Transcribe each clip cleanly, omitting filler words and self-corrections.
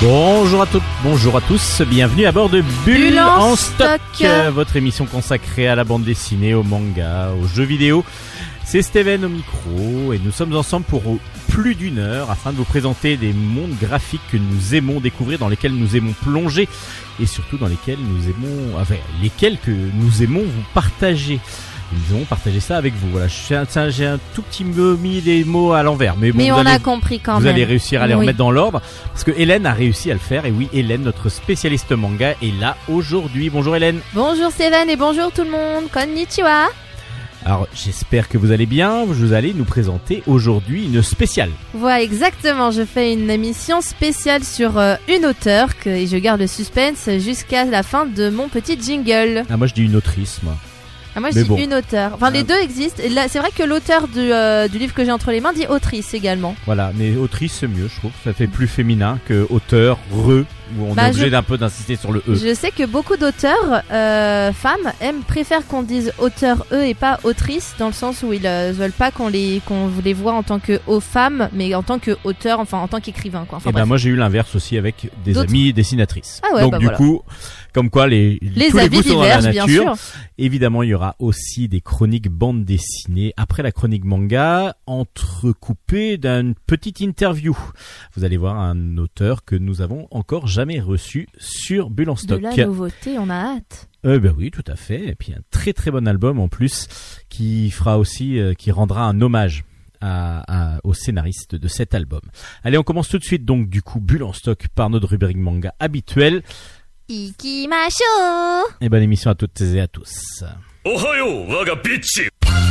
Bonjour à toutes, bonjour à tous, bienvenue à bord de Bulle en stock, votre émission consacrée à la bande dessinée, au manga, aux jeux vidéo. C'est Steven au micro et nous sommes ensemble pour plus d'une heure afin de vous présenter des mondes graphiques que nous aimons découvrir, dans lesquels nous aimons plonger et surtout dans lesquels que nous aimons vous partager. Nous allons partager ça avec vous. Voilà, j'ai un tout petit peu mis les mots à l'envers, mais bon, on a compris quand même. Vous allez réussir à les remettre dans l'ordre, parce que Hélène a réussi à le faire. Et oui, Hélène, notre spécialiste manga, est là aujourd'hui. Bonjour Hélène. Bonjour Steven et bonjour tout le monde. Konnichiwa. Alors, j'espère que vous allez bien. Vous allez nous présenter aujourd'hui une spéciale. Voilà, exactement. Je fais une émission spéciale sur une auteure et je garde le suspense jusqu'à la fin de mon petit jingle. Ah, moi je dis une autrice, moi. Ah, moi je dis une auteure. Enfin, les deux existent. Et là, c'est vrai que l'auteur du livre que j'ai entre les mains dit autrice également. Voilà, mais autrice c'est mieux, je trouve. Ça fait plus féminin que auteur, où on est obligé d'un peu d'insister sur le E. Je sais que beaucoup d'auteurs femmes préfèrent qu'on dise auteur E et pas autrice, dans le sens où ils veulent pas qu'on les voit en tant que femmes, mais en tant que auteur, enfin en tant qu'écrivain, quoi. Enfin, moi j'ai eu l'inverse aussi avec des amies dessinatrices. Ah ouais, donc du coup, comme quoi tous les goûts sont dans la nature. Bien sûr. Évidemment, il y aura aussi des chroniques bande dessinée après la chronique manga, entrecoupée d'une petite interview. Vous allez voir un auteur que nous avons encore jamais reçu sur Bulle en stock. De la nouveauté, on a hâte. Ben oui, tout à fait. Et puis un très très bon album en plus qui rendra un hommage au scénariste de cet album. Allez, on commence tout de suite donc du coup Bulle en stock par notre rubrique manga habituelle. Ikimashou. Et bonne émission à toutes et à tous. Ohayo, waga bichi.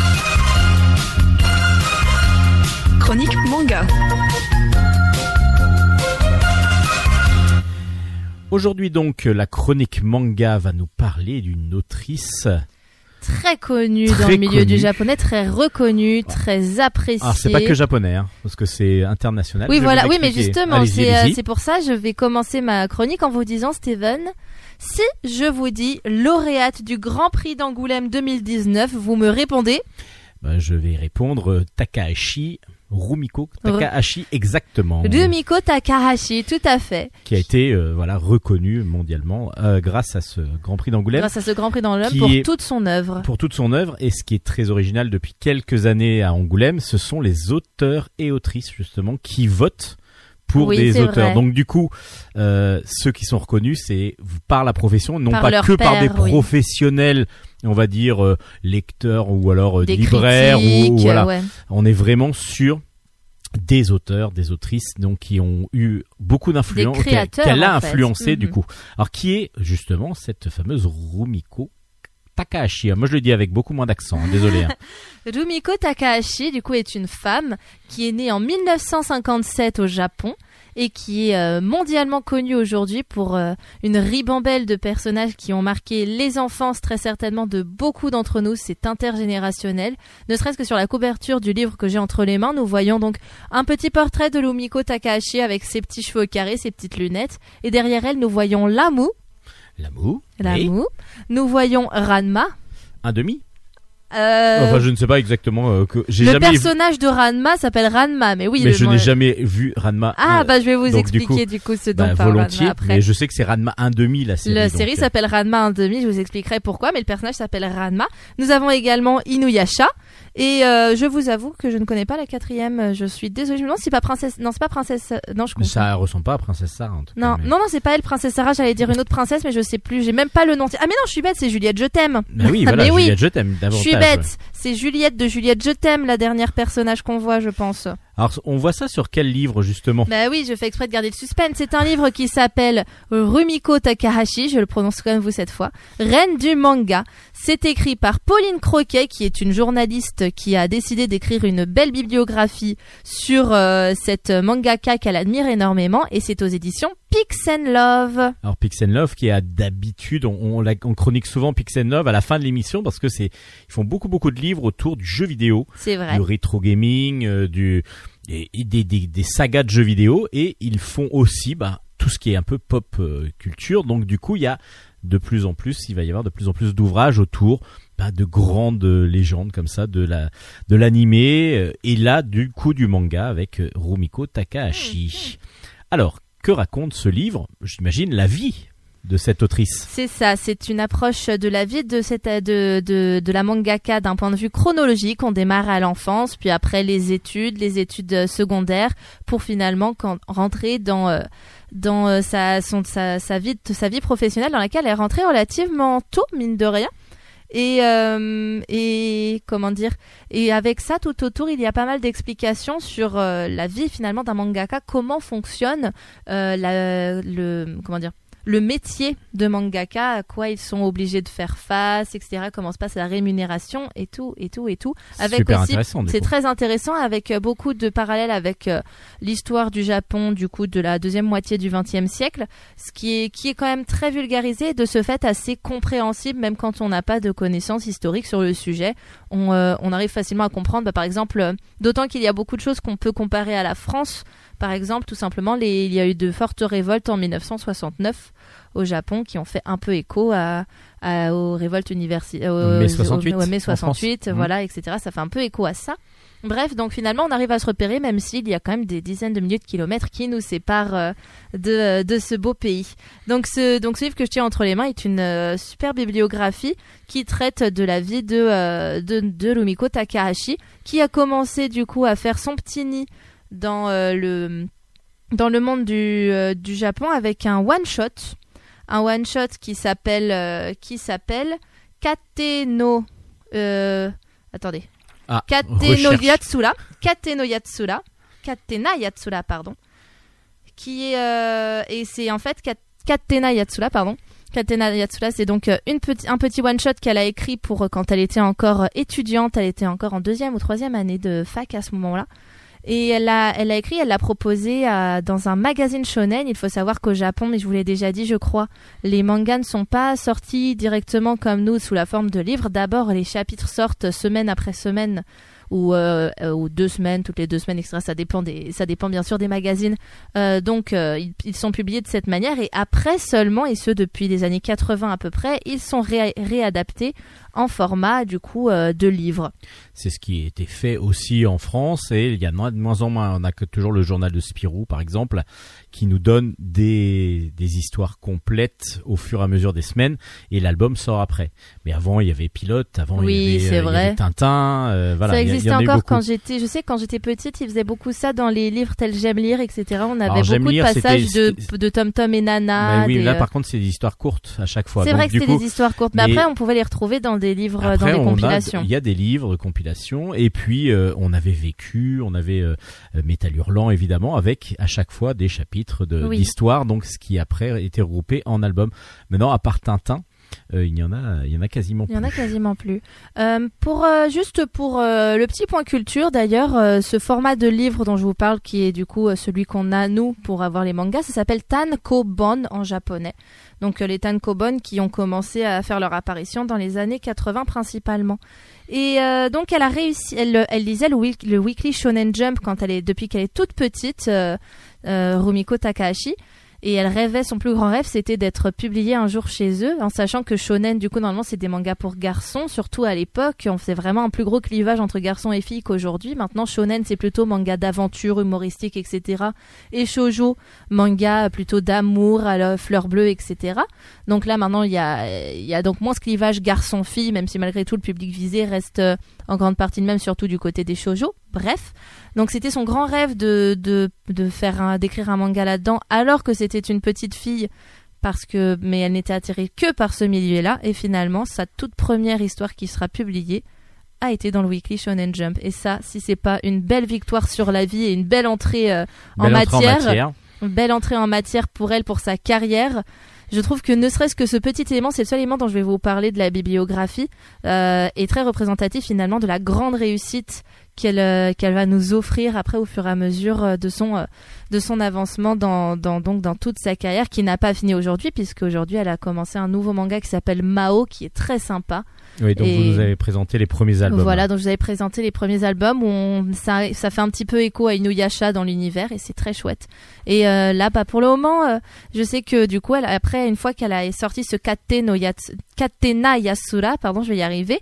Chronique manga. Aujourd'hui donc, la chronique manga va nous parler d'une autrice très connue dans le milieu du japonais, très reconnue, très appréciée. Alors c'est pas que japonais, parce que c'est international. Oui, voilà, oui, mais justement, c'est pour ça je vais commencer ma chronique en vous disant, Steven, si je vous dis lauréate du Grand Prix d'Angoulême 2019, vous me répondez ? Je vais répondre Rumiko Takahashi, exactement. Rumiko Takahashi, tout à fait. Qui a été reconnue mondialement grâce à ce Grand Prix d'Angoulême. Grâce à ce Grand Prix d'Angoulême pour toute son œuvre. Pour toute son œuvre. Et ce qui est très original depuis quelques années à Angoulême, ce sont les auteurs et autrices justement qui votent pour des auteurs. Vrai. Donc du coup, ceux qui sont reconnus, c'est par la profession, non pas que par des professionnels, on va dire lecteurs ou alors libraires ou voilà. Ouais. On est vraiment sur des auteurs, des autrices, donc qui ont eu beaucoup d'influence, qu'elle a influencé du coup. Alors qui est justement cette fameuse Rumiko Takahashi? Moi je le dis avec beaucoup moins d'accent, désolé. Rumiko Takahashi du coup est une femme qui est née en 1957 au Japon et qui est mondialement connue aujourd'hui pour une ribambelle de personnages qui ont marqué les enfances très certainement de beaucoup d'entre nous. C'est intergénérationnel. Ne serait-ce que sur la couverture du livre que j'ai entre les mains, nous voyons donc un petit portrait de Rumiko Takahashi avec ses petits cheveux carrés, ses petites lunettes, et derrière elle nous voyons Lamu. Oui. Nous voyons Ranma. Un demi. Enfin, je ne sais pas exactement. Le personnage de Ranma s'appelle Ranma, mais oui. Mais je n'ai jamais vu Ranma. Je vais vous expliquer du coup ce dont parle volontiers, Ranma après. Mais je sais que c'est Ranma 1/2 la série. La série s'appelle Ranma 1/2. Je vous expliquerai pourquoi, mais le personnage s'appelle Ranma. Nous avons également Inuyasha. Et je vous avoue que je ne connais pas la quatrième. Je suis désolée. Je me demande si c'est pas princesse. Non, c'est pas princesse. Non, je comprends. Mais ça ressemble pas à princesse Sarah en tout cas. Non, c'est pas elle, princesse Sarah. J'allais dire une autre princesse, mais je sais plus. J'ai même pas le nom. Ah mais non, je suis bête. C'est Juliette Je t'aime. Mais oui, voilà. Juliette Je t'aime. Je suis bête. C'est Juliette de Juliette Je t'aime, la dernière personnage qu'on voit, je pense. Alors, on voit ça sur quel livre, justement? Bah oui, je fais exprès de garder le suspense. C'est un livre qui s'appelle Rumiko Takahashi, je le prononce comme vous cette fois. Reine du manga. C'est écrit par Pauline Croquet, qui est une journaliste qui a décidé d'écrire une belle bibliographie sur cette mangaka qu'elle admire énormément, et c'est aux éditions Pix & Love. Alors Pix & Love qui a d'habitude, on chronique souvent Pix & Love à la fin de l'émission parce que ils font beaucoup de livres autour du jeu vidéo. C'est vrai. Du rétro gaming, des sagas de jeux vidéo, et ils font aussi tout ce qui est un peu pop culture. Donc du coup, il va y avoir de plus en plus d'ouvrages autour de grandes légendes comme ça de l'animé et là du coup du manga avec Rumiko Takahashi. Alors, que raconte ce livre? J'imagine la vie de cette autrice. C'est ça, c'est une approche de la vie de la mangaka d'un point de vue chronologique. On démarre à l'enfance, puis après les études secondaires, pour finalement rentrer dans sa vie professionnelle, dans laquelle elle est rentrée relativement tôt, mine de rien. Et comment dire, et avec ça tout autour il y a pas mal d'explications sur la vie finalement d'un mangaka, comment fonctionne le métier de mangaka, à quoi ils sont obligés de faire face, etc. Comment se passe la rémunération et tout. Avec super aussi, intéressant. C'est très intéressant, avec beaucoup de parallèles avec l'histoire du Japon, du coup, de la deuxième moitié du XXe siècle, ce qui est quand même très vulgarisé et de ce fait assez compréhensible, même quand on n'a pas de connaissances historiques sur le sujet. On arrive facilement à comprendre, par exemple, d'autant qu'il y a beaucoup de choses qu'on peut comparer à la France. Par exemple, tout simplement, il y a eu de fortes révoltes en 1969 au Japon qui ont fait un peu écho aux révoltes universitaires, mai 68, voilà, etc. Ça fait un peu écho à ça. Bref, donc finalement, on arrive à se repérer, même s'il y a quand même des dizaines de milliers de kilomètres qui nous séparent de ce beau pays. Donc ce livre que je tiens entre les mains est une super bibliographie qui traite de la vie de Rumiko Takahashi, qui a commencé du coup à faire son petit nid dans le monde du Japon avec un one shot qui s'appelle Kateno Katena Yatsura, pardon, qui est et c'est en fait Katena Yatsura, pardon. Katena Yatsura, c'est donc un petit one shot qu'elle a écrit pour quand elle était encore étudiante, elle était encore en 2e ou 3e année de fac à ce moment-là. Et elle l'a proposé dans un magazine shonen. Il faut savoir qu'au Japon, mais je vous l'ai déjà dit, je crois, les mangas ne sont pas sortis directement comme nous sous la forme de livres. D'abord, les chapitres sortent semaine après semaine ou 2 semaines, toutes les 2 semaines, etc. Ça dépend bien sûr des magazines. Donc, ils sont publiés de cette manière, et après seulement, et ce depuis les années 80 à peu près, ils sont réadaptés en format du coup de livre. C'est ce qui a été fait aussi en France, et il y en a de moins en moins. On a que toujours le journal de Spirou par exemple, qui nous donne des histoires complètes au fur et à mesure des semaines, et l'album sort après. Mais avant il y avait Pilote, avant il y avait Tintin, voilà. Ça existait encore quand j'étais petite, ils faisaient beaucoup ça dans les livres tels J'aime lire, etc. On avait beaucoup de passages de Tom Tom et Nana. Mais oui, là par contre c'est des histoires courtes à chaque fois. C'est vrai que c'était des histoires courtes, mais après on pouvait les retrouver dans des livres, dans des compilations. Il y a des livres de compilation, et puis on avait Métal Hurlant évidemment, avec à chaque fois des chapitres d'histoire, donc ce qui après a été regroupé en album. Maintenant, à part Tintin, il y en a quasiment plus. Il y en a quasiment plus. Pour le petit point culture d'ailleurs, ce format de livre dont je vous parle, qui est du coup celui qu'on a nous pour avoir les mangas, ça s'appelle tankobon en japonais. Donc les tankobon qui ont commencé à faire leur apparition dans les années 80 principalement. Et donc elle a réussi, elle lisait le Weekly Shonen Jump depuis qu'elle est toute petite, Rumiko Takahashi. Et elle rêvait, son plus grand rêve, c'était d'être publiée un jour chez eux, en sachant que shonen, du coup, normalement, c'est des mangas pour garçons, surtout à l'époque. On faisait vraiment un plus gros clivage entre garçons et filles qu'aujourd'hui. Maintenant, shonen, c'est plutôt manga d'aventure, humoristique, etc. Et shoujo, manga plutôt d'amour, à la fleur bleue, etc. Donc là, maintenant, il y a donc moins ce clivage garçon-fille, même si malgré tout, le public visé reste en grande partie de même, surtout du côté des shoujo. Bref. Donc c'était son grand rêve d'écrire un manga là-dedans, alors que c'était une petite fille, mais elle n'était attirée que par ce milieu-là, et finalement sa toute première histoire qui sera publiée a été dans le Weekly Shonen Jump. Et ça, si c'est pas une belle victoire sur la vie et une belle entrée en matière, une belle entrée en matière pour elle, pour sa carrière. Je trouve que ne serait-ce que ce petit élément, c'est le seul élément dont je vais vous parler de la bibliographie, est très représentatif finalement de la grande réussite qu'elle va nous offrir après au fur et à mesure de son avancement dans toute sa carrière, qui n'a pas fini aujourd'hui, puisque aujourd'hui elle a commencé un nouveau manga qui s'appelle Mao, qui est très sympa. Oui, donc vous nous avez présenté les premiers albums. Voilà, donc je vous avais présenté les premiers albums où ça fait un petit peu écho à Inuyasha dans l'univers, et c'est très chouette. Et là, pour le moment, je sais que du coup, après, une fois qu'elle a sorti ce Katena Yasura, je vais y arriver,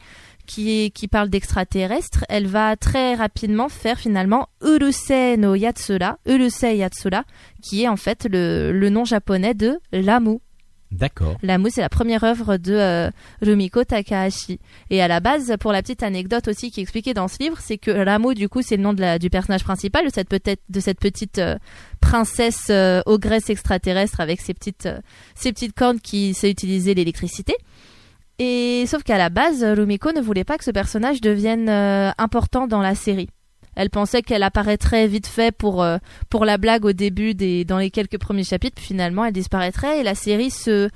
qui parle d'extraterrestres, elle va très rapidement faire finalement Urusei no Yatsura, qui est en fait le nom japonais de Lamu. D'accord. Lamu, c'est la première œuvre de Rumiko Takahashi. Et à la base, pour la petite anecdote aussi qui est expliquée dans ce livre, c'est que Lamu, du coup, c'est le nom du personnage principal, de cette petite princesse ogresse extraterrestre avec ses petites cornes qui sait utiliser l'électricité. Et sauf qu'à la base, Rumiko ne voulait pas que ce personnage devienne important dans la série. Elle pensait qu'elle apparaîtrait vite fait pour la blague au début dans les quelques premiers chapitres, puis finalement elle disparaîtrait et la série se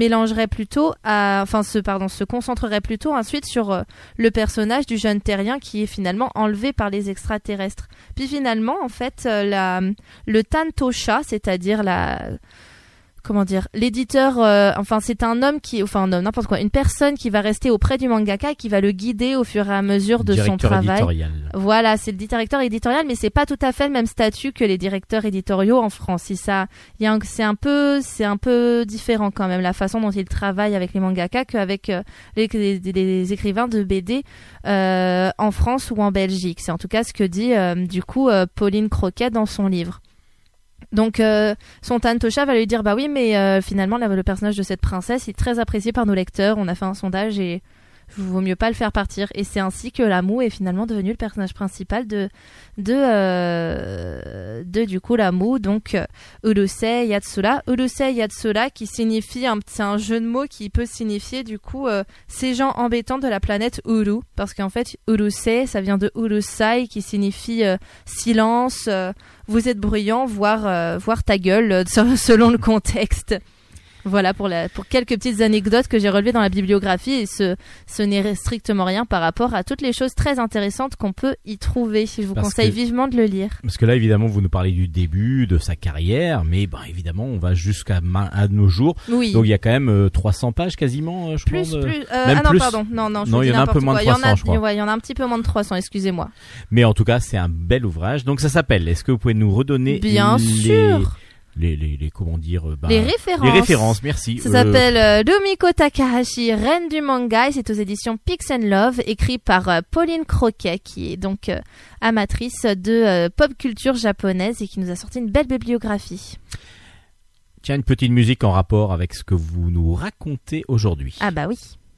concentrerait plutôt ensuite sur le personnage du jeune terrien qui est finalement enlevé par les extraterrestres. Puis finalement, en fait, le Tantosha, c'est-à-dire l'éditeur, c'est une personne qui va rester auprès du mangaka et qui va le guider au fur et à mesure de son travail. Éditorial. Voilà, c'est le directeur éditorial, mais c'est pas tout à fait le même statut que les directeurs éditoriaux en France. C'est un peu différent quand même la façon dont ils travaillent avec les mangaka qu'avec les écrivains de BD en France ou en Belgique. C'est en tout cas ce que dit Pauline Croquet dans son livre. Donc son Tantosha va lui dire bah oui mais finalement le personnage de cette princesse est très apprécié par nos lecteurs, on a fait un sondage et il vaut mieux pas le faire partir, et c'est ainsi que Lamu est finalement devenu le personnage principal de du coup Lamu, donc Urusei Yatsura qui signifie c'est un jeu de mots qui peut signifier du coup ces gens embêtants de la planète Uru, parce qu'en fait Urusei ça vient de Urusai qui signifie silence, vous êtes bruyant, voire ta gueule selon le contexte. Voilà pour quelques petites anecdotes que j'ai relevées dans la bibliographie, et ce n'est strictement rien par rapport à toutes les choses très intéressantes qu'on peut y trouver. Je vous conseille vivement de le lire. Parce que là, évidemment, vous nous parlez du début de sa carrière, mais évidemment, on va jusqu'à nos jours. Oui. Donc il y a quand même 300 pages quasiment, je pense. Non, il y en a un peu moins de 300, je crois. Ouais, il y en a un petit peu moins de 300, excusez-moi. Mais en tout cas, c'est un bel ouvrage. Donc ça s'appelle, est-ce que vous pouvez nous redonner Bien sûr. Les références. Les références, merci. Ça s'appelle Rumiko Takahashi, Reine du manga, et c'est aux éditions Pix & Love, écrit par Pauline Croquet, qui est donc amatrice de pop culture japonaise et qui nous a sorti une belle bibliographie. Tiens, une petite musique en rapport avec ce que vous nous racontez aujourd'hui. Ah bah oui.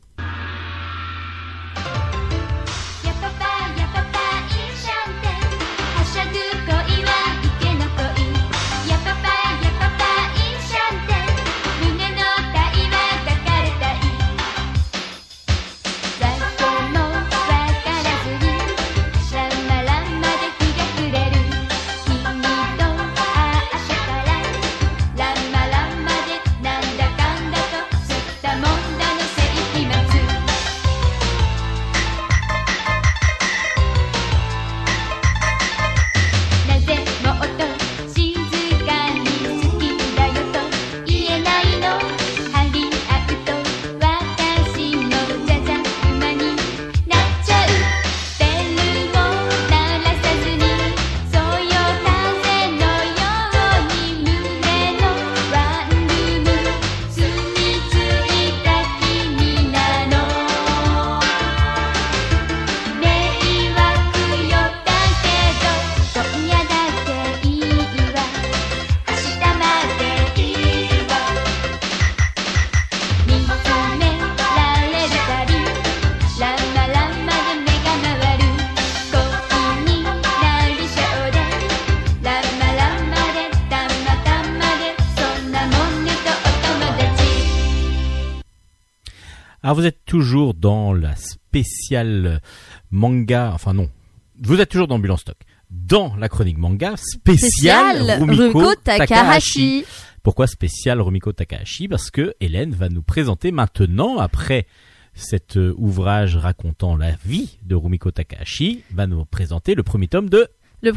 Alors vous êtes toujours dans la spéciale manga, enfin non, vous êtes toujours dans Bulle en stock, dans la chronique manga spéciale Rumiko Takahashi. Pourquoi spéciale Rumiko Takahashi? Parce que Hélène va nous présenter maintenant, après cet ouvrage racontant la vie de Rumiko Takahashi, va nous présenter le premier tome de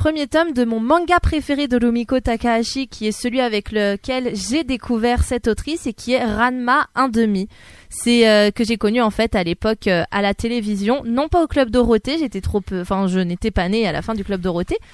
mon manga préféré de Rumiko Takahashi, qui est celui avec lequel j'ai découvert cette autrice, et qui est Ranma 1/2. C'est que j'ai connu en fait à l'époque à la télévision, non pas au Club Dorothée, je n'étais pas née à la fin du Club Dorothée.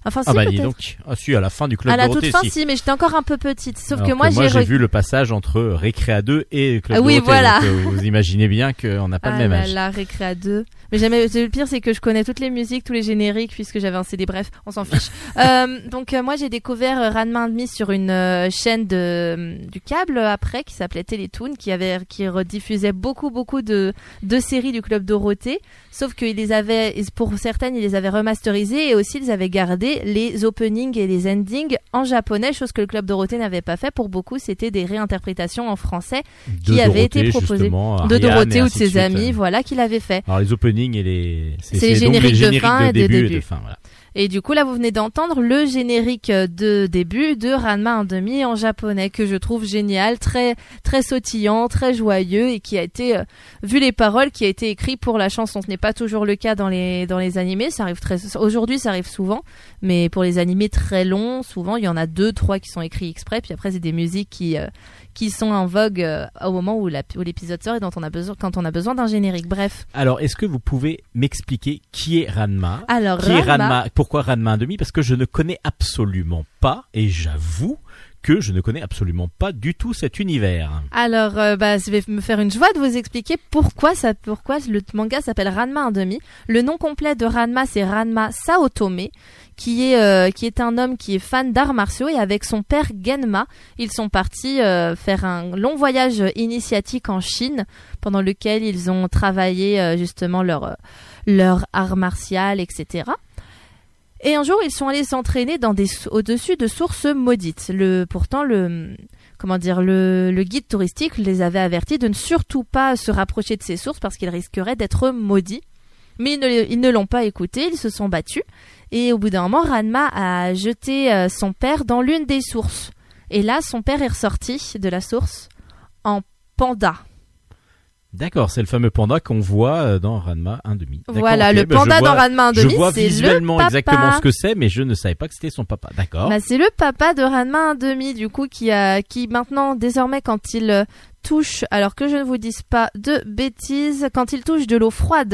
Enfin, si, Ah bah peut-être. dis donc. Ah si, à la fin du Club À la Dorothée, toute fin, si. si, mais j'étais encore un peu petite. Sauf Alors que moi, j'ai vu le passage entre Récréa 2 et Club Ah oui, Dorothée. voilà. Donc, vous imaginez bien qu'on n'a pas le même âge. La Récréa 2. Mais le pire, c'est que je connais toutes les musiques, tous les génériques, puisque j'avais un CD. Bref, on s'en fiche. Donc moi, j'ai découvert Ranma 1,5 sur une chaîne du câble après, qui s'appelait Télétoon, qui rediffusait beaucoup de séries du Club Dorothée. Sauf qu'ils les avaient, pour certaines, ils les avaient remasterisées et aussi ils avaient gardé les openings et les endings en japonais, chose que le Club Dorothée n'avait pas fait. Pour beaucoup, c'était des réinterprétations en français qui avaient été proposées de Dorothée ou de ses amis, voilà, qui l'avaient fait. Alors les openings et c'est les génériques de fin et de début. Et de fin, voilà. Et du coup, là, vous venez d'entendre le générique de début de Ranma 1,5 en japonais, que je trouve génial, très, très sautillant, très joyeux, et qui a été, vu les paroles, qui a été écrit pour la chanson. Ce n'est pas toujours le cas dans les animés, aujourd'hui, ça arrive souvent, mais pour les animés très longs, souvent, il y en a 2, 3 qui sont écrits exprès, puis après, c'est des musiques qui sont en vogue au moment où l'épisode sort et quand on a besoin d'un générique. Bref. Alors, est-ce que vous pouvez m'expliquer qui est Ranma? Alors, Pourquoi Ranma 1,5? Parce que je ne connais absolument pas, et j'avoue que je ne connais absolument pas du tout cet univers. Alors, je vais me faire une joie de vous expliquer pourquoi le manga s'appelle Ranma 1,5. Le nom complet de Ranma, c'est Ranma Saotome, qui est un homme qui est fan d'arts martiaux, et avec son père Genma, ils sont partis faire un long voyage initiatique en Chine, pendant lequel ils ont travaillé justement leur art martial, etc. Et un jour, ils sont allés s'entraîner au-dessus de sources maudites. Pourtant, le guide touristique les avait avertis de ne surtout pas se rapprocher de ces sources parce qu'ils risqueraient d'être maudits. Mais ils ne l'ont pas écouté, ils se sont battus. Et au bout d'un moment, Ranma a jeté son père dans l'une des sources. Et là, son père est ressorti de la source en panda. D'accord, c'est le fameux panda qu'on voit dans Ranma 1,5. Voilà, okay, le panda dans Ranma 1,5, c'est le papa. Je vois visuellement exactement ce que c'est, mais je ne savais pas que c'était son papa. D'accord. C'est le papa de Ranma 1,5, du coup, qui maintenant, désormais, quand il touche, alors que je ne vous dise pas de bêtises, quand il touche de l'eau froide,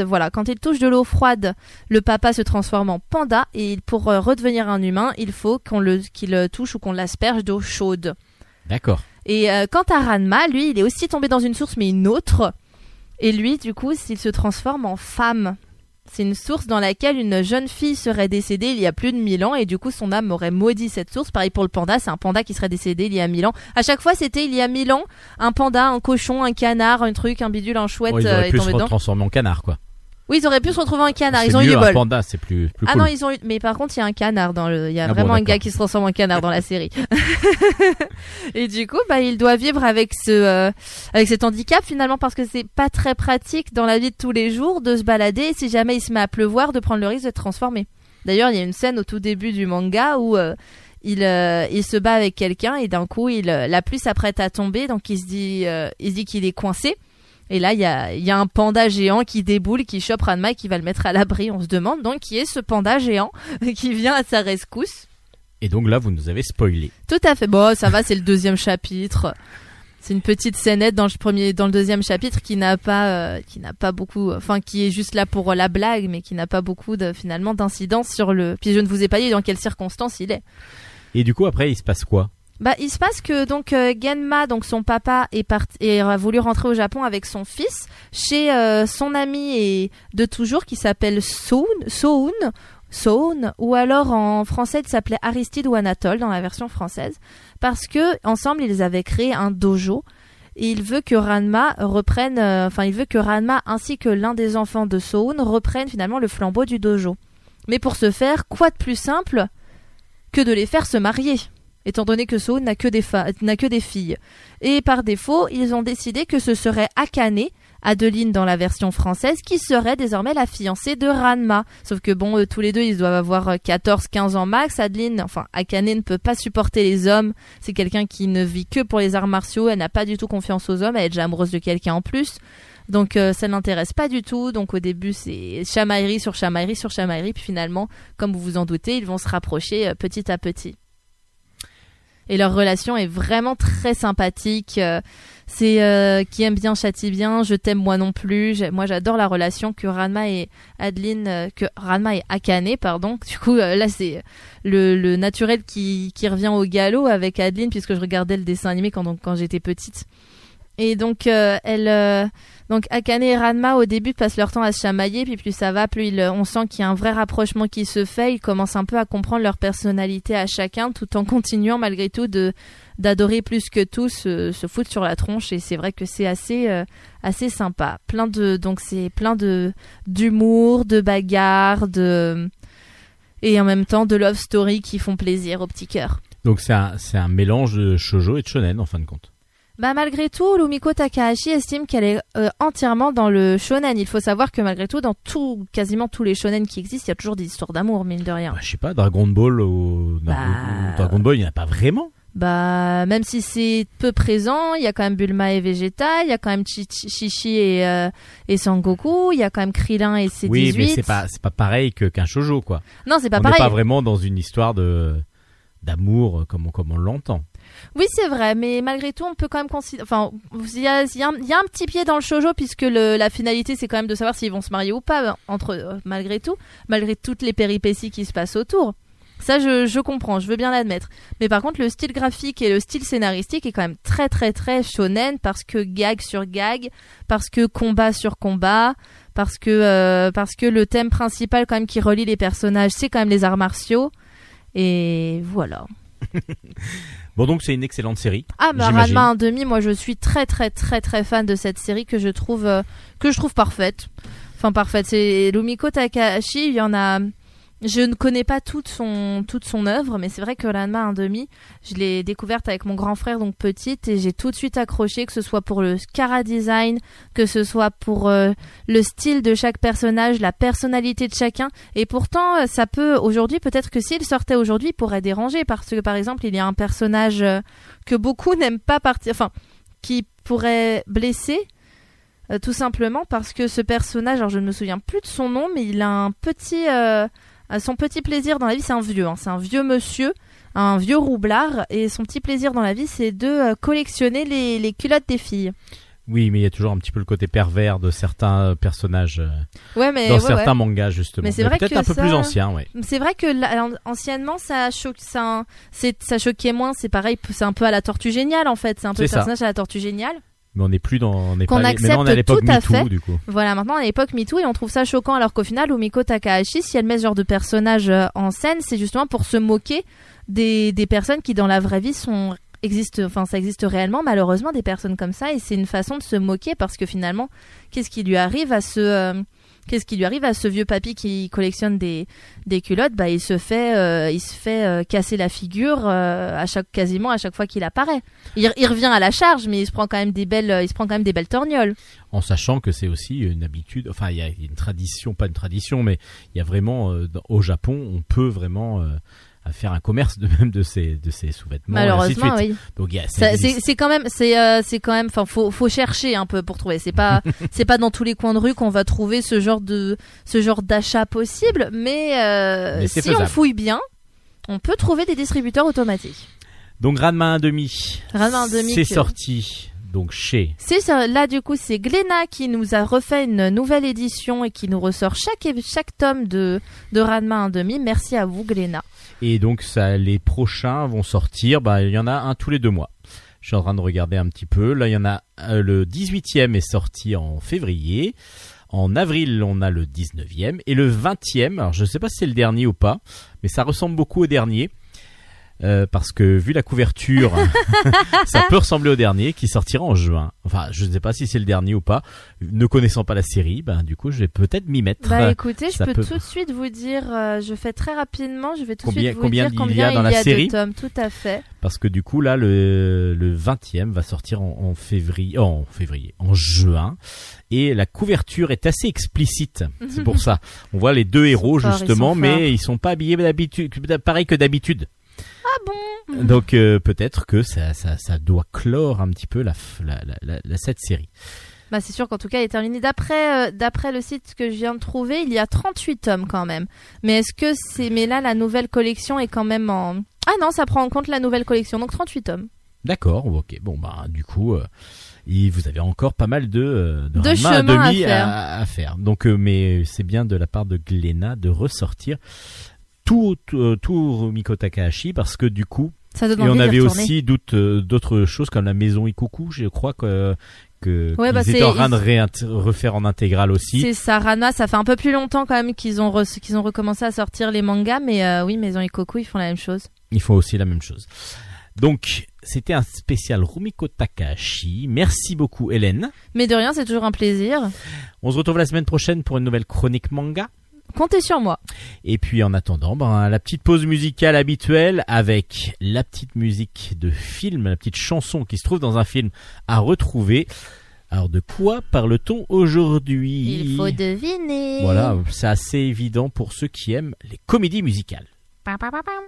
le papa se transforme en panda, et pour redevenir un humain, il faut qu'il touche ou qu'on l'asperge d'eau chaude. D'accord. Et quant à Ranma, lui, il est aussi tombé dans une source, mais une autre. Et lui, du coup, il se transforme en femme. C'est une source dans laquelle une jeune fille serait décédée il y a plus de 1000 ans, et du coup, son âme aurait maudit cette source. Pareil pour le panda, c'est un panda qui serait décédé il y a 1000 ans. À chaque fois, c'était il y a 1000 ans, un panda, un cochon, un canard, un truc, un bidule, un chouette ils auraient est pu tombé se dedans. transformer en canard, quoi. Oui, ils auraient pu se retrouver en canard. C'est ils ont eu mieux du bol. Un panda, c'est plus cool. Ah non, mais par contre, il y a un canard il y a vraiment un gars qui se transforme en canard dans la série. Et du coup, il doit vivre avec cet handicap finalement, parce que c'est pas très pratique dans la vie de tous les jours de se balader, et si jamais il se met à pleuvoir, de prendre le risque de se transformer. D'ailleurs, il y a une scène au tout début du manga où il se bat avec quelqu'un, et d'un coup, la pluie s'apprête à tomber, donc il se dit qu'il est coincé. Et là, il y a un panda géant qui déboule, qui chope Ranma et qui va le mettre à l'abri. On se demande donc qui est ce panda géant qui vient à sa rescousse. Et donc là, vous nous avez spoilé. Tout à fait. Bon, ça va, c'est le 2e chapitre. C'est une petite scénette dans le 2e chapitre qui n'a pas beaucoup, qui est juste là pour la blague, mais qui n'a pas beaucoup finalement d'incidence sur Puis je ne vous ai pas dit dans quelles circonstances il est. Et du coup, après, il se passe quoi ? Il se passe que Genma, donc son papa, a voulu rentrer au Japon avec son fils chez son ami de toujours qui s'appelle Soun, ou alors en français il s'appelait Aristide ou Anatole dans la version française, parce que ensemble ils avaient créé un dojo. Et il veut que Ranma ainsi que l'un des enfants de Soun reprennent finalement le flambeau du dojo. Mais pour ce faire, quoi de plus simple que de les faire se marier, étant donné que Soun n'a que des filles. Et par défaut, ils ont décidé que ce serait Akane, Adeline dans la version française, qui serait désormais la fiancée de Ranma. Sauf que tous les deux, ils doivent avoir 14-15 ans max. Akane ne peut pas supporter les hommes. C'est quelqu'un qui ne vit que pour les arts martiaux. Elle n'a pas du tout confiance aux hommes. Elle est déjà amoureuse de quelqu'un en plus. Donc ça ne l'intéresse pas du tout. Donc au début, c'est chamaillerie sur chamaillerie sur chamaillerie. Puis finalement, comme vous vous en doutez, ils vont se rapprocher petit à petit. Et leur relation est vraiment très sympathique. C'est qui aime bien châtie bien, je t'aime moi non plus. Moi j'adore la relation que Ranma et Akane, pardon. Du coup là c'est le naturel qui revient au galop avec Adeline, puisque je regardais le dessin animé quand j'étais petite. Et donc donc Akane et Ranma au début passent leur temps à se chamailler, puis plus ça va, plus on sent qu'il y a un vrai rapprochement qui se fait. Ils commencent un peu à comprendre leur personnalité à chacun, tout en continuant malgré tout d'adorer plus que tout se foutre sur la tronche. Et c'est vrai que c'est assez sympa. Donc c'est plein d'humour, de bagarres, et en même temps de love story qui font plaisir au petit cœur. Donc c'est un mélange de shoujo et de shonen en fin de compte. Bah malgré tout, Rumiko Takahashi estime qu'elle est entièrement dans le shonen. Il faut savoir que malgré tout, dans quasiment tous les shonen qui existent, il y a toujours des histoires d'amour, mine de rien. Bah, je sais pas, Dragon Ball Dragon Ball, il n'y en a pas vraiment. Bah même si c'est peu présent, il y a quand même Bulma et Vegeta, il y a quand même Chichi et Sangoku, il y a quand même Krillin et C18. Oui, mais c'est pas pareil qu'un shoujo, quoi. Non, c'est pas pareil. On n'est pas vraiment dans une histoire d'amour comme on l'entend. Oui, c'est vrai, mais malgré tout, on peut quand même considérer. Enfin, il y a un petit pied dans le shoujo, puisque la finalité, c'est quand même de savoir s'ils vont se marier ou pas, malgré tout, malgré toutes les péripéties qui se passent autour. Ça, je comprends, je veux bien l'admettre. Mais par contre, le style graphique et le style scénaristique est quand même très, très, très shonen, parce que gag sur gag, parce que combat sur combat, parce que le thème principal, quand même, qui relie les personnages, c'est quand même les arts martiaux. Et voilà. Bon, donc c'est une excellente série. Ah, bah Ranma 1/2, moi je suis très très très très fan de cette série que je trouve parfaite. Enfin parfaite, c'est Rumiko Takahashi, il y en a. Je ne connais pas toute son œuvre, mais c'est vrai que Ranma 1/2, je l'ai découverte avec mon grand frère, donc petite, et j'ai tout de suite accroché, que ce soit pour le chara design, que ce soit pour le style de chaque personnage, la personnalité de chacun. Et pourtant, ça peut, aujourd'hui, peut-être que s'il sortait aujourd'hui, il pourrait déranger, parce que par exemple, il y a un personnage que beaucoup n'aiment pas qui pourrait blesser. Tout simplement parce que ce personnage, alors je ne me souviens plus de son nom, mais il a son petit plaisir dans la vie, c'est un vieux monsieur, un vieux roublard, et son petit plaisir dans la vie, c'est de collectionner les culottes des filles. Oui, mais il y a toujours un petit peu le côté pervers de certains personnages dans certains mangas, justement. Mais c'est vrai peut-être un peu plus ancien, ouais. C'est vrai que anciennement, ça choquait moins. C'est pareil, c'est un peu à la Tortue Géniale, en fait. C'est un peu le personnage à la Tortue Géniale. Mais on n'est plus dans... Maintenant, on est à l'époque MeToo, du coup. Voilà, maintenant, on est à l'époque MeToo, et on trouve ça choquant, alors qu'au final, Rumiko Takahashi, si elle met ce genre de personnage en scène, c'est justement pour se moquer des personnes qui, dans la vraie vie, ça existe réellement, malheureusement, des personnes comme ça, et c'est une façon de se moquer, parce que finalement, qu'est-ce qui lui arrive à ce vieux papy qui collectionne des culottes? Bah, il se fait casser la figure quasiment à chaque fois qu'il apparaît. Il revient à la charge, mais il se prend quand même des belles torgnoles. En sachant que c'est aussi une habitude. Enfin, il y a une tradition, pas une tradition, mais il y a vraiment au Japon, on peut vraiment à faire un commerce de ces sous-vêtements. Malheureusement, oui. Donc c'est quand même, enfin, faut chercher un peu pour trouver. C'est pas dans tous les coins de rue qu'on va trouver ce genre d'achat possible, mais si faisable. On fouille bien, on peut trouver des distributeurs automatiques. Donc Ranma 1/2, c'est sorti. Donc c'est ça, là du coup c'est Glénat qui nous a refait une nouvelle édition et qui nous ressort chaque tome de Ranma 1/2. Merci à vous Glénat. Et donc les prochains vont sortir, il y en a un tous les 2 mois. Je suis en train de regarder un petit peu. Là il y en a le 18e est sorti en février. En avril, on a le 19e et le 20e. Alors je ne sais pas si c'est le dernier ou pas, mais ça ressemble beaucoup au dernier. Parce que vu la couverture, ça peut ressembler au dernier qui sortira en juin. Enfin, je ne sais pas si c'est le dernier ou pas. Ne connaissant pas la série, du coup, je vais peut-être m'y mettre. Écoutez, je peux tout de suite vous dire, je fais très rapidement, je vais tout de suite vous dire combien il y a dans la série. De tomes, tout à fait. Parce que du coup, là, le 20e va sortir en juin. Et la couverture est assez explicite. C'est pour ça. On voit les 2 héros, justement, mais ils sont pas habillés pareil que d'habitude. Ah bon? Donc peut-être que ça doit clore un petit peu cette série. C'est sûr qu'en tout cas elle est terminée. D'après le site que je viens de trouver, il y a 38 tomes quand même. Mais mais là la nouvelle collection est quand même Ah non, ça prend en compte la nouvelle collection, donc 38 tomes. D'accord, ok. Bon, bah, du coup, vous avez encore pas mal de chemin à faire. Donc, mais c'est bien de la part de Glénat de ressortir tout Rumiko Takahashi, parce que du coup, ça donne et on avait retourner. aussi d'autres choses comme la maison Ikoku, je crois que étaient en train de refaire en intégrale aussi. C'est ça, Ranma, ça fait un peu plus longtemps quand même qu'ils ont recommencé à sortir les mangas, mais oui, Maison Ikoku, ils font la même chose. Ils font aussi la même chose. Donc, c'était un spécial Rumiko Takahashi. Merci beaucoup, Hélène. Mais de rien, c'est toujours un plaisir. On se retrouve la semaine prochaine pour une nouvelle chronique manga. Comptez sur moi. Et puis en attendant, la petite pause musicale habituelle avec la petite musique de film, la petite chanson qui se trouve dans un film à retrouver. Alors de quoi parle-t-on aujourd'hui ? Il faut deviner. Voilà, c'est assez évident pour ceux qui aiment les comédies musicales. Pam, pam, pam, pam.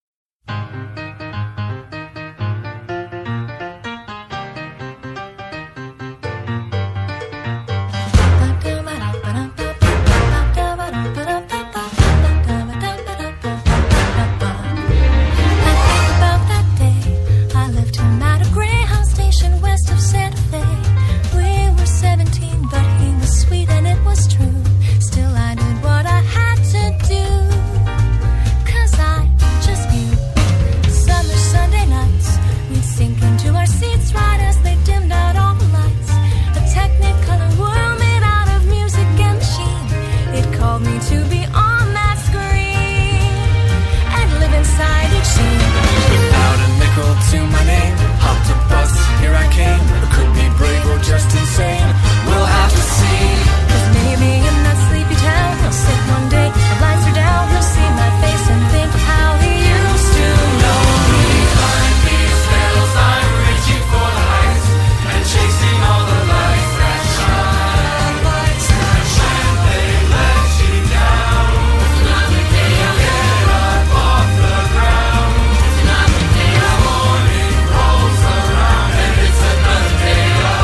Just insane, we'll have to see. 'Cause maybe in that sleepy town, he'll sit one day, the lights are down, he'll see my face and think of how he used to know me. Behind these veils, I'm reaching for the heights and chasing all the lights that shine. And they let you down. It's another day I'll get up off the ground. It's another day the morning rolls around and it's another day of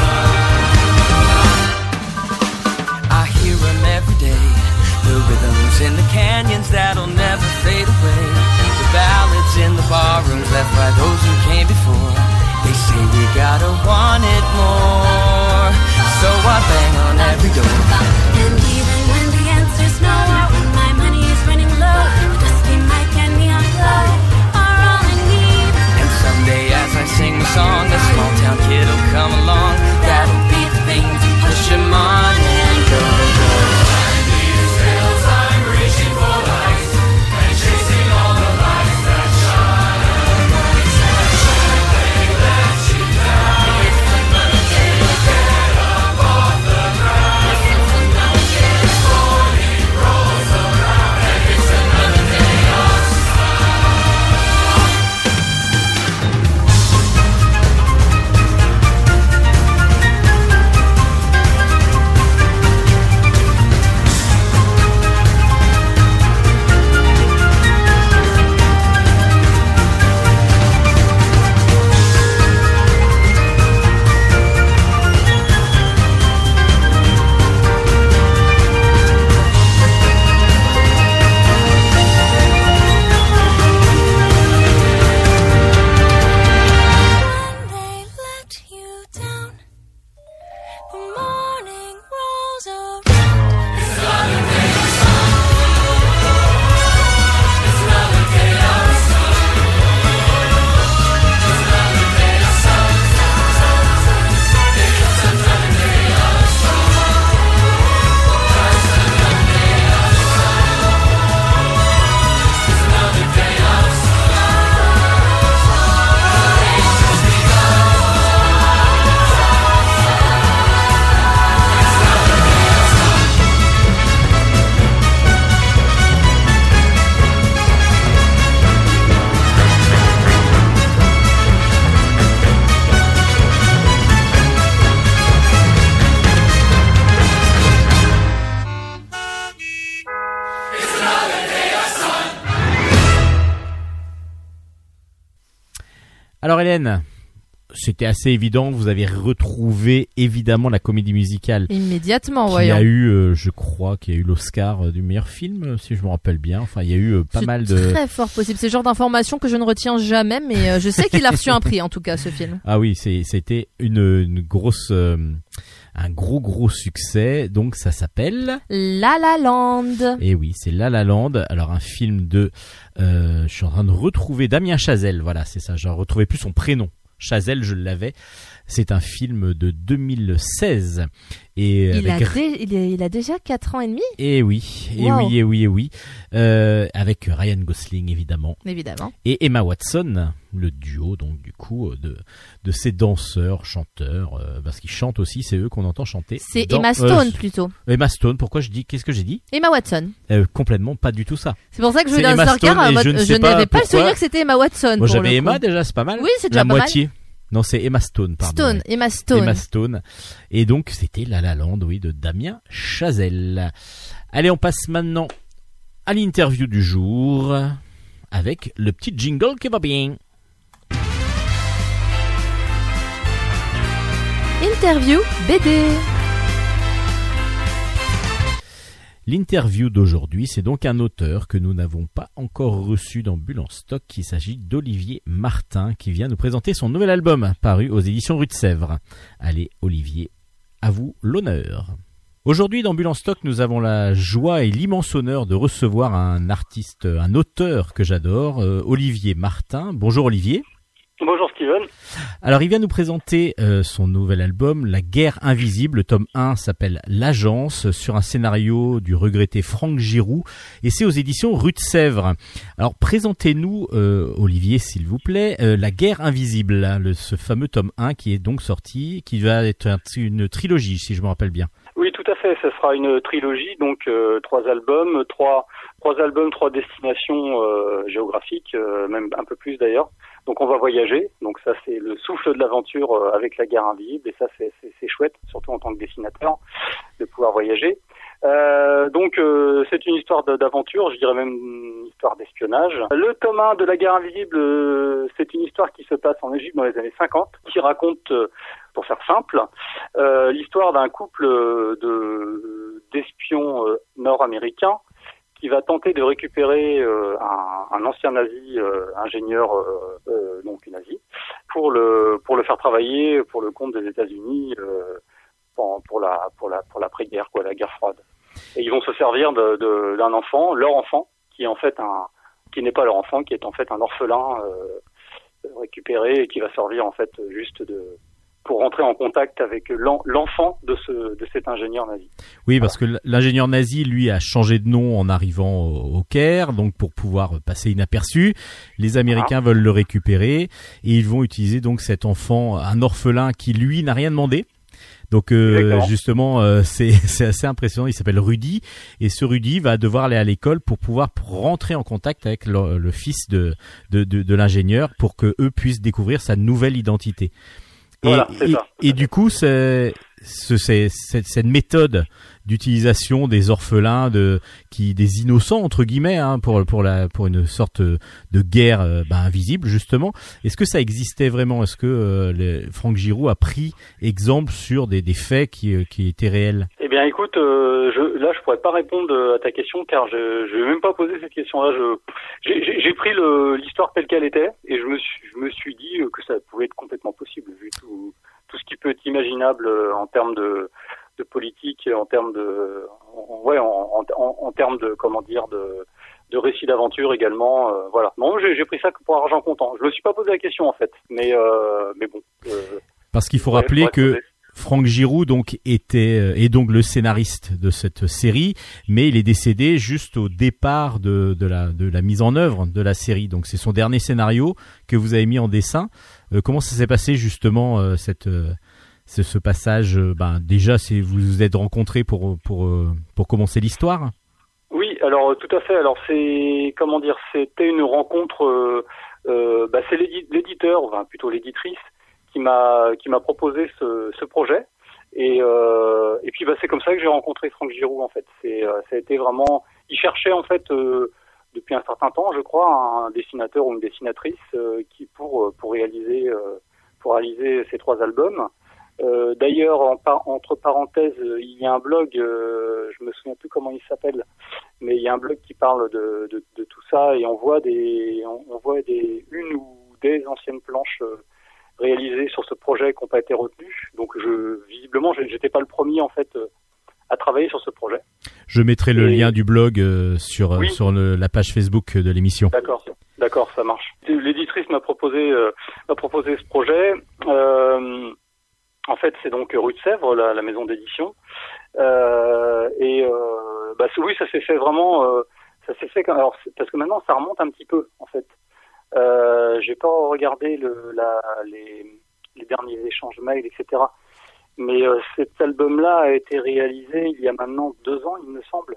the rhythms in the canyons that'll never fade away. The ballads in the barrooms left by those who came before. They say we gotta want it more. So I bang on every door. And even when the answer's no, or when my money is running low, a dusty mic and neon glow are all I need. And someday as I sing the song, a small town kid will come along. That'll be the thing to push him on and go. Alors Hélène, c'était assez évident. Vous avez retrouvé évidemment la comédie musicale Immédiatement, qui voyons. a eu, je crois, qui a eu l'Oscar du meilleur film, si je me rappelle bien. Enfin, il y a eu pas mal de... C'est très fort possible. C'est le genre d'information que je ne retiens jamais, mais je sais qu'il a reçu un prix, en tout cas, ce film. Ah oui, c'était une grosse, un gros succès. Donc ça s'appelle La La Land. Et oui, c'est La La Land. Alors un film de, je suis en train de retrouver Damien Chazelle. Voilà, c'est ça. Je ne retrouvais plus son prénom. Chazelle, je l'avais. C'est un film de 2016. Et Il avec... a déjà 4 ans et demi. Et oui, Wow. avec Ryan Gosling évidemment. Évidemment. Et Emma Watson, le duo donc du coup de ces danseurs, chanteurs, parce qu'ils chantent aussi, c'est eux qu'on entend chanter. C'est Emma Stone plutôt. Emma Stone, qu'est-ce que j'ai dit? Emma Watson. Complètement pas du tout ça. C'est pour ça que je C'est voulais un Emma Oscar Stone, en et mode, je ne sais je n'avais pas le pourquoi. souvenir que c'était Emma Watson. Moi pour j'avais le Emma coup. déjà, c'est pas mal. Oui, c'est déjà la pas mal. moitié. Non, c'est Emma Stone, pardon. Stone, ouais. Emma Stone. Emma Stone. Et donc c'était La La Land, oui, de Damien Chazelle. Allez, on passe maintenant à l'interview du jour avec le petit jingle qui va bien. Interview BD. L'interview d'aujourd'hui, c'est donc un auteur que nous n'avons pas encore reçu dans Bulle en stock. Il s'agit d'Olivier Martin qui vient nous présenter son nouvel album paru aux éditions Rue de Sèvres. Allez Olivier, à vous l'honneur. Aujourd'hui dans Bulle en stock, nous avons la joie et l'immense honneur de recevoir un artiste, un auteur que j'adore, Olivier Martin. Bonjour Olivier. Bonjour Steven. Alors il vient nous présenter son nouvel album, La Guerre Invisible. Le tome 1 s'appelle L'Agence, sur un scénario du regretté Franck Giroux, et c'est aux éditions Rue de Sèvres. Alors présentez-nous Olivier s'il vous plaît, La Guerre Invisible, ce fameux tome 1 qui est donc sorti, qui va être une trilogie si je me rappelle bien. Oui, tout à fait. Ce sera une trilogie, donc 3 albums, 3 destinations géographiques, même un peu plus d'ailleurs. Donc on va voyager. Donc ça c'est le souffle de l'aventure avec La Guerre Invisible, et ça c'est chouette, surtout en tant que dessinateur, de pouvoir voyager. Donc c'est une histoire d'aventure, je dirais même une histoire d'espionnage. Le tome 1 de La Guerre Invisible, c'est une histoire qui se passe en Égypte dans les années 50, qui raconte, pour faire simple, l'histoire d'un couple d'espions nord-américains qui va tenter de récupérer un ancien nazi, ingénieur donc nazi, pour le faire travailler pour le compte des États-Unis pour l'après-guerre, quoi, la guerre froide. Et ils vont se servir d'un enfant, leur enfant, qui est en fait qui n'est pas leur enfant, qui est en fait un orphelin récupéré, et qui va servir en fait juste pour rentrer en contact avec l'enfant de cet ingénieur nazi. Oui, parce que l'ingénieur nazi, lui, a changé de nom en arrivant au Caire, donc pour pouvoir passer inaperçu. Les Américains veulent le récupérer, et ils vont utiliser donc cet enfant, un orphelin qui, lui, n'a rien demandé. Donc justement, c'est assez impressionnant. Il s'appelle Rudy, et ce Rudy va devoir aller à l'école pour pouvoir rentrer en contact avec le fils de l'ingénieur, pour que eux puissent découvrir sa nouvelle identité. Voilà, et du coup, cette méthode d'utilisation des orphelins, des innocents entre guillemets, hein, pour une sorte de guerre invisible justement. Est-ce que ça existait vraiment? Est-ce que Franck Giroux a pris exemple sur des faits qui étaient réels? Eh bien, écoute, je pourrais pas répondre à ta question, car je vais même pas poser cette question-là. J'ai pris l'histoire telle qu'elle était, et je me suis dit que ça pouvait être complètement possible, vu tout ce qui peut être imaginable en termes de politique, en termes en termes de comment dire de récit d'aventure également. Voilà. Non, j'ai pris ça pour argent comptant. Je me suis pas posé la question en fait, mais bon. Parce qu'il faut rappeler que Franck Giroux donc est donc le scénariste de cette série, mais il est décédé juste au départ de la mise en œuvre de la série. Donc c'est son dernier scénario que vous avez mis en dessin. Comment ça s'est passé justement ce passage? Déjà, vous vous êtes rencontrés pour commencer l'histoire? Oui, alors tout à fait. Alors c'était une rencontre. C'est l'éditeur, plutôt l'éditrice, qui m'a proposé ce projet, et puis c'est comme ça que j'ai rencontré Franck Giroux en fait. Ça a été vraiment, il cherchait en fait depuis un certain temps, je crois, un dessinateur ou une dessinatrice qui pour réaliser pour réaliser ces 3 albums. D'ailleurs, entre parenthèses, il y a un blog, je me souviens plus comment il s'appelle, mais il y a un blog qui parle de tout ça, et on voit une ou des anciennes planches réalisées sur ce projet qui n'ont pas été retenues. Donc visiblement, j'étais pas le premier en fait à travailler sur ce projet. Je mettrai le lien du blog sur la page Facebook de l'émission. D'accord, ça marche. L'éditrice m'a proposé ce projet. En fait, c'est donc Rue de Sèvres, la maison d'édition. Oui, ça s'est fait vraiment. Ça s'est fait alors parce que maintenant ça remonte un petit peu en fait. J'ai pas regardé les derniers échanges mails, etc. Mais cet album-là a été réalisé il y a maintenant 2 ans, il me semble.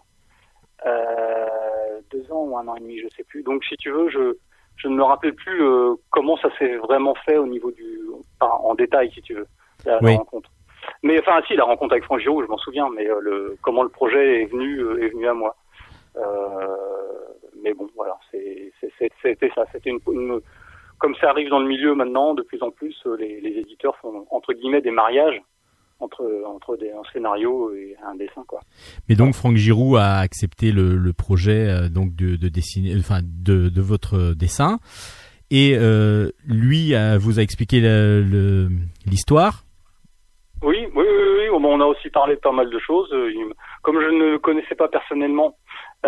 2 ans ou 1 an et demi, je sais plus. Donc, si tu veux, je ne me rappelle plus comment ça s'est vraiment fait au niveau en détail, si tu veux, la rencontre. Mais enfin, si, la rencontre avec Franck Giroux, je m'en souviens, mais comment le projet est venu à moi. Mais bon, voilà, c'était ça. C'était comme ça arrive dans le milieu maintenant, de plus en plus, les éditeurs font entre guillemets des mariages entre un scénario et un dessin, quoi. Mais donc Franck Giroux a accepté le projet donc de dessiner, enfin de votre dessin, et lui vous a expliqué l'histoire. Oui. On a aussi parlé de pas mal de choses. Comme je ne le connaissais pas personnellement,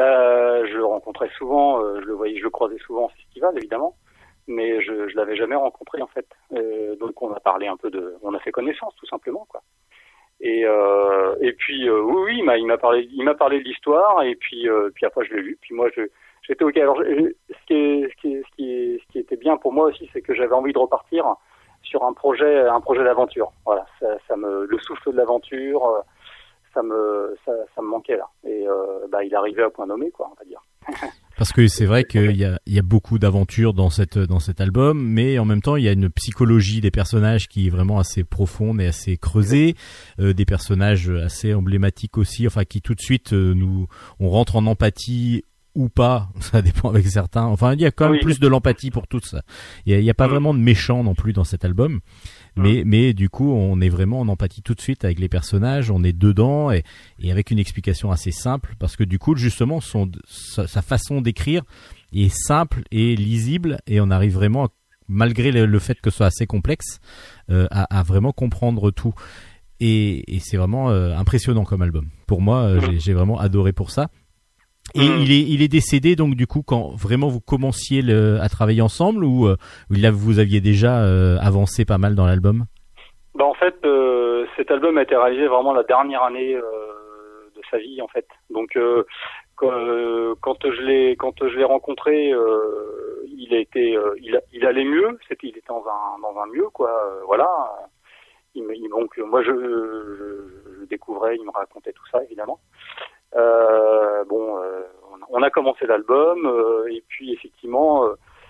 je le rencontrais souvent, je le croisais souvent en festival, évidemment, mais je l'avais jamais rencontré en fait. Donc on a parlé un peu on a fait connaissance tout simplement, quoi. Et puis oui, il m'a parlé de l'histoire, et puis après je l'ai lu. Puis moi j'étais ok. Alors ce qui était bien pour moi aussi, c'est que j'avais envie de repartir sur un projet d'aventure. Voilà, le souffle de l'aventure, ça me manquait là. Et il arrivait à point nommé, quoi, on va dire. Parce que c'est vrai qu'il y a beaucoup d'aventures dans cet album, mais en même temps il y a une psychologie des personnages qui est vraiment assez profonde et assez creusée, des personnages assez emblématiques aussi, enfin qui tout de suite on rentre en empathie ou pas, ça dépend avec certains. Enfin, il y a quand même plus de l'empathie pour tous. Il y a pas vraiment de méchants non plus dans cet album, mais du coup, on est vraiment en empathie tout de suite avec les personnages, on est dedans, et avec une explication assez simple, parce que du coup, justement, sa façon d'écrire est simple et lisible, et on arrive vraiment, malgré le fait que ce soit assez complexe, à vraiment comprendre tout. Et c'est vraiment impressionnant comme album. Pour moi, j'ai vraiment adoré pour ça. Et il est décédé donc du coup quand vraiment vous commenciez à travailler ensemble, ou là vous aviez déjà avancé pas mal dans l'album? En fait, cet album a été réalisé vraiment la dernière année de sa vie en fait. Donc quand je l'ai rencontré, il allait mieux. Il était dans un mieux, quoi. Voilà. Donc moi je découvrais, il me racontait tout ça évidemment. On a commencé l'album, et puis effectivement,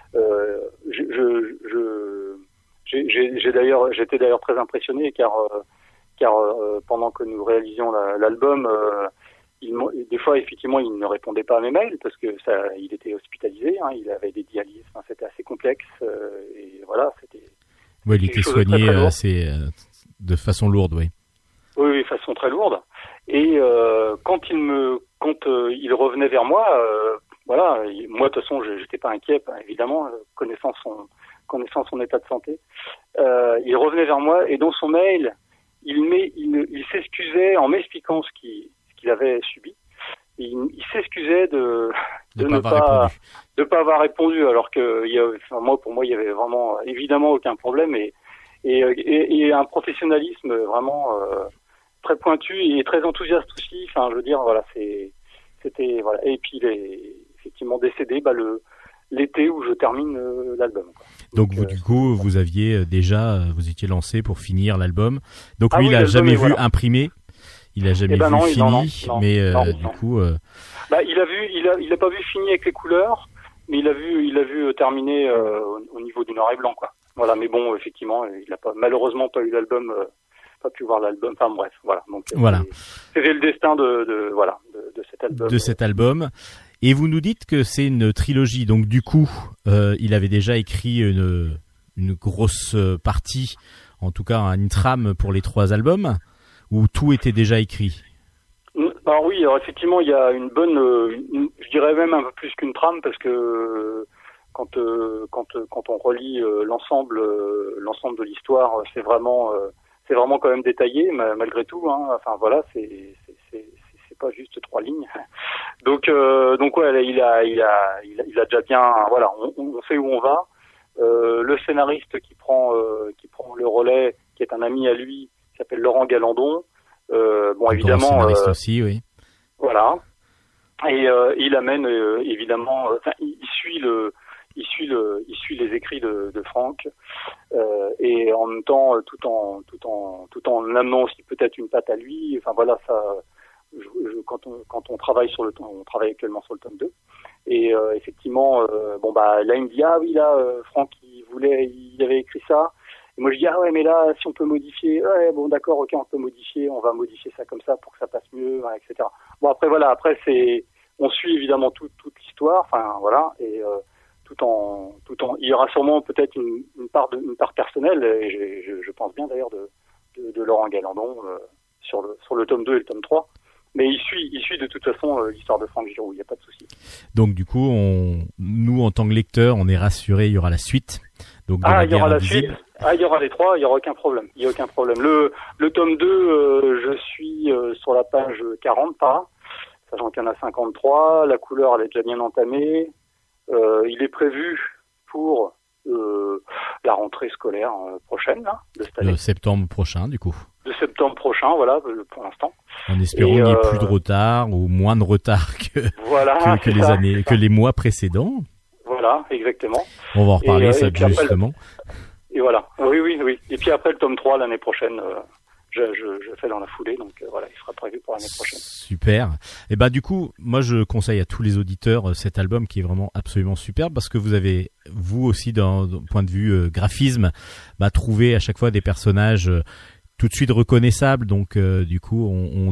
j'étais d'ailleurs très impressionné car pendant que nous réalisions l'album, des fois effectivement il ne répondait pas à mes mails parce que il était hospitalisé, hein, il avait des dialyses, enfin, c'était assez complexe, et voilà, c'était. Oui, il était soigné assez de façon lourde, oui. Oui, de façon très lourde. Et quand il revenait vers moi, moi de toute façon j'étais pas inquiet, évidemment, connaissant son état de santé. Il revenait vers moi, et dans son mail, il s'excusait en m'expliquant ce qu'il avait subi. Il s'excusait de ne pas avoir répondu, alors que pour moi il y avait vraiment évidemment aucun problème, et un professionnalisme vraiment très pointu et très enthousiaste aussi. Enfin, je veux dire, voilà, c'était voilà. Et puis il est effectivement décédé l'été où je termine l'album, quoi. Donc du coup, vous étiez lancé pour finir l'album. Donc lui, il a jamais vu imprimé. Il a jamais vu fini, mais du coup. Il a pas vu fini avec les couleurs, mais il a vu terminer au niveau du noir et blanc, quoi. Voilà, mais bon, effectivement, il a malheureusement pas eu l'album. Pas pu voir l'album, enfin bref, voilà. Donc voilà. C'était le destin de cet album. De cet album. Et vous nous dites que c'est une trilogie, donc du coup, il avait déjà écrit une grosse partie, en tout cas une trame pour les 3 albums, où tout était déjà écrit? Alors oui, alors effectivement, il y a une bonne, je dirais même un peu plus qu'une trame, parce que quand on relit l'ensemble de l'histoire, c'est vraiment quand même détaillé, malgré tout. Hein. Enfin voilà, c'est pas juste 3 lignes. Donc ouais, il a déjà bien, voilà, on sait où on va. Le scénariste qui prend le relais, qui est un ami à lui, qui s'appelle Laurent Galandon. Bon, évidemment. Scénariste aussi, oui. Voilà. Et il amène évidemment, il suit les écrits de Franck, et en même temps, tout en amenant aussi peut-être une patte à lui. Enfin voilà, ça. Quand on travaille on travaille actuellement sur le tome 2, et effectivement, là il me dit Franck il avait écrit ça. Et moi je dis ouais, mais là si on peut modifier, ouais bon d'accord, ok, on peut modifier, on va modifier ça comme ça pour que ça passe mieux, hein, etc. Bon après on suit évidemment toute l'histoire, enfin voilà, et tout en il y aura sûrement peut-être une part personnelle, et je pense bien d'ailleurs de Laurent Galandon sur le tome 2 et le tome 3. Mais il suit de toute façon l'histoire de Franck Giroux, il n'y a pas de souci. Donc du coup, nous en tant que lecteurs, on est rassurés, il y aura la suite. Donc il y aura la suite. Il y aura les 3, il n'y aura aucun problème. Il y a aucun problème. Le tome 2, je suis sur la page 40 par là, sachant qu'il y en a 53. La couleur, elle est déjà bien entamée. Il est prévu pour la rentrée scolaire prochaine, là, de cette année. De septembre prochain, du coup. De septembre prochain, voilà, pour l'instant. En espérant qu'il n'y ait plus de retard ou moins de retard que les mois précédents. Voilà, exactement. On va en reparler, ça, justement. Et voilà, oui. Et puis après, le tome 3, l'année prochaine, je fais dans la foulée, donc voilà, il sera prévu pour l'année prochaine. Super. Et du coup, moi je conseille à tous les auditeurs cet album qui est vraiment absolument superbe, parce que vous avez, vous aussi, d'un point de vue graphisme, trouvé à chaque fois des personnages tout de suite reconnaissables, donc du coup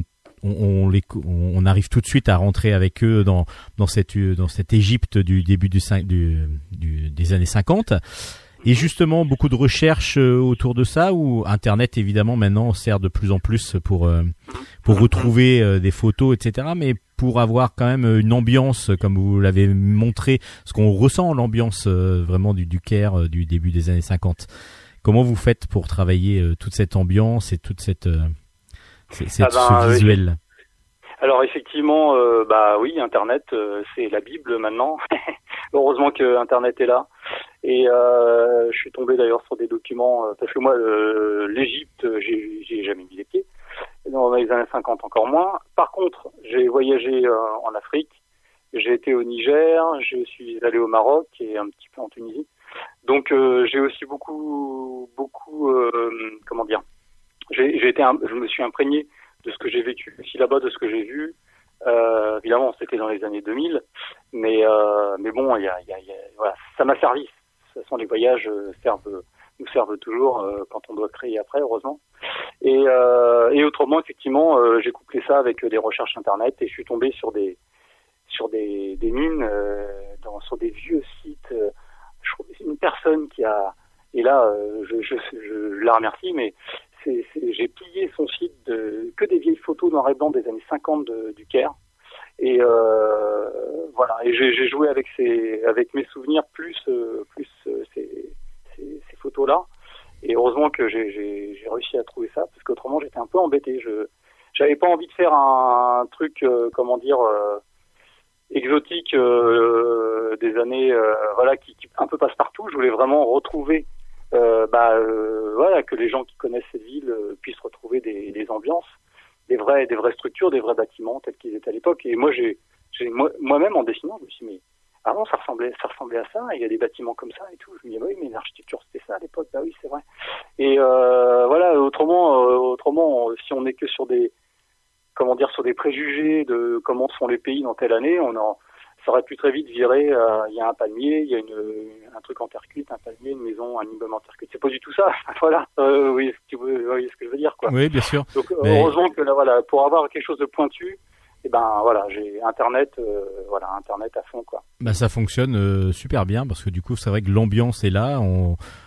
on arrive tout de suite à rentrer avec eux dans cette Égypte du début des années 50. Et justement, beaucoup de recherches autour de ça, où Internet, évidemment, maintenant sert de plus en plus pour retrouver des photos, etc. Mais pour avoir quand même une ambiance, comme vous l'avez montré, ce qu'on ressent, l'ambiance vraiment du Caire du début des années 50. Comment vous faites pour travailler toute cette ambiance et toute ce visuel? Alors effectivement, oui, Internet, c'est la Bible maintenant. Heureusement que Internet est là. Et je suis tombé d'ailleurs sur des documents, parce que moi, l'Égypte, j'ai jamais mis les pieds. Dans les années 50 encore moins. Par contre, j'ai voyagé en Afrique, j'ai été au Niger, je suis allé au Maroc et un petit peu en Tunisie. Donc j'ai aussi beaucoup comment dire, je me suis imprégné de ce que j'ai vécu aussi là-bas, de ce que j'ai vu. Évidemment, c'était dans les années 2000, mais bon, voilà, ça m'a servi. De toute façon, les voyages nous servent toujours quand on doit créer après, heureusement. Et autrement, effectivement, j'ai couplé ça avec des recherches internet, et je suis tombé sur des mines, sur des vieux sites. Une personne qui a, et là, je la remercie, mais j'ai plié son site que des vieilles photos noir et blanc des années 50 du Caire. Et voilà, et j'ai joué avec mes souvenirs plus ces photos-là. Et heureusement que j'ai réussi à trouver ça, parce qu'autrement j'étais un peu embêté. J'avais pas envie de faire un truc, exotique des années, voilà, qui un peu passe partout. Je voulais vraiment retrouver, voilà, que les gens qui connaissent cette ville puissent retrouver des ambiances, des vraies structures, des vrais bâtiments tels qu'ils étaient à l'époque. Et moi, moi-même en dessinant, je me suis dit, mais avant ça ressemblait à ça. Il y a des bâtiments comme ça et tout. Je me dis, oui, mais l'architecture c'était ça à l'époque. Bah oui, c'est vrai. Et voilà. Autrement, si on n'est que sur des préjugés de comment sont les pays dans telle année, ça aurait pu très vite virer. Il y a un palmier, il y a un truc en terre cuite, un palmier, une maison, un immeuble en terre cuite. C'est pas du tout ça. Voilà. Oui, vous voyez ce que je veux dire, quoi. Oui, bien sûr. Donc heureusement que là, voilà, pour avoir quelque chose de pointu, et voilà, j'ai Internet à fond, quoi. Ça fonctionne super bien, parce que du coup, c'est vrai que l'ambiance est là.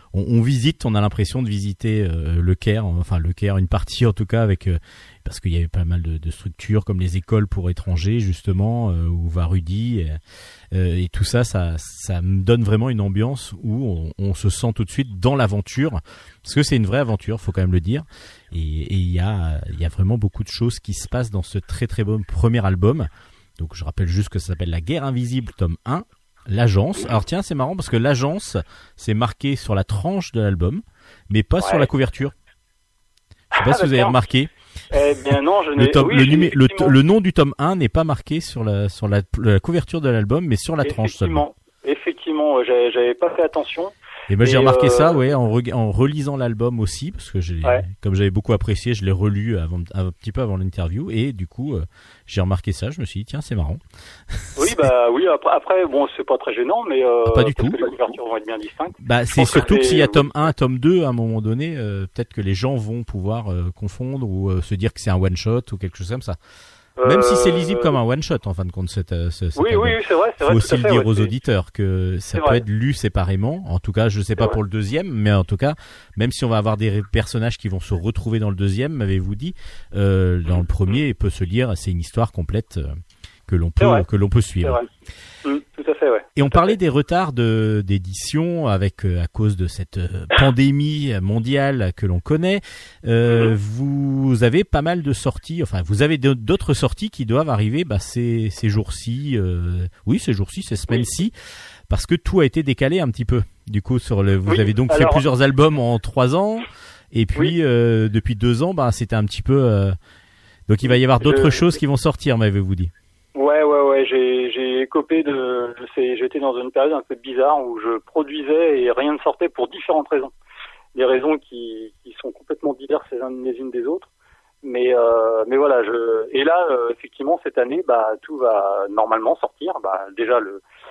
on visite, on a l'impression de visiter le Caire, une partie en tout cas avec parce qu'il y avait pas mal de structures comme les écoles pour étrangers justement où va Rudy et tout ça me donne vraiment une ambiance où on se sent tout de suite dans l'aventure parce que c'est une vraie aventure, faut quand même le dire. Et il y a vraiment beaucoup de choses qui se passent dans ce très très bon premier album. Donc je rappelle juste que ça s'appelle La Guerre Invisible, tome 1. L'agence. Alors tiens, c'est marrant parce que l'agence, c'est marqué sur la tranche de l'album, mais pas sur la couverture. Je sais pas si vous avez remarqué. Eh bien non, je n'ai. Le nom du tome 1 n'est pas marqué sur la couverture de l'album, mais sur la tranche seulement. Effectivement, j'avais pas fait attention. Et ben j'ai remarqué ça, en relisant l'album aussi, parce que comme j'avais beaucoup apprécié, je l'ai relu un petit peu avant l'interview, et du coup j'ai remarqué ça. Je me suis dit tiens, c'est marrant. Oui, après bon, c'est pas très gênant, mais pas du tout. Que les couvertures vont être bien distinctes. C'est surtout que s'il y a tome 1, tome 2, à un moment donné, peut-être que les gens vont pouvoir confondre ou se dire que c'est un one shot ou quelque chose comme ça. Même si c'est lisible comme un one shot en fin de compte, oui, c'est vrai. Faut aussi le dire aux auditeurs que ça peut être lu séparément. En tout cas, je sais pas pour le deuxième, mais en tout cas, même si on va avoir des personnages qui vont se retrouver dans le deuxième, m'avez-vous dit, dans le premier, il peut se lire, c'est une histoire complète que l'on peut suivre. Tout à fait, ouais. Et on parlait des retards d'édition avec à cause de cette pandémie mondiale que l'on connaît. Vous avez pas mal de sorties, enfin vous avez d'autres sorties qui doivent arriver ces jours-ci, ces semaines-ci, parce que tout a été décalé un petit peu. Du coup, vous avez donc fait plusieurs albums en 3 ans, et puis depuis 2 ans, c'était un petit peu. Donc il va y avoir d'autres choses qui vont sortir, m'avez-vous dit. Ouais, j'ai écopé j'étais dans une période un peu bizarre où je produisais et rien ne sortait pour différentes raisons. Des raisons qui sont complètement diverses les unes des autres. Mais voilà, et là, effectivement, cette année, tout va normalement sortir. Déjà,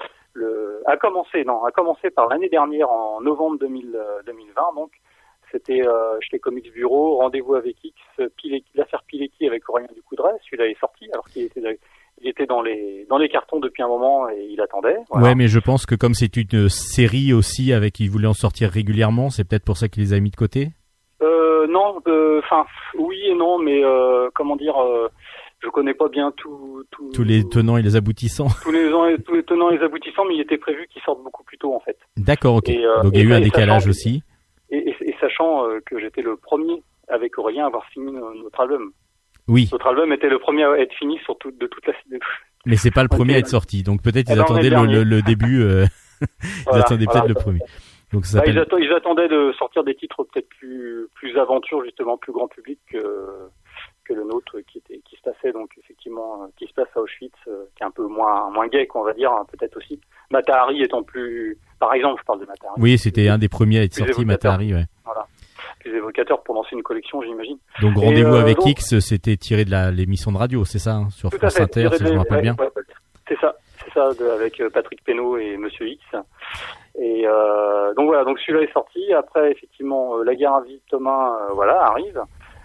a commencé par l'année dernière, en novembre 2020, donc. C'était chez Comics Bureau, Rendez-vous avec X, l'affaire Pilecki avec Aurélien Ducoudray. Celui-là est sorti, alors qu'il était dans les cartons depuis un moment et il attendait. Voilà. Ouais, mais je pense que comme c'est une série aussi ils voulaient en sortir régulièrement, c'est peut-être pour ça qu'ils les a mis de côté. Non, oui et non, mais comment dire, je connais pas bien tous les tenants et les aboutissants. Tous les tenants et les aboutissants, mais il était prévu qu'ils sortent beaucoup plus tôt en fait. D'accord, ok. Donc il y a eu un décalage aussi. Et sachant que j'étais le premier avec Aurélien à avoir fini notre album. Oui. Notre album était le premier à être fini sur toute la. Mais c'est pas le premier à être sorti, donc peut-être ils attendaient le début. Ils attendaient peut-être le premier. Donc ça ils attendaient de sortir des titres peut-être plus aventure, justement plus grand public que le nôtre qui se passait donc effectivement qui se passe à Auschwitz, qui est un peu moins gay qu'on va dire, peut-être aussi. Mata Hari étant plus, par exemple, je parle de Mata Hari. Oui, c'était un des premiers à être sorti, Mata Hari, ouais. Voilà. Plus évocateur pour lancer une collection, j'imagine. Donc Rendez-vous avec X, c'était tiré de l'émission de radio, c'est ça, sur France Inter, si je me rappelle bien. Ouais, c'est ça, avec Patrick Pénaud et Monsieur X. Et donc voilà, donc celui-là est sorti. Après, effectivement, La Guerre Invisible, Thomas, arrive.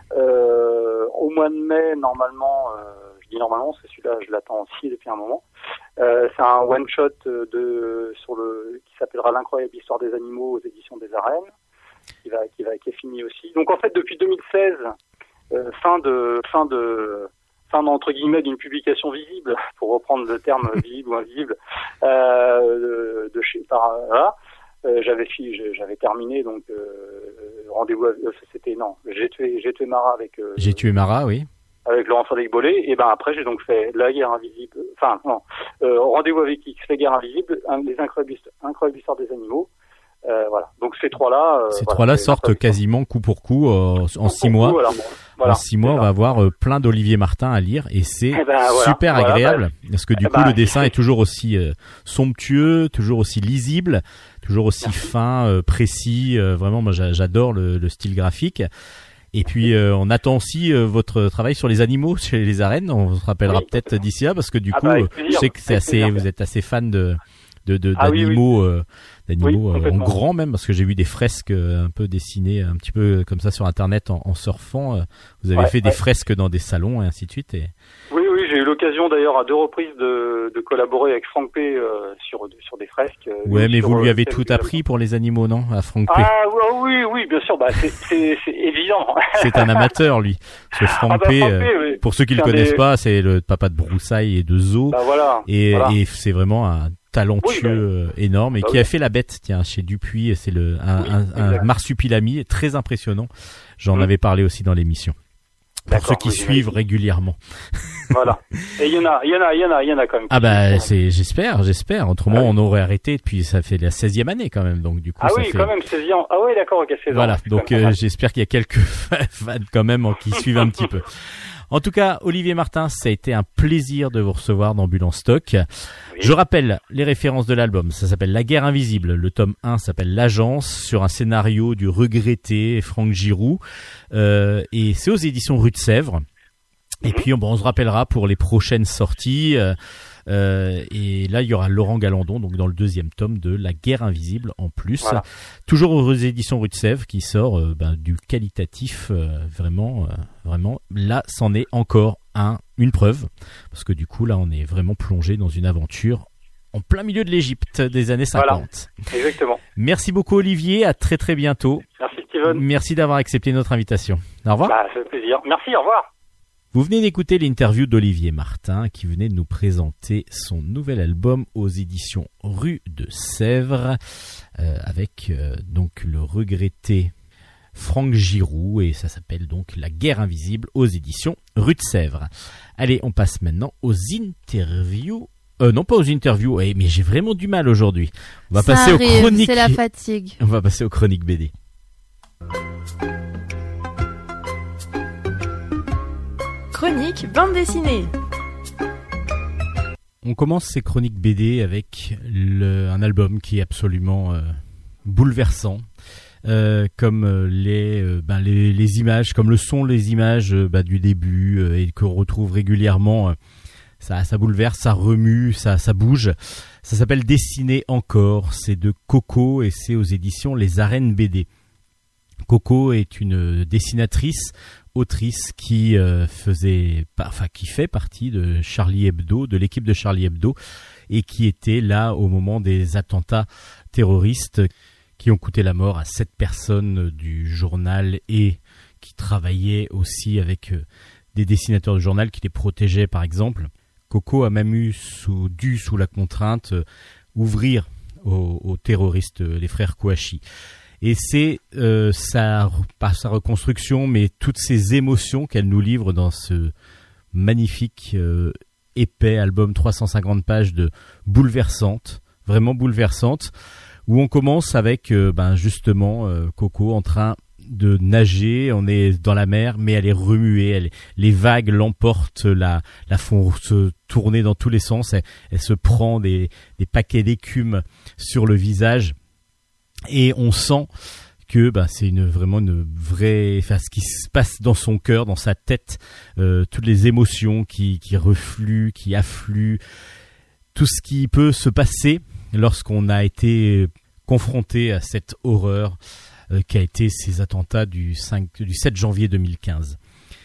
Au mois de mai, normalement, je dis normalement, c'est celui-là, je l'attends aussi depuis un moment. C'est un one shot qui s'appellera L'incroyable histoire des animaux aux éditions des Arènes, qui est fini aussi. Donc en fait, depuis 2016, fin entre guillemets d'une publication visible, pour reprendre le terme visible ou invisible, j'avais terminé donc Rendez-vous j'ai tué Marat avec J'ai tué Marat, oui, avec Laurent-Frédéric Bollet. Et après j'ai donc fait La Guerre Invisible, Rendez-vous avec X, La Guerre Invisible, les incroyables histoires des animaux. Voilà. Donc ces trois-là sortent quasiment coup pour coup en 6 mois. En 6 mois, on va avoir plein d'Olivier Martin à lire et c'est super agréable parce que du coup le dessin est toujours aussi somptueux, toujours aussi lisible, toujours aussi fin, précis. Vraiment, moi j'adore le style graphique. Et puis on attend aussi votre travail sur les animaux chez les Arènes. On se rappellera peut-être d'ici là parce que du coup, je sais que vous êtes assez fan d'animaux, en grand même, parce que j'ai vu des fresques un peu dessinées un petit peu comme ça sur internet en surfant. Vous avez fait des fresques dans des salons et ainsi de suite. Oui, j'ai eu l'occasion d'ailleurs à 2 reprises de collaborer avec Franck P sur des fresques. Ouais, mais vous lui avez tout appris pour les animaux, non, à Franck P? Ah oui, bien sûr, c'est évident. C'est un amateur, lui. Ce Franck P, oui. pour ceux qui le connaissent pas, c'est le papa de Broussailles et de Zo. Bah voilà. Et c'est vraiment un talentueux énorme et qui a fait La Bête, tiens, chez Dupuis. C'est un marsupilami très impressionnant. J'en avais parlé aussi dans l'émission. Pour ceux qui suivent régulièrement. Voilà. Et il y en a quand même. Ah bah j'espère. Autrement on aurait arrêté depuis, ça fait la 16e année quand même, donc du coup. Ah oui, quand même 16 ans. Ah oui, d'accord, ok, 16 ans. Voilà, donc j'espère qu'il y a quelques fans quand même qui suivent un petit peu. En tout cas, Olivier Martin, ça a été un plaisir de vous recevoir dans Bulle en stock. Oui. Je rappelle les références de l'album. Ça s'appelle La Guerre Invisible. Le tome 1 s'appelle L'Agence, sur un scénario du regretté Franck Giroux. Et c'est aux éditions Rue de Sèvres. Et puis, on se rappellera pour les prochaines sorties. Et là, il y aura Laurent Galandon, donc dans le 2e tome de La Guerre Invisible en plus. Voilà. Toujours aux éditions Rue de Sèvres, qui sort du qualitatif, vraiment. Là, c'en est encore une preuve, parce que du coup, là, on est vraiment plongé dans une aventure en plein milieu de l'Égypte des années 50. Voilà, exactement. Merci beaucoup, Olivier. À très très bientôt. Merci, Steven. Merci d'avoir accepté notre invitation. Au revoir. Ça fait plaisir. Merci, au revoir. Vous venez d'écouter l'interview d'Olivier Martin qui venait de nous présenter son nouvel album aux éditions Rue de Sèvres avec donc le regretté Franck Giroux et ça s'appelle donc La Guerre Invisible aux éditions Rue de Sèvres. Allez, on passe maintenant aux interviews. Non, pas aux interviews, mais j'ai vraiment du mal aujourd'hui. On va passer aux chroniques. C'est la fatigue. On va passer aux chroniques BD. Chronique bande dessinée. On commence ces chroniques BD avec un album qui est absolument bouleversant, comme les images, comme le sont les images du début et qu'on retrouve régulièrement. Ça bouleverse, ça remue, ça bouge. Ça s'appelle Dessiner encore. C'est de Coco et c'est aux éditions Les Arènes BD. Coco est une dessinatrice, autrice qui qui fait partie de Charlie Hebdo, de l'équipe de Charlie Hebdo, et qui était là au moment des attentats terroristes qui ont coûté la mort à 7 personnes du journal et qui travaillaient aussi avec des dessinateurs du journal qui les protégeaient par exemple. Coco a même dû sous la contrainte ouvrir aux terroristes, les frères Kouachi. Et c'est pas sa reconstruction, mais toutes ces émotions qu'elle nous livre dans ce magnifique épais album 350 pages de vraiment bouleversante, où on commence avec justement Coco en train de nager, on est dans la mer, mais elle est remuée, les vagues l'emportent, la font se tourner dans tous les sens, elle se prend des paquets d'écume sur le visage. Et on sent que c'est vraiment une vraie, ce qui se passe dans son cœur, dans sa tête, toutes les émotions qui refluent, qui affluent, tout ce qui peut se passer lorsqu'on a été confronté à cette horreur qu'a été ces attentats du 7 janvier 2015.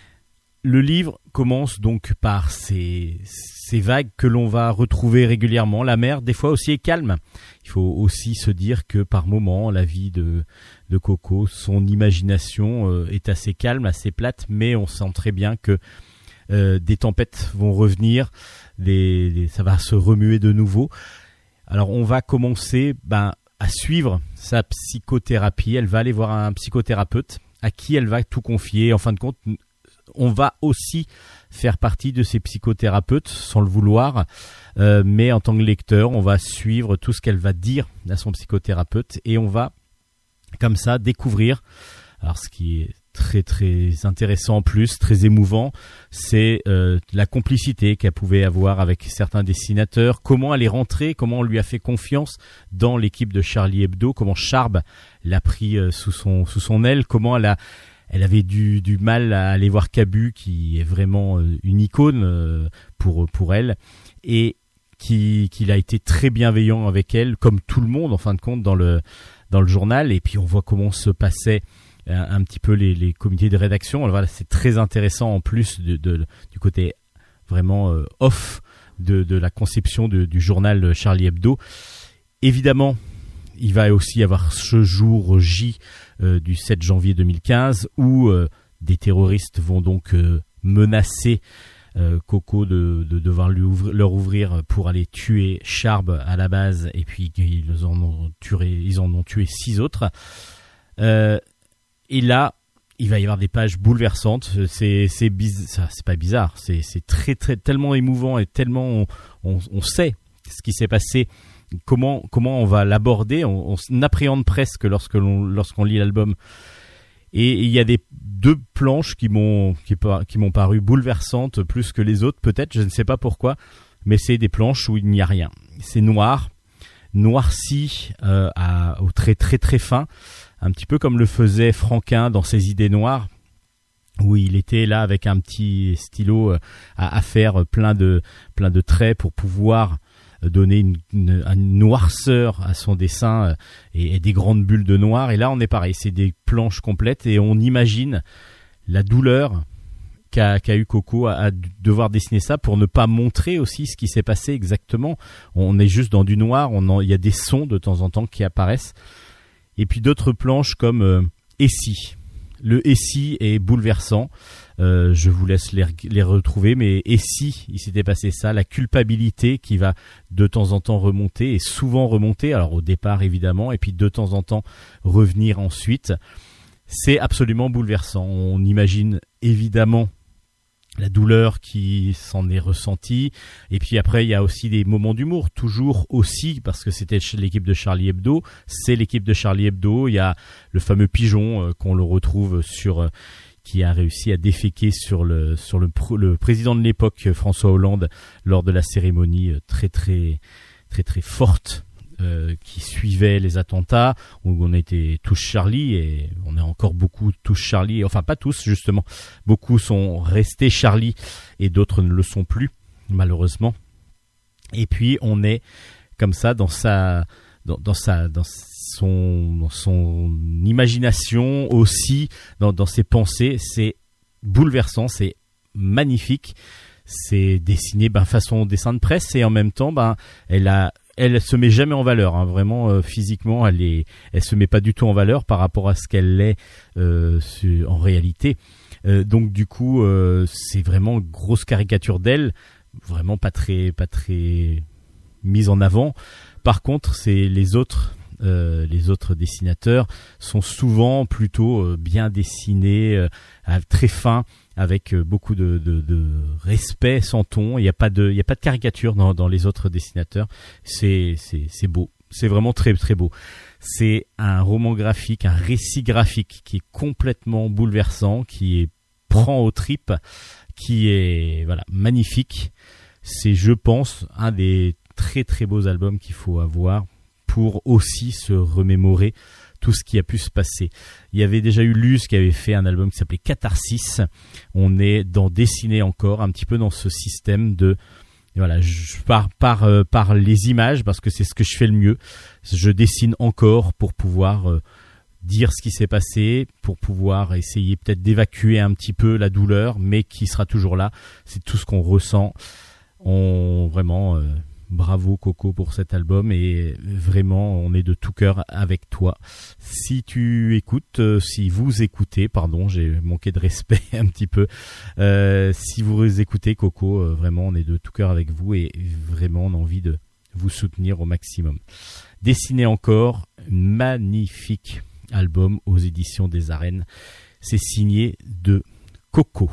Le livre commence donc par ces vagues que l'on va retrouver régulièrement. La mer, des fois aussi, est calme. Il faut aussi se dire que par moments, la vie de Coco, son imagination est assez calme, assez plate, mais on sent très bien que des tempêtes vont revenir, ça va se remuer de nouveau. Alors on va commencer à suivre sa psychothérapie. Elle va aller voir un psychothérapeute à qui elle va tout confier. En fin de compte, on va aussi faire partie de ces psychothérapeutes sans le vouloir, mais en tant que lecteur, on va suivre tout ce qu'elle va dire à son psychothérapeute et on va comme ça découvrir. Alors ce qui est très très intéressant en plus, très émouvant, c'est la complicité qu'elle pouvait avoir avec certains dessinateurs, comment elle est rentrée, comment on lui a fait confiance dans l'équipe de Charlie Hebdo, comment Charb l'a pris sous son aile, comment elle avait du mal à aller voir Cabu, qui est vraiment une icône pour elle, et qu'il a été très bienveillant avec elle, comme tout le monde en fin de compte dans le journal. Et puis on voit comment se passaient un petit peu les comités de rédaction. Alors voilà, c'est très intéressant en plus du côté vraiment off de la conception du journal Charlie Hebdo. Évidemment, il va aussi y avoir ce jour J du 7 janvier 2015 où des terroristes vont donc menacer Coco de devoir leur ouvrir pour aller tuer Sharb à la base, et puis ils en ont tué 6 autres. Et là, il va y avoir des pages bouleversantes. C'est pas bizarre, c'est très tellement émouvant, et tellement on sait ce qui s'est passé. Comment on va l'aborder, on appréhende presque lorsqu'on lit l'album. Et il y a deux planches qui m'ont paru bouleversantes plus que les autres, peut-être, je ne sais pas pourquoi, mais c'est des planches où il n'y a rien. C'est noir, noirci au trait très très fin, un petit peu comme le faisait Franquin dans ses idées noires, où il était là avec un petit stylo à faire plein de traits pour pouvoir donner une noirceur à son dessin et des grandes bulles de noir. Et là on est pareil, c'est des planches complètes et on imagine la douleur qu'a eu Coco à devoir dessiner ça pour ne pas montrer aussi ce qui s'est passé exactement. On est juste dans du noir, il y a des sons de temps en temps qui apparaissent, et puis d'autres planches comme Essie. Le Essie est bouleversant. Je vous laisse les retrouver, mais et si il s'était passé ça, la culpabilité qui va de temps en temps remonter, et souvent remonter, alors au départ évidemment, et puis de temps en temps revenir ensuite, c'est absolument bouleversant. On imagine évidemment la douleur qui s'en est ressentie, et puis après il y a aussi des moments d'humour, toujours aussi, parce que c'était l'équipe de Charlie Hebdo, c'est l'équipe de Charlie Hebdo. Il y a le fameux pigeon qu'on le retrouve qui a réussi à déféquer sur le président de l'époque, François Hollande, lors de la cérémonie très très très très forte qui suivait les attentats, où on était tous Charlie, et on est encore beaucoup tous Charlie, enfin pas tous justement, beaucoup sont restés Charlie et d'autres ne le sont plus malheureusement. Et puis on est comme ça dans son imagination aussi, dans ses pensées. C'est bouleversant, c'est magnifique, c'est dessiné façon dessin de presse, et en même temps elle se met jamais en valeur, hein, vraiment physiquement elle se met pas du tout en valeur par rapport à ce qu'elle est en réalité. Donc du coup c'est vraiment une grosse caricature d'elle, vraiment pas très mise en avant. Par contre, c'est les autres dessinateurs sont souvent plutôt bien dessinés, très fins, avec beaucoup de respect, sans ton. Il y a pas de caricature dans les autres dessinateurs. C'est beau. C'est vraiment très très beau. C'est un roman graphique, un récit graphique qui est complètement bouleversant, qui prend aux tripes, qui est magnifique. C'est, je pense, un des très très beaux albums qu'il faut avoir pour aussi se remémorer tout ce qui a pu se passer. Il y avait déjà eu Luz qui avait fait un album qui s'appelait Catharsis. On est dans dessiner encore un petit peu dans ce système de je par les images, parce que c'est ce que je fais le mieux. Je dessine encore pour pouvoir dire ce qui s'est passé, pour pouvoir essayer peut-être d'évacuer un petit peu la douleur, mais qui sera toujours là. C'est tout ce qu'on ressent. Bravo Coco pour cet album, et vraiment on est de tout cœur avec toi. Si vous écoutez, pardon, j'ai manqué de respect un petit peu, si vous écoutez Coco, vraiment on est de tout cœur avec vous, et vraiment on a envie de vous soutenir au maximum. Dessinez encore, magnifique album aux éditions des Arènes, c'est signé de Coco.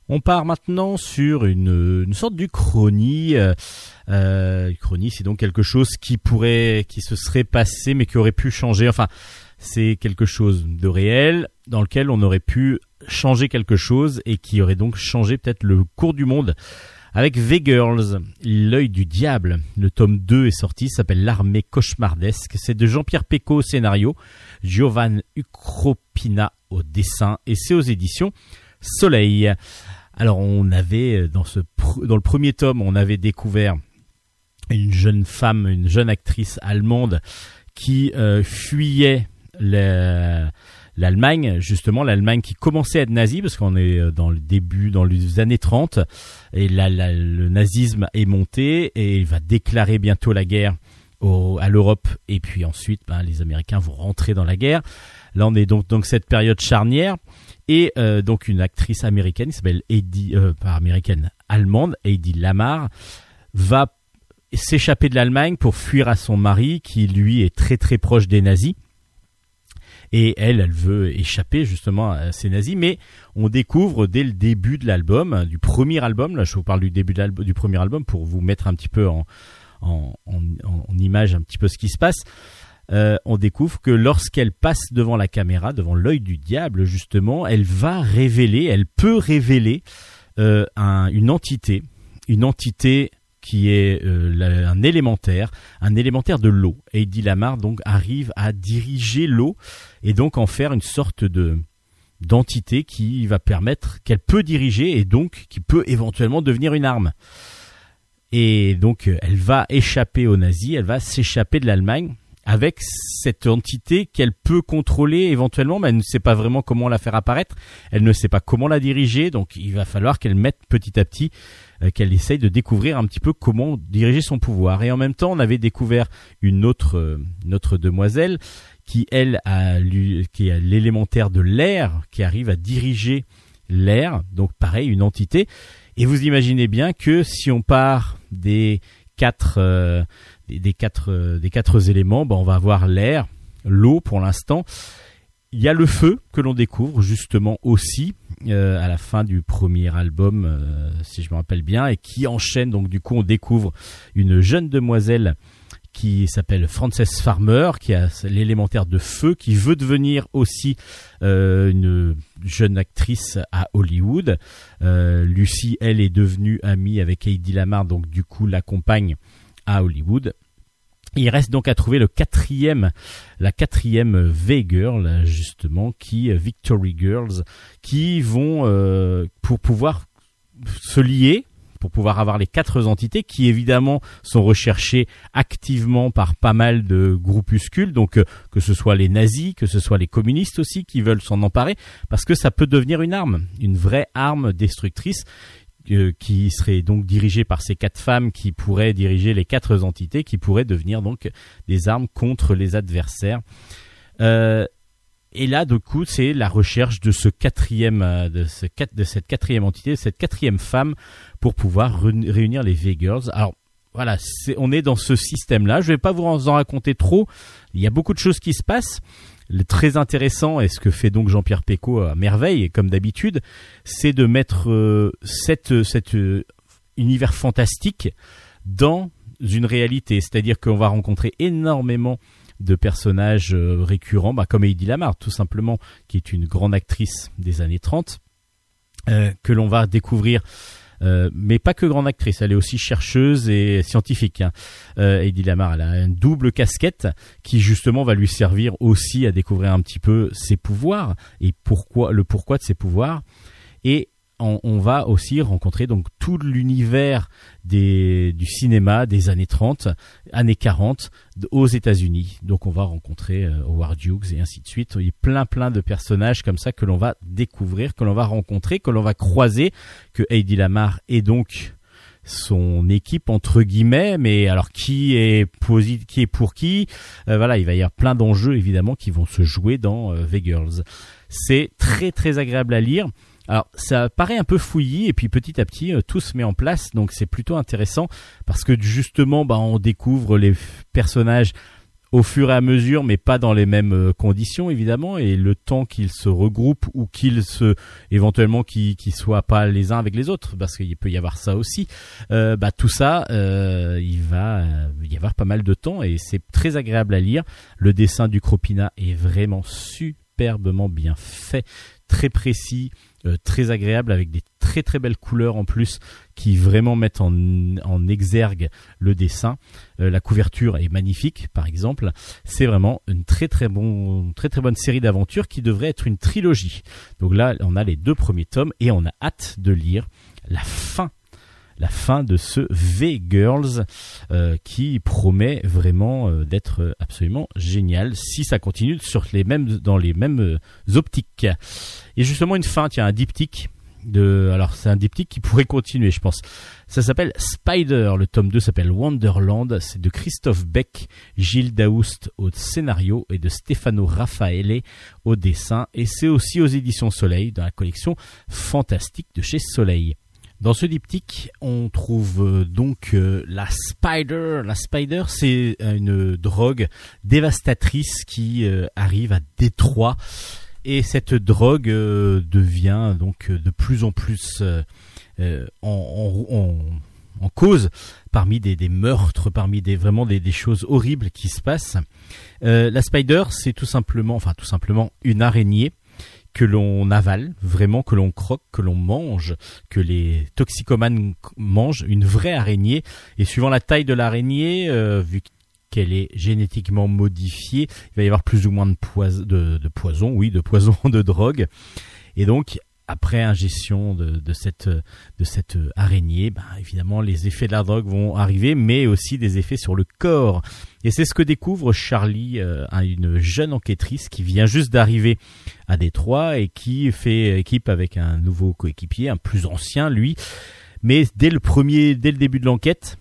On part maintenant sur une sorte d'Uchronie. Uchronie, c'est donc quelque chose qui se serait passé mais qui aurait pu changer. Enfin, c'est quelque chose de réel dans lequel on aurait pu changer quelque chose et qui aurait donc changé peut-être le cours du monde. Avec V-Girls, l'œil du diable. Le tome 2 est sorti, s'appelle L'armée cauchemardesque. C'est de Jean-Pierre Pecot au scénario, Giovanni Ucropina au dessin et c'est aux éditions Soleil. Alors on avait dans le premier tome, on avait découvert une jeune femme, une jeune actrice allemande qui fuyait l'Allemagne, justement l'Allemagne qui commençait à être nazie parce qu'on est dans les années 30 et le nazisme est monté et il va déclarer bientôt la guerre à l'Europe et puis ensuite les Américains vont rentrer dans la guerre. Là on est donc cette période charnière et donc une actrice américaine qui s'appelle allemande, Heidi Lamar, va s'échapper de l'Allemagne pour fuir à son mari qui lui est très très proche des nazis. Et elle veut échapper justement à ces nazis, mais on découvre dès le début de l'album, du premier album, là je vous parle du début du premier album pour vous mettre un petit peu en image un petit peu ce qui se passe. On découvre que lorsqu'elle passe devant la caméra, devant l'œil du diable justement, elle peut révéler une entité qui est un élémentaire de l'eau. Heidi Lamar donc arrive à diriger l'eau et donc en faire une sorte d'entité qui va permettre qu'elle peut diriger et donc qui peut éventuellement devenir une arme. Et donc elle va échapper aux nazis, elle va s'échapper de l'Allemagne avec cette entité qu'elle peut contrôler éventuellement, mais elle ne sait pas vraiment comment la faire apparaître, elle ne sait pas comment la diriger, donc il va falloir qu'elle mette petit à petit, qu'elle essaye de découvrir un petit peu comment diriger son pouvoir. Et en même temps, on avait découvert une autre demoiselle qui, qui est l'élémentaire de l'air, qui arrive à diriger l'air, donc pareil, une entité. Et vous imaginez bien que si on part des quatre éléments, on va avoir l'air, l'eau pour l'instant. Il y a le feu que l'on découvre justement aussi à la fin du premier album, si je me rappelle bien, et qui enchaîne. Donc du coup, on découvre une jeune demoiselle qui s'appelle Frances Farmer, qui a l'élémentaire de feu, qui veut devenir aussi une jeune actrice à Hollywood. Lucy, elle, est devenue amie avec Heidi Lamar, donc du coup l'accompagne à Hollywood. Il reste donc à trouver la quatrième V-Girl, justement, Victory Girls, qui vont, pour pouvoir se lier, pour pouvoir avoir les 4 entités qui évidemment sont recherchées activement par pas mal de groupuscules, donc que ce soit les nazis, que ce soit les communistes aussi qui veulent s'en emparer, parce que ça peut devenir une arme, une vraie arme destructrice, qui serait donc dirigée par ces 4 femmes qui pourraient diriger les 4 entités qui pourraient devenir donc des armes contre les adversaires. Et là, du coup, c'est la recherche de cette quatrième entité, de cette 4e femme pour pouvoir réunir les V-Girls. Alors, voilà, on est dans ce système-là. Je vais pas vous en raconter trop. Il y a beaucoup de choses qui se passent. Le très intéressant, et ce que fait donc Jean-Pierre Pecot à merveille, comme d'habitude, c'est de mettre cet univers fantastique dans une réalité. C'est-à-dire qu'on va rencontrer énormément de personnages récurrents, comme Heidi Lamar, tout simplement, qui est une grande actrice des années 30, que l'on va découvrir, mais pas que grande actrice, elle est aussi chercheuse et scientifique. Heidi Lamar, elle a une double casquette qui justement va lui servir aussi à découvrir un petit peu ses pouvoirs et le pourquoi de ses pouvoirs. Et on va aussi rencontrer donc tout l'univers du cinéma des années 30, années 40 aux États-Unis. Donc on va rencontrer Howard Hughes et ainsi de suite. Il y a plein de personnages comme ça que l'on va découvrir, que l'on va rencontrer, que l'on va croiser, que Heidi Lamar est donc son équipe entre guillemets, mais alors qui est pour qui, voilà, il va y avoir plein d'enjeux évidemment qui vont se jouer dans V-Girls. C'est très très agréable à lire. Alors ça paraît un peu fouillis et puis petit à petit tout se met en place, donc c'est plutôt intéressant parce que justement on découvre les personnages au fur et à mesure, mais pas dans les mêmes conditions évidemment, et le temps qu'ils se regroupent ou éventuellement qu'ils soient pas les uns avec les autres, parce qu'il peut y avoir ça aussi. Tout ça, il va y avoir pas mal de temps et c'est très agréable à lire. Le dessin du Cropina est vraiment superbement bien fait, très précis, très agréable, avec des très très belles couleurs en plus qui vraiment mettent en exergue le dessin. La couverture est magnifique par exemple. C'est vraiment une très très bonne série d'aventures qui devrait être une trilogie. Donc là on a les 2 premiers tomes et on a hâte de lire la fin de ce V-Girls qui promet vraiment d'être absolument génial si ça continue dans les mêmes optiques. Et justement une fin, un diptyque alors c'est un diptyque qui pourrait continuer je pense. Ça s'appelle Spider, le tome 2 s'appelle Wonderland, c'est de Christophe Beck, Gilles Daoust au scénario et de Stefano Raffaele au dessin, et c'est aussi aux éditions Soleil dans la collection Fantastique de chez Soleil. Dans ce diptyque, on trouve donc la Spider. La Spider, c'est une drogue dévastatrice qui arrive à Détroit. Et cette drogue devient donc de plus en plus en cause parmi des meurtres, parmi des choses horribles qui se passent. La Spider, c'est tout simplement une araignée que l'on avale, vraiment que l'on croque, que l'on mange, que les toxicomanes mangent, une vraie araignée. Et suivant la taille de l'araignée, vu qu'elle est génétiquement modifiée, il va y avoir plus ou moins de poison, de drogue. Et donc, après ingestion de cette araignée, évidemment, les effets de la drogue vont arriver, mais aussi des effets sur le corps. Et c'est ce que découvre Charlie, une jeune enquêtrice qui vient juste d'arriver à Détroit et qui fait équipe avec un nouveau coéquipier, un plus ancien, lui. Mais dès le début de l'enquête,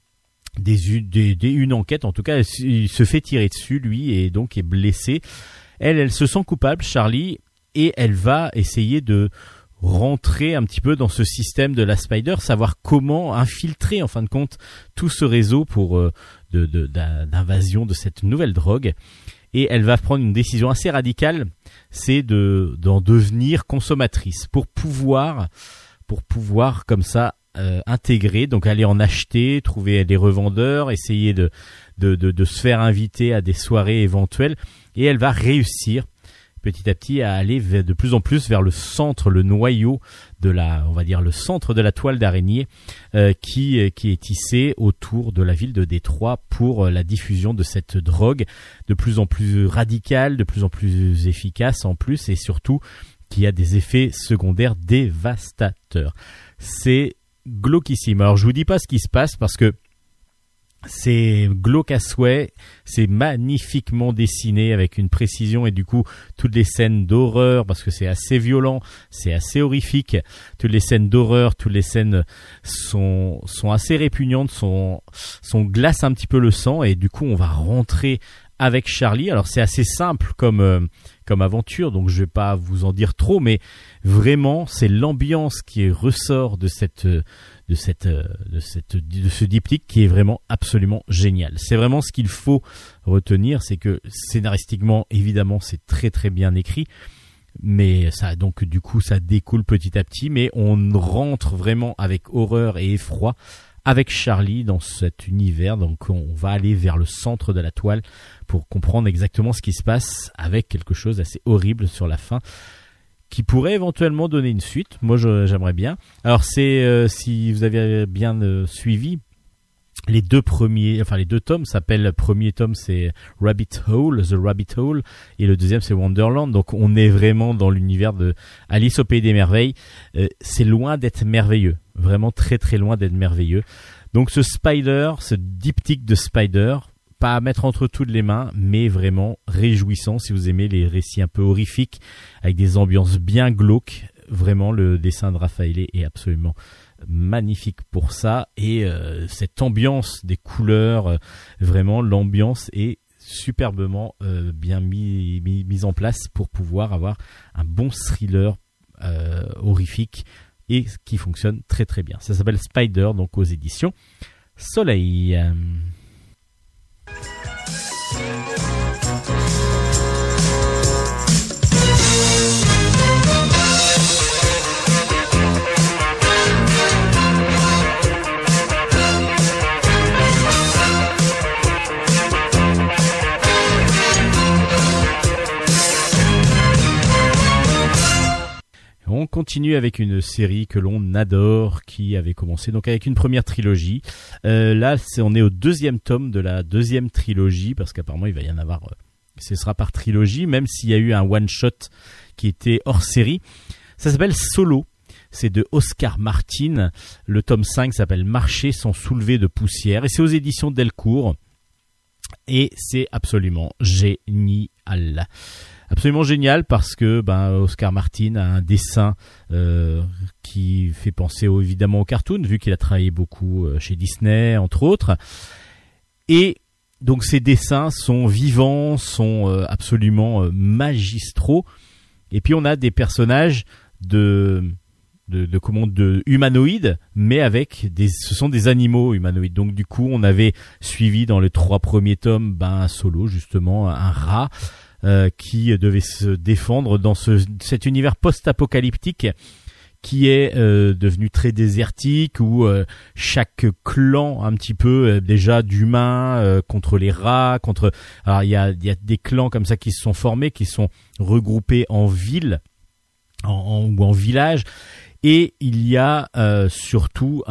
une enquête, en tout cas, il se fait tirer dessus, lui, et donc est blessé. Elle se sent coupable, Charlie, et elle va essayer de rentrer un petit peu dans ce système de la Spider, savoir comment infiltrer, en fin de compte, tout ce réseau d'invasion de cette nouvelle drogue. Et elle va prendre une décision assez radicale, c'est d'en devenir consommatrice pour pouvoir comme ça intégrer, donc aller en acheter, trouver des revendeurs, essayer de se faire inviter à des soirées éventuelles, et elle va réussir petit à petit à aller de plus en plus vers le centre, le noyau le centre de la toile d'araignée qui est tissée autour de la ville de Détroit pour la diffusion de cette drogue de plus en plus radicale, de plus en plus efficace en plus, et surtout qui a des effets secondaires dévastateurs. C'est glauquissime. Alors je vous dis pas ce qui se passe parce que c'est glauque à souhait, c'est magnifiquement dessiné avec une précision, et du coup toutes les scènes d'horreur, parce que c'est assez violent, c'est assez horrifique, toutes les scènes d'horreur, toutes les scènes sont assez répugnantes, sont glacent un petit peu le sang, et du coup on va rentrer avec Charlie. Alors c'est assez simple comme aventure, donc je vais pas vous en dire trop, mais vraiment c'est l'ambiance qui ressort de ce diptyque qui est vraiment absolument génial. C'est vraiment ce qu'il faut retenir, c'est que scénaristiquement évidemment c'est très très bien écrit, mais ça donc du coup ça découle petit à petit, mais on rentre vraiment avec horreur et effroi avec Charlie dans cet univers. Donc on va aller vers le centre de la toile pour comprendre exactement ce qui se passe, avec quelque chose d'assez horrible sur la fin qui pourrait éventuellement donner une suite. Moi j'aimerais bien. Alors c'est si vous avez bien suivi, les deux tomes s'appellent, le premier tome c'est The Rabbit Hole, et le deuxième c'est Wonderland. Donc on est vraiment dans l'univers de Alice au Pays des Merveilles. C'est loin d'être merveilleux, vraiment très très loin d'être merveilleux. Donc ce diptyque de Spider, pas à mettre entre toutes les mains, mais vraiment réjouissant si vous aimez les récits un peu horrifiques avec des ambiances bien glauques. Vraiment le dessin de Raffaele est absolument magnifique pour ça, et cette ambiance des couleurs, vraiment l'ambiance est superbement bien mise en place pour pouvoir avoir un bon thriller horrifique et qui fonctionne très très bien. Ça s'appelle Spider, donc aux éditions Soleil. On continue avec une série que l'on adore, qui avait commencé donc avec une première trilogie. Là, on est au 2e tome de la 2e trilogie, parce qu'apparemment il va y en avoir. Ce sera par trilogie, même s'il y a eu un one shot qui était hors série. Ça s'appelle Solo. C'est de Oscar Martin. Le tome 5 s'appelle Marcher sans soulever de poussière, et c'est aux éditions Delcourt. Et c'est absolument génial. Absolument génial parce que Oscar Martin a un dessin qui fait penser évidemment au cartoon, vu qu'il a travaillé beaucoup chez Disney entre autres. Et donc ces dessins sont vivants, sont absolument magistraux. Et puis on a des personnages de humanoïdes, mais ce sont des animaux humanoïdes. Donc du coup on avait suivi dans les 3 premiers tomes Solo, justement, un rat qui devait se défendre dans cet univers post-apocalyptique qui est devenu très désertique, où chaque clan un petit peu déjà d'humains contre les rats, alors il y a des clans comme ça qui se sont formés, qui sont regroupés en villes ou en villages, et il y a surtout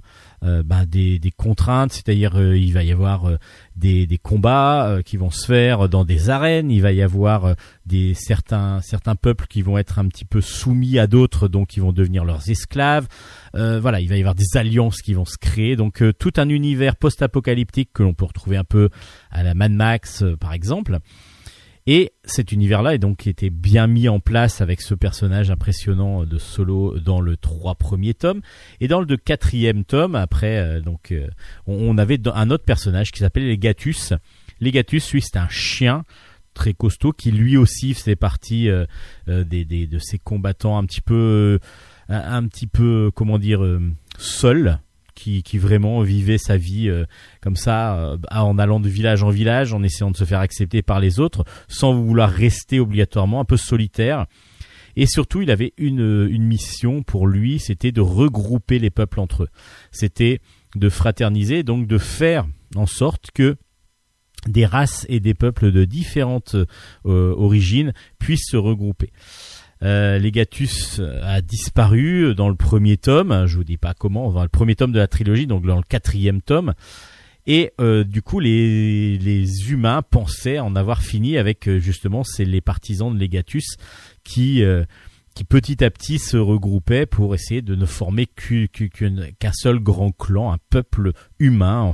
des contraintes, c'est-à-dire il va y avoir des combats qui vont se faire dans des arènes, il va y avoir certains peuples qui vont être un petit peu soumis à d'autres, donc qui vont devenir leurs esclaves. Il va y avoir des alliances qui vont se créer, donc tout un univers post-apocalyptique que l'on peut retrouver un peu à la Mad Max par exemple. Et cet univers-là est donc été bien mis en place avec ce personnage impressionnant de Solo dans le 3 premiers tomes. Et dans le 4e tome, après, on avait un autre personnage qui s'appelait Legatus. Legatus, lui, c'est un chien très costaud qui lui aussi faisait partie de ces combattants un petit peu seuls. Qui vraiment vivait sa vie comme ça, en allant de village en village, en essayant de se faire accepter par les autres, sans vouloir rester obligatoirement, un peu solitaire. Et surtout, il avait une mission pour lui, c'était de regrouper les peuples entre eux. C'était de fraterniser, donc de faire en sorte que des races et des peuples de différentes origines puissent se regrouper. Legatus a disparu dans le premier tome, je vous dis pas comment, dans le premier tome de la trilogie, donc dans le 4e tome, et du coup les humains pensaient en avoir fini avec justement les partisans de Legatus qui petit à petit se regroupaient pour essayer de ne former qu'un seul grand clan, un peuple humain,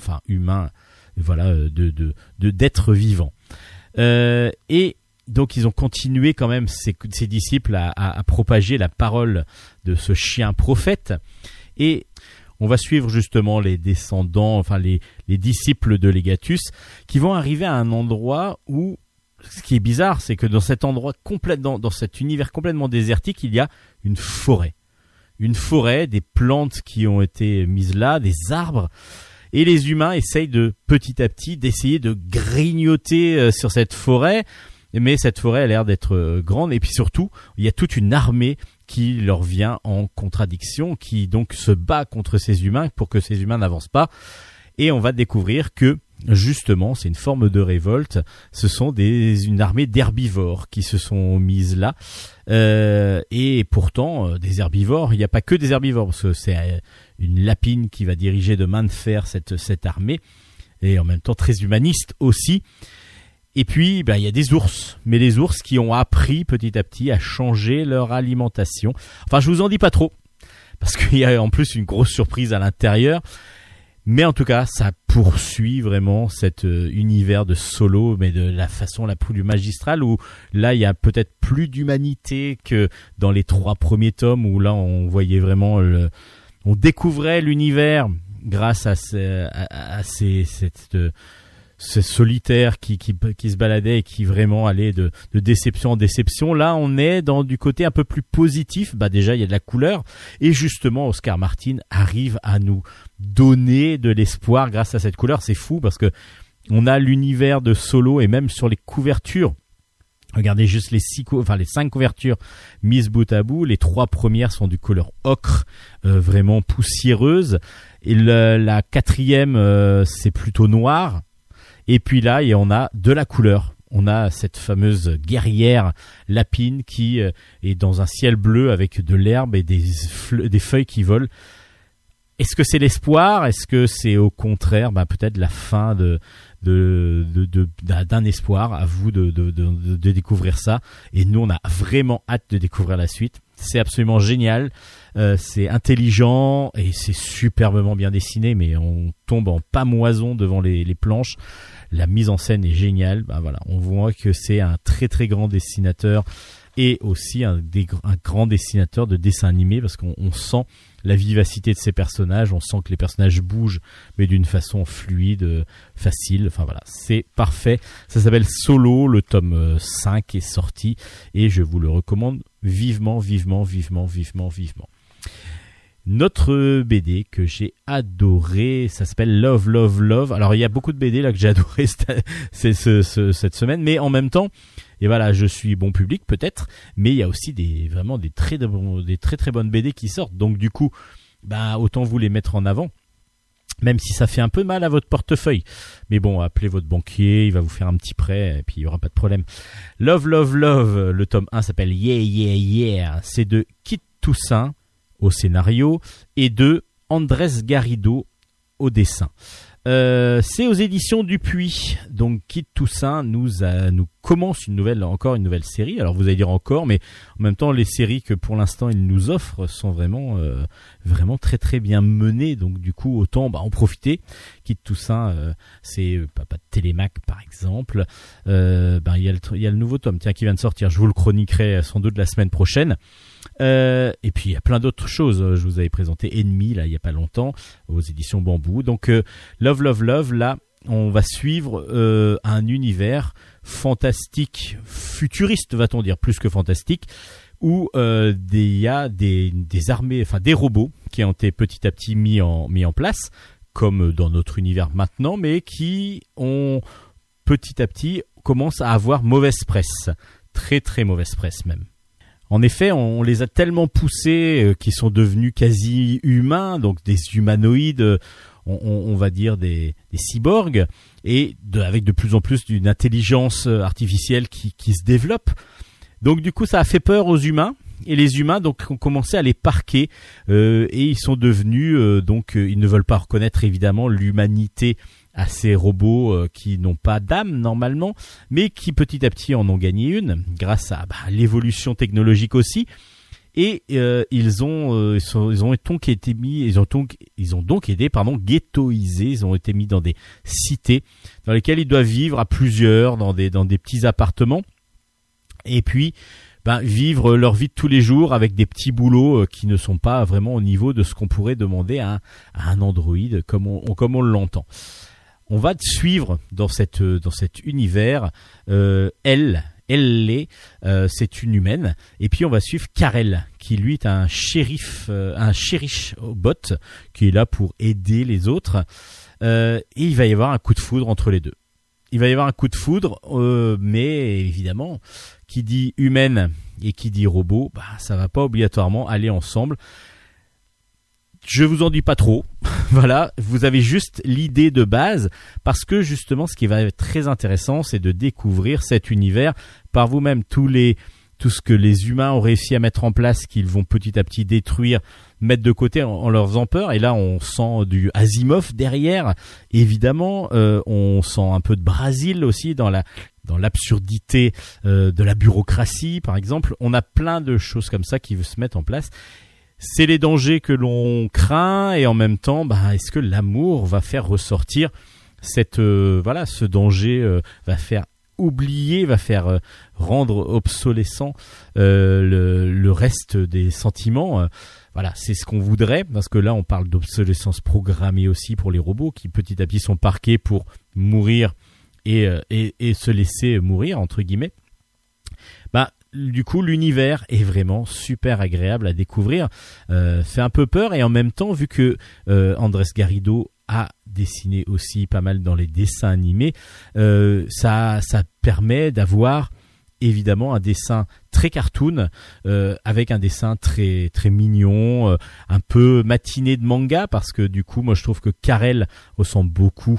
d'êtres vivants. Et donc ils ont continué quand même ces disciples à propager la parole de ce chien prophète, et on va suivre justement les descendants, les disciples de Legatus, qui vont arriver à un endroit où, ce qui est bizarre, c'est que dans cet endroit dans cet univers complètement désertique, il y a une forêt, des plantes qui ont été mises là, des arbres. Et les humains essayent petit à petit d'essayer de grignoter sur cette forêt. Mais cette forêt a l'air d'être grande, et puis surtout, il y a toute une armée qui leur vient en contradiction, qui donc se bat contre ces humains pour que ces humains n'avancent pas. Et on va découvrir que, justement, c'est une forme de révolte. Ce sont une armée d'herbivores qui se sont mises là. Et pourtant, des herbivores, il n'y a pas que des herbivores, parce que c'est une lapine qui va diriger de main de fer cette armée, et en même temps très humaniste aussi. Et puis, il y a des ours, mais les ours qui ont appris petit à petit à changer leur alimentation. Enfin, je vous en dis pas trop, parce qu'il y a en plus une grosse surprise à l'intérieur. Mais en tout cas, ça poursuit vraiment cet univers de Solo, mais de la façon la plus magistrale, où là, il y a peut-être plus d'humanité que dans les 3 premiers tomes, où là, on voyait vraiment on découvrait l'univers grâce à ce solitaire qui se baladait et qui vraiment allait de déception en déception. Là, on est du côté un peu plus positif. Déjà, il y a de la couleur. Et justement, Oscar Martin arrive à nous donner de l'espoir grâce à cette couleur. C'est fou parce que On a l'univers de Solo et même sur les couvertures. Regardez juste les 5 couvertures mises bout à bout. Les 3 premières sont du couleur ocre, vraiment poussiéreuse. Et la 4e, c'est plutôt noir. Et puis là, on a de la couleur. On a cette fameuse guerrière lapine qui est dans un ciel bleu avec de l'herbe et des feuilles qui volent. Est-ce que c'est l'espoir ? Est-ce que c'est au contraire peut-être la fin d'un espoir? À vous de découvrir ça. Et nous, on a vraiment hâte de découvrir la suite. C'est absolument génial. C'est intelligent et c'est superbement bien dessiné, mais on tombe en pamoison devant les planches. La mise en scène est géniale. Voilà, on voit que c'est un très très grand dessinateur et aussi un grand dessinateur de dessins animés, parce qu'on sent la vivacité de ces personnages, on sent que les personnages bougent, mais d'une façon fluide, facile. Enfin voilà, c'est parfait. Ça s'appelle Solo, le tome 5 est sorti et je vous le recommande vivement. Notre BD que j'ai adoré, ça s'appelle Love, Love, Love. Alors il y a beaucoup de BD là que j'ai adoré cette semaine, mais en même temps, et voilà, je suis bon public peut-être, mais il y a aussi des très très bonnes BD qui sortent. Donc du coup, autant vous les mettre en avant, même si ça fait un peu mal à votre portefeuille. Mais bon, appelez votre banquier, il va vous faire un petit prêt et puis il y aura pas de problème. Love, Love, Love, le tome 1 s'appelle Yeah, Yeah, Yeah. C'est de Kit Toussaint au scénario et de Andrés Garrido au dessin. C'est aux éditions Dupuis. Donc Kit Toussaint nous commence encore une nouvelle série. Alors vous allez dire encore, mais en même temps les séries que pour l'instant il nous offre sont vraiment très très bien menées. Donc du coup autant en profiter. Kit Toussaint, c'est Papa de Télémac par exemple. Il y a le nouveau tome qui vient de sortir. Je vous le chroniquerai sans doute la semaine prochaine. Et puis il y a plein d'autres choses. Je vous avais présenté Ennemi là il y a pas longtemps aux éditions Bambou. Donc Love, Love, Love, là on va suivre un univers fantastique, futuriste va-t-on dire, plus que fantastique, où il y a des armées, enfin des robots qui ont été petit à petit mis en place, comme dans notre univers maintenant, mais qui ont petit à petit commencent à avoir mauvaise presse, très très mauvaise presse même. En effet, on les a tellement poussés qu'ils sont devenus quasi humains, donc des humanoïdes, on va dire des cyborgs, et avec de plus en plus d'une intelligence artificielle qui se développe. Donc du coup, ça a fait peur aux humains, et les humains donc ont commencé à les parquer, et ils sont devenus ils ne veulent pas reconnaître évidemment l'humanité à ces robots qui n'ont pas d'âme normalement, mais qui petit à petit en ont gagné une grâce à l'évolution technologique aussi. Et ils ont donc été ghettoisés. Ils ont été mis dans des cités dans lesquelles ils doivent vivre à plusieurs dans des petits appartements. Et puis vivre leur vie de tous les jours avec des petits boulots qui ne sont pas vraiment au niveau de ce qu'on pourrait demander à un androïde comme on l'entend. On va suivre dans cet univers elle, c'est une humaine, et puis on va suivre Karel, qui lui est un shérif bot, qui est là pour aider les autres, et il va y avoir un coup de foudre entre les deux. Il va y avoir un coup de foudre, mais évidemment, qui dit humaine et qui dit robot, ça va pas obligatoirement aller ensemble. Je vous en dis pas trop. Voilà, vous avez juste l'idée de base, parce que justement ce qui va être très intéressant, c'est de découvrir cet univers par vous-même, tout ce que les humains ont réussi à mettre en place, qu'ils vont petit à petit détruire, mettre de côté en leur faisant peur. Et là on sent du Asimov derrière, évidemment, on sent un peu de Brésil aussi dans l'absurdité de la bureaucratie par exemple. On a plein de choses comme ça qui veulent se mettre en place. C'est les dangers que l'on craint, et en même temps, est-ce que l'amour va faire ressortir ce danger, va faire oublier, va faire rendre obsolescent le reste des sentiments. Voilà, c'est ce qu'on voudrait, parce que là on parle d'obsolescence programmée aussi pour les robots qui petit à petit sont parqués pour mourir et se laisser mourir entre guillemets. Du coup, l'univers est vraiment super agréable à découvrir. Fait un peu peur, et en même temps, vu que Andrés Garrido à dessiner aussi pas mal dans les dessins animés, ça permet d'avoir évidemment un dessin très cartoon, avec un dessin très très mignon, un peu matiné de manga, parce que du coup moi je trouve que Karel ressemble beaucoup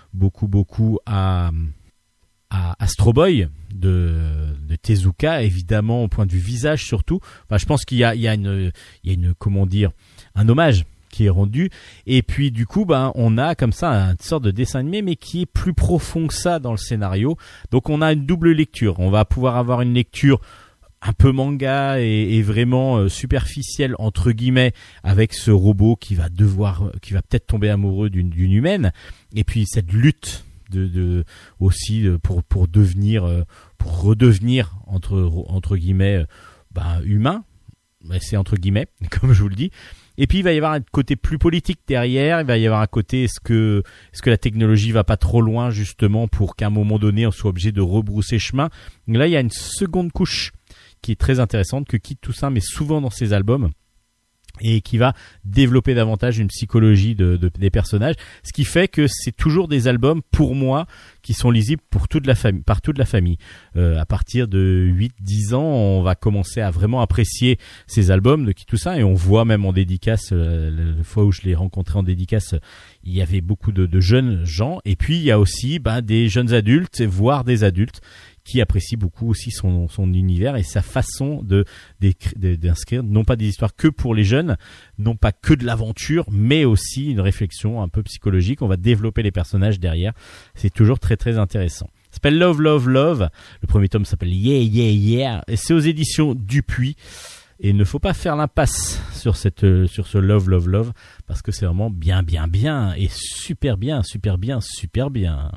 à Astro Boy de Tezuka, évidemment au point de vue visage surtout. Enfin, je pense qu'il y a une comment dire, un hommage qui est rendu, et puis du coup on a comme ça une sorte de dessin animé mais qui est plus profond que ça dans le scénario. Donc on a une double lecture, on va pouvoir avoir une lecture un peu manga et vraiment superficielle entre guillemets, avec ce robot qui va peut-être tomber amoureux d'une humaine, et puis cette lutte pour redevenir entre guillemets humain, c'est entre guillemets comme je vous le dis. Et puis il va y avoir un côté plus politique derrière, il va y avoir un côté est-ce que la technologie va pas trop loin justement pour qu'à un moment donné on soit obligé de rebrousser chemin. Donc là il y a une seconde couche qui est très intéressante que Kid Toussaint met souvent dans ses albums, et qui va développer davantage une psychologie des personnages, ce qui fait que c'est toujours des albums pour moi qui sont lisibles par toute la famille. À partir de 8-10 ans, on va commencer à vraiment apprécier ces albums de Kid Toussaint, et on voit même en dédicace, la fois où je l'ai rencontré en dédicace, il y avait beaucoup de jeunes gens, et puis il y a aussi des jeunes adultes, voire des adultes qui apprécie beaucoup aussi son univers et sa façon d'inscrire non pas des histoires que pour les jeunes, non pas que de l'aventure, mais aussi une réflexion un peu psychologique. On va développer les personnages derrière. C'est toujours très très intéressant. Ça s'appelle Love Love Love. Le premier tome s'appelle Yeah Yeah Yeah, et c'est aux éditions Dupuis. Et il ne faut pas faire l'impasse sur ce Love Love Love, parce que c'est vraiment bien bien bien et super bien, super bien, super bien.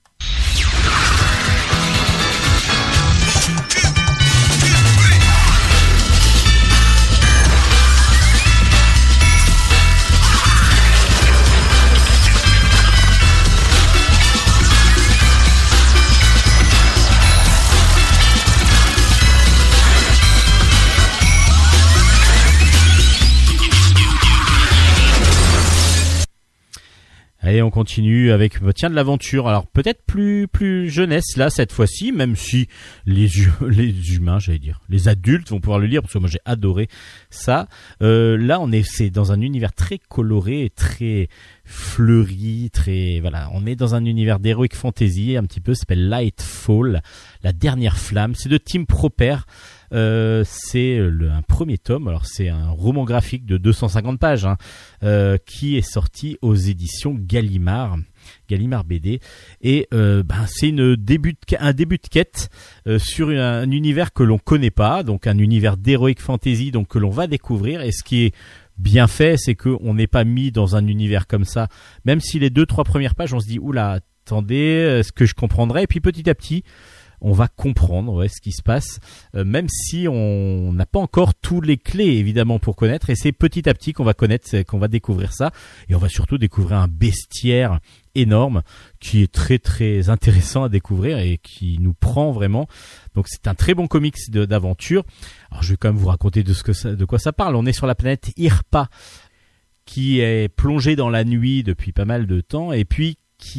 Allez, on continue avec de l'aventure. Alors peut-être plus jeunesse là cette fois-ci, même si les humains, j'allais dire, les adultes vont pouvoir le lire, parce que moi j'ai adoré ça. Là c'est dans un univers très coloré, très fleuri, on est dans un univers d'heroic fantasy un petit peu, ça s'appelle Lightfall, la dernière flamme. C'est de Tim Proper. C'est un premier tome. Alors c'est un roman graphique de 250 pages qui est sorti aux éditions Gallimard BD, et c'est un début de quête sur un univers que l'on connaît pas, donc un univers d'heroic fantasy, donc que l'on va découvrir. Et ce qui est bien fait, c'est qu'on n'est pas mis dans un univers comme ça, même si les 2-3 premières pages on se dit oula, attendez, est-ce que je comprendrai, et puis petit à petit on va comprendre ce qui se passe, même si on n'a pas encore toutes les clés évidemment pour connaître, et c'est petit à petit qu'on va découvrir ça, et on va surtout découvrir un bestiaire énorme qui est très très intéressant à découvrir et qui nous prend vraiment. Donc c'est un très bon comics d'aventure. Alors je vais quand même vous raconter de quoi ça parle. On est sur la planète Irpa, qui est plongée dans la nuit depuis pas mal de temps, et puis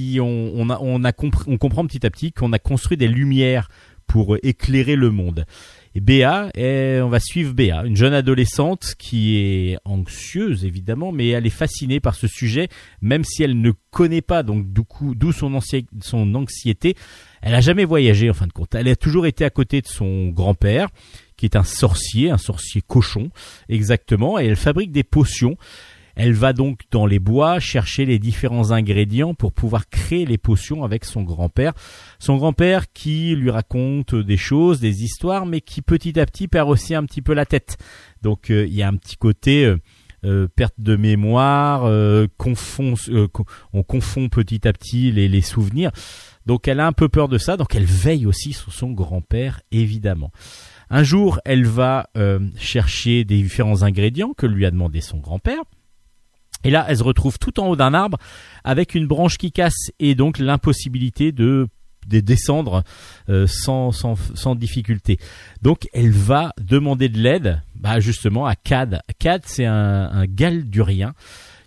on comprend petit à petit qu'on a construit des lumières pour éclairer le monde. Et on va suivre Béa, une jeune adolescente qui est anxieuse évidemment, mais elle est fascinée par ce sujet, même si elle ne connaît pas, donc d'où son anxiété. Elle a jamais voyagé en fin de compte. Elle a toujours été à côté de son grand-père, qui est un sorcier cochon exactement, et elle fabrique des potions. Elle va donc dans les bois chercher les différents ingrédients pour pouvoir créer les potions avec son grand-père. Son grand-père qui lui raconte des choses, des histoires, mais qui petit à petit perd aussi un petit peu la tête. Donc il y a un petit côté perte de mémoire, on confond petit à petit les souvenirs. Donc elle a un peu peur de ça, donc elle veille aussi sur son grand-père évidemment. Un jour, elle va chercher des différents ingrédients que lui a demandé son grand-père. Et là, elle se retrouve tout en haut d'un arbre avec une branche qui casse, et donc l'impossibilité de descendre sans difficulté. Donc elle va demander de l'aide justement à Cad. Cad, c'est un Galdurien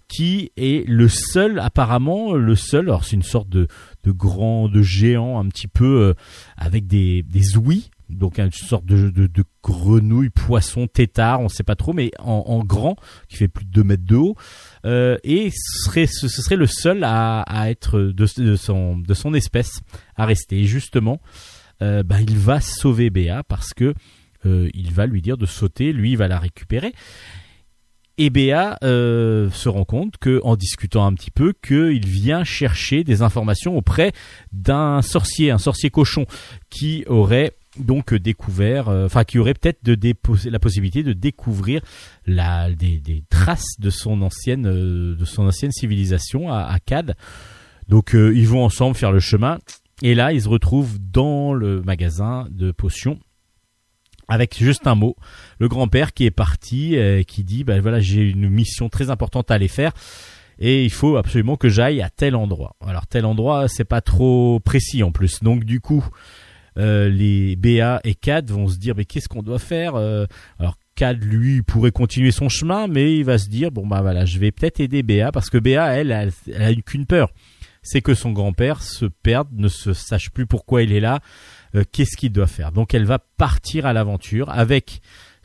qui est apparemment, alors c'est une sorte de géant un petit peu avec des ouïes, donc une sorte de grenouille, poisson, tétard, on sait pas trop, mais en grand, qui fait plus de 2 mètres de haut, et ce serait le seul à être de son espèce à rester. Et justement, il va sauver Béa parce que il va lui dire de sauter, lui il va la récupérer. Et Béa se rend compte en discutant un petit peu, qu'il vient chercher des informations auprès d'un sorcier, un sorcier cochon, qui aurait donc découvert, qui aurait peut-être la possibilité de découvrir des traces de son ancienne civilisation à Akkad. Donc ils vont ensemble faire le chemin, et là ils se retrouvent dans le magasin de potions. Avec juste un mot, le grand-père qui est parti, qui dit voilà, j'ai une mission très importante à aller faire et il faut absolument que j'aille à tel endroit. Alors tel endroit, c'est pas trop précis en plus. Donc du coup, les Béa et Cad vont se dire mais qu'est-ce qu'on doit faire Alors Cad lui pourrait continuer son chemin, mais il va se dire je vais peut-être aider Béa parce que Béa elle a eu qu'une peur, c'est que son grand-père se perde, ne se sache plus pourquoi il est là. Qu'est-ce qu'il doit faire? Donc elle va partir à l'aventure avec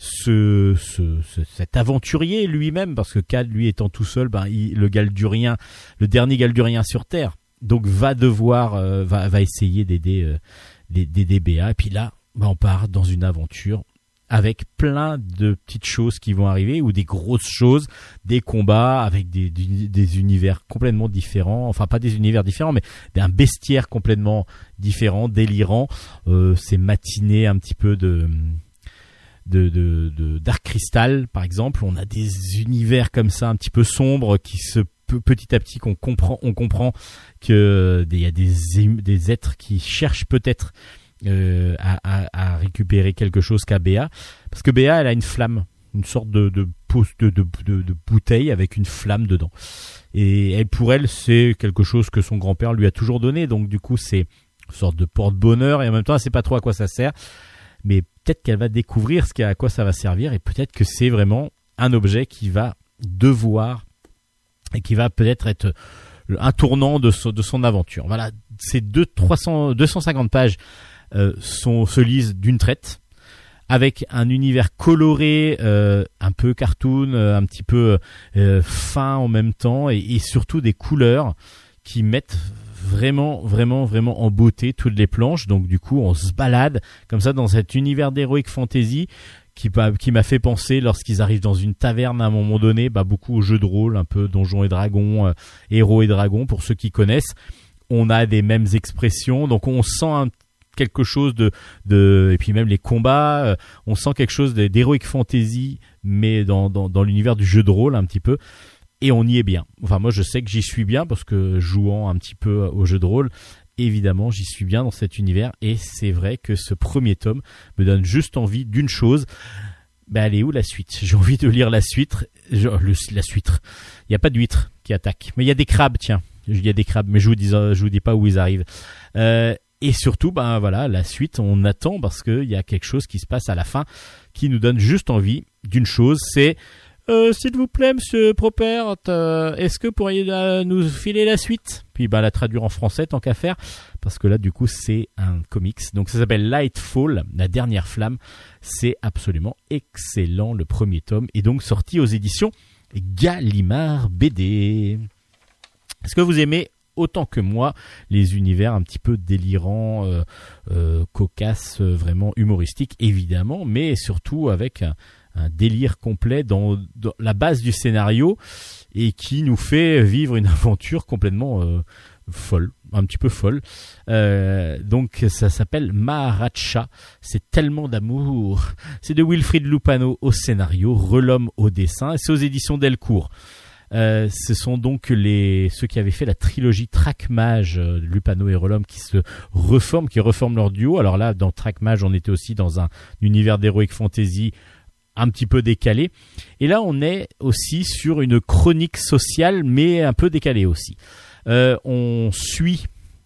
cet aventurier lui-même, parce que Cad lui étant tout seul, le dernier Galdurien sur Terre, donc va devoir va essayer d'aider Béa. Et puis là, on part dans une aventure avec plein de petites choses qui vont arriver, ou des grosses choses, des combats avec des univers complètement différents, enfin pas des univers différents, mais d'un bestiaire complètement différent, délirant. C'est matiné un petit peu de Dark Crystal, par exemple. On a des univers comme ça un petit peu sombres qui petit à petit on comprend que il y a des êtres qui cherchent peut-être à récupérer quelque chose qu'a Béa, parce que Béa elle a une flamme, une sorte de bouteille avec une flamme dedans, et pour elle c'est quelque chose que son grand-père lui a toujours donné, donc du coup c'est une sorte de porte-bonheur, et en même temps elle sait pas trop à quoi ça sert, mais peut-être qu'elle va découvrir à quoi ça va servir, et peut-être que c'est vraiment un objet qui va devoir et qui va peut-être être un tournant de son aventure. Voilà, ces 250 pages se lisent d'une traite, avec un univers coloré, un peu cartoon, un petit peu fin en même temps, et surtout des couleurs qui mettent vraiment en beauté toutes les planches. Donc du coup on se balade comme ça dans cet univers d'heroic fantasy qui m'a fait penser, lorsqu'ils arrivent dans une taverne à un moment donné, beaucoup aux jeux de rôle, un peu Donjons et Dragons, Héros et Dragons pour ceux qui connaissent. On a des mêmes expressions, donc on sent quelque chose et puis même les combats, on sent quelque chose d'heroic fantasy, mais dans l'univers du jeu de rôle un petit peu, et on y est bien. Enfin moi je sais que j'y suis bien, parce que jouant un petit peu au jeu de rôle, évidemment j'y suis bien dans cet univers, et c'est vrai que ce premier tome me donne juste envie d'une chose. Elle est où la suite? J'ai envie de lire la suite. La suite. Il n'y a pas d'huîtres qui attaquent, mais il y a des crabes, tiens. Il y a des crabes, mais je vous dis pas où ils arrivent. Et surtout, la suite, on attend, parce qu'il y a quelque chose qui se passe à la fin qui nous donne juste envie d'une chose, c'est s'il vous plaît, monsieur Propert, est-ce que vous pourriez nous filer la suite? Puis la traduire en français tant qu'à faire, parce que là du coup c'est un comics, donc ça s'appelle Lightfall, la dernière flamme. C'est absolument excellent, le premier tome, et donc sorti aux éditions Gallimard BD. Est-ce que vous aimez autant que moi les univers un petit peu délirants, cocasses, vraiment humoristiques évidemment, mais surtout avec un délire complet dans la base du scénario, et qui nous fait vivre une aventure complètement folle, un petit peu folle. Donc ça s'appelle Maharaja, c'est tellement d'amour. C'est de Wilfried Lupano au scénario, Relhomme au dessin, et c'est aux éditions Delcourt. Ce sont donc ceux qui avaient fait la trilogie Traquemage, Lupano et Relhomme, qui reforment leur duo. Alors là, dans Traquemage, on était aussi dans un univers d'heroic fantasy un petit peu décalé, et là on est aussi sur une chronique sociale, mais un peu décalée aussi. On suit